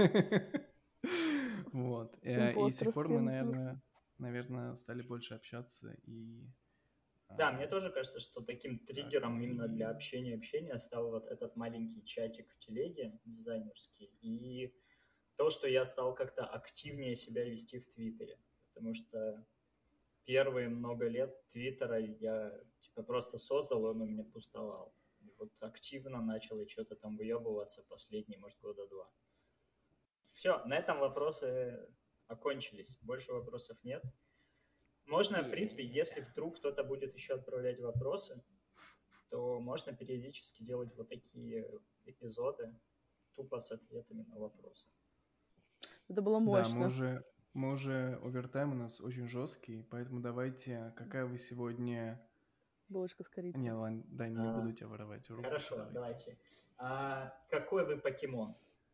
Speaker 1: Вот. И с тех пор мы, наверное, стали больше общаться и...
Speaker 2: Да, мне тоже кажется, что таким триггером именно для общения стал вот этот маленький чатик в телеге дизайнерский и то, что я стал как-то активнее себя вести в Твиттере, потому что первые много лет Твиттера я типа просто создал, он у меня пустовал. И вот активно начал и что-то там выебываться последние, может, года 2. Все, на этом вопросы окончились. Больше вопросов нет. Можно, в принципе, если вдруг кто-то будет еще отправлять вопросы, то можно периодически делать вот такие эпизоды тупо с ответами на вопросы.
Speaker 3: Это было мощно.
Speaker 1: Да, мы уже овертайм у нас очень жесткий, поэтому давайте, какая вы сегодня...
Speaker 3: Булочка с корицей.
Speaker 1: Не, ладно, да, не буду тебя воровать.
Speaker 2: Хорошо, давайте. Какой вы покемон?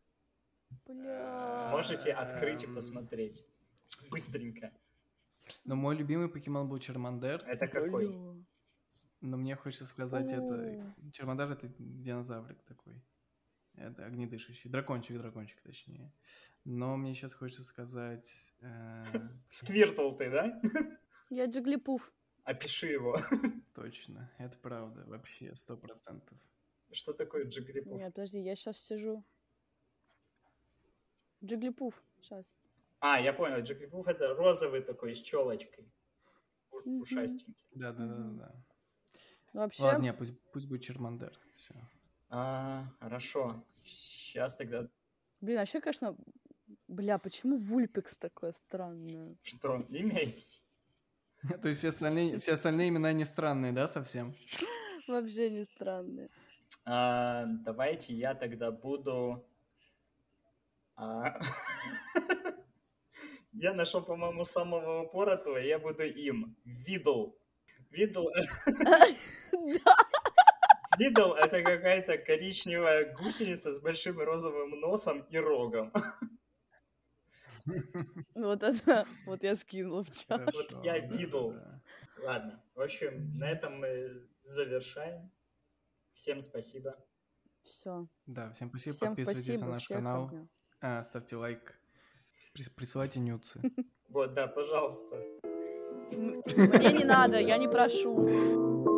Speaker 3: Бля.
Speaker 2: Можете открыть и посмотреть. Быстренько.
Speaker 1: Но мой любимый покемон был Чармандер.
Speaker 2: Это какой?
Speaker 1: Но мне хочется сказать, это... Чармандер — это динозаврик такой. Это огнедышащий. Дракончик, точнее. Но мне сейчас хочется сказать...
Speaker 2: Сквиртл ты, да?
Speaker 3: Я Джиглипуф.
Speaker 2: Опиши его.
Speaker 1: Точно, это правда, вообще, 100%.
Speaker 2: Что такое Джиглипуф?
Speaker 3: Нет, подожди, я сейчас сижу. Джиглипуф, сейчас.
Speaker 2: Я понял, Джиглипуф это розовый такой, с челочкой. Пушастенький.
Speaker 1: Да.
Speaker 3: Вообще...
Speaker 1: Ладно, не, пусть будет Чармандер. Все.
Speaker 2: Хорошо. Сейчас тогда...
Speaker 3: Блин, вообще, конечно... Бля, почему Вульпикс такое странное?
Speaker 2: Что, имя?
Speaker 1: То есть все остальные имена не странные, да, совсем?
Speaker 3: Вообще не странные.
Speaker 2: Давайте я тогда буду... Я нашел, по-моему, самого упоротого, я буду им. Видл. Видл это какая-то коричневая гусеница с большим розовым носом и рогом.
Speaker 3: Вот это, вот я скинула в чат.
Speaker 1: Хорошо,
Speaker 2: вот я Видл.
Speaker 1: Да.
Speaker 2: Ладно, в общем, на этом мы завершаем. Всем спасибо.
Speaker 3: Все.
Speaker 1: Да, всем спасибо. Подписывайтесь на наш канал. Ставьте лайк. Присылайте нюцы.
Speaker 2: Вот, да, пожалуйста.
Speaker 3: Мне не надо, я не прошу.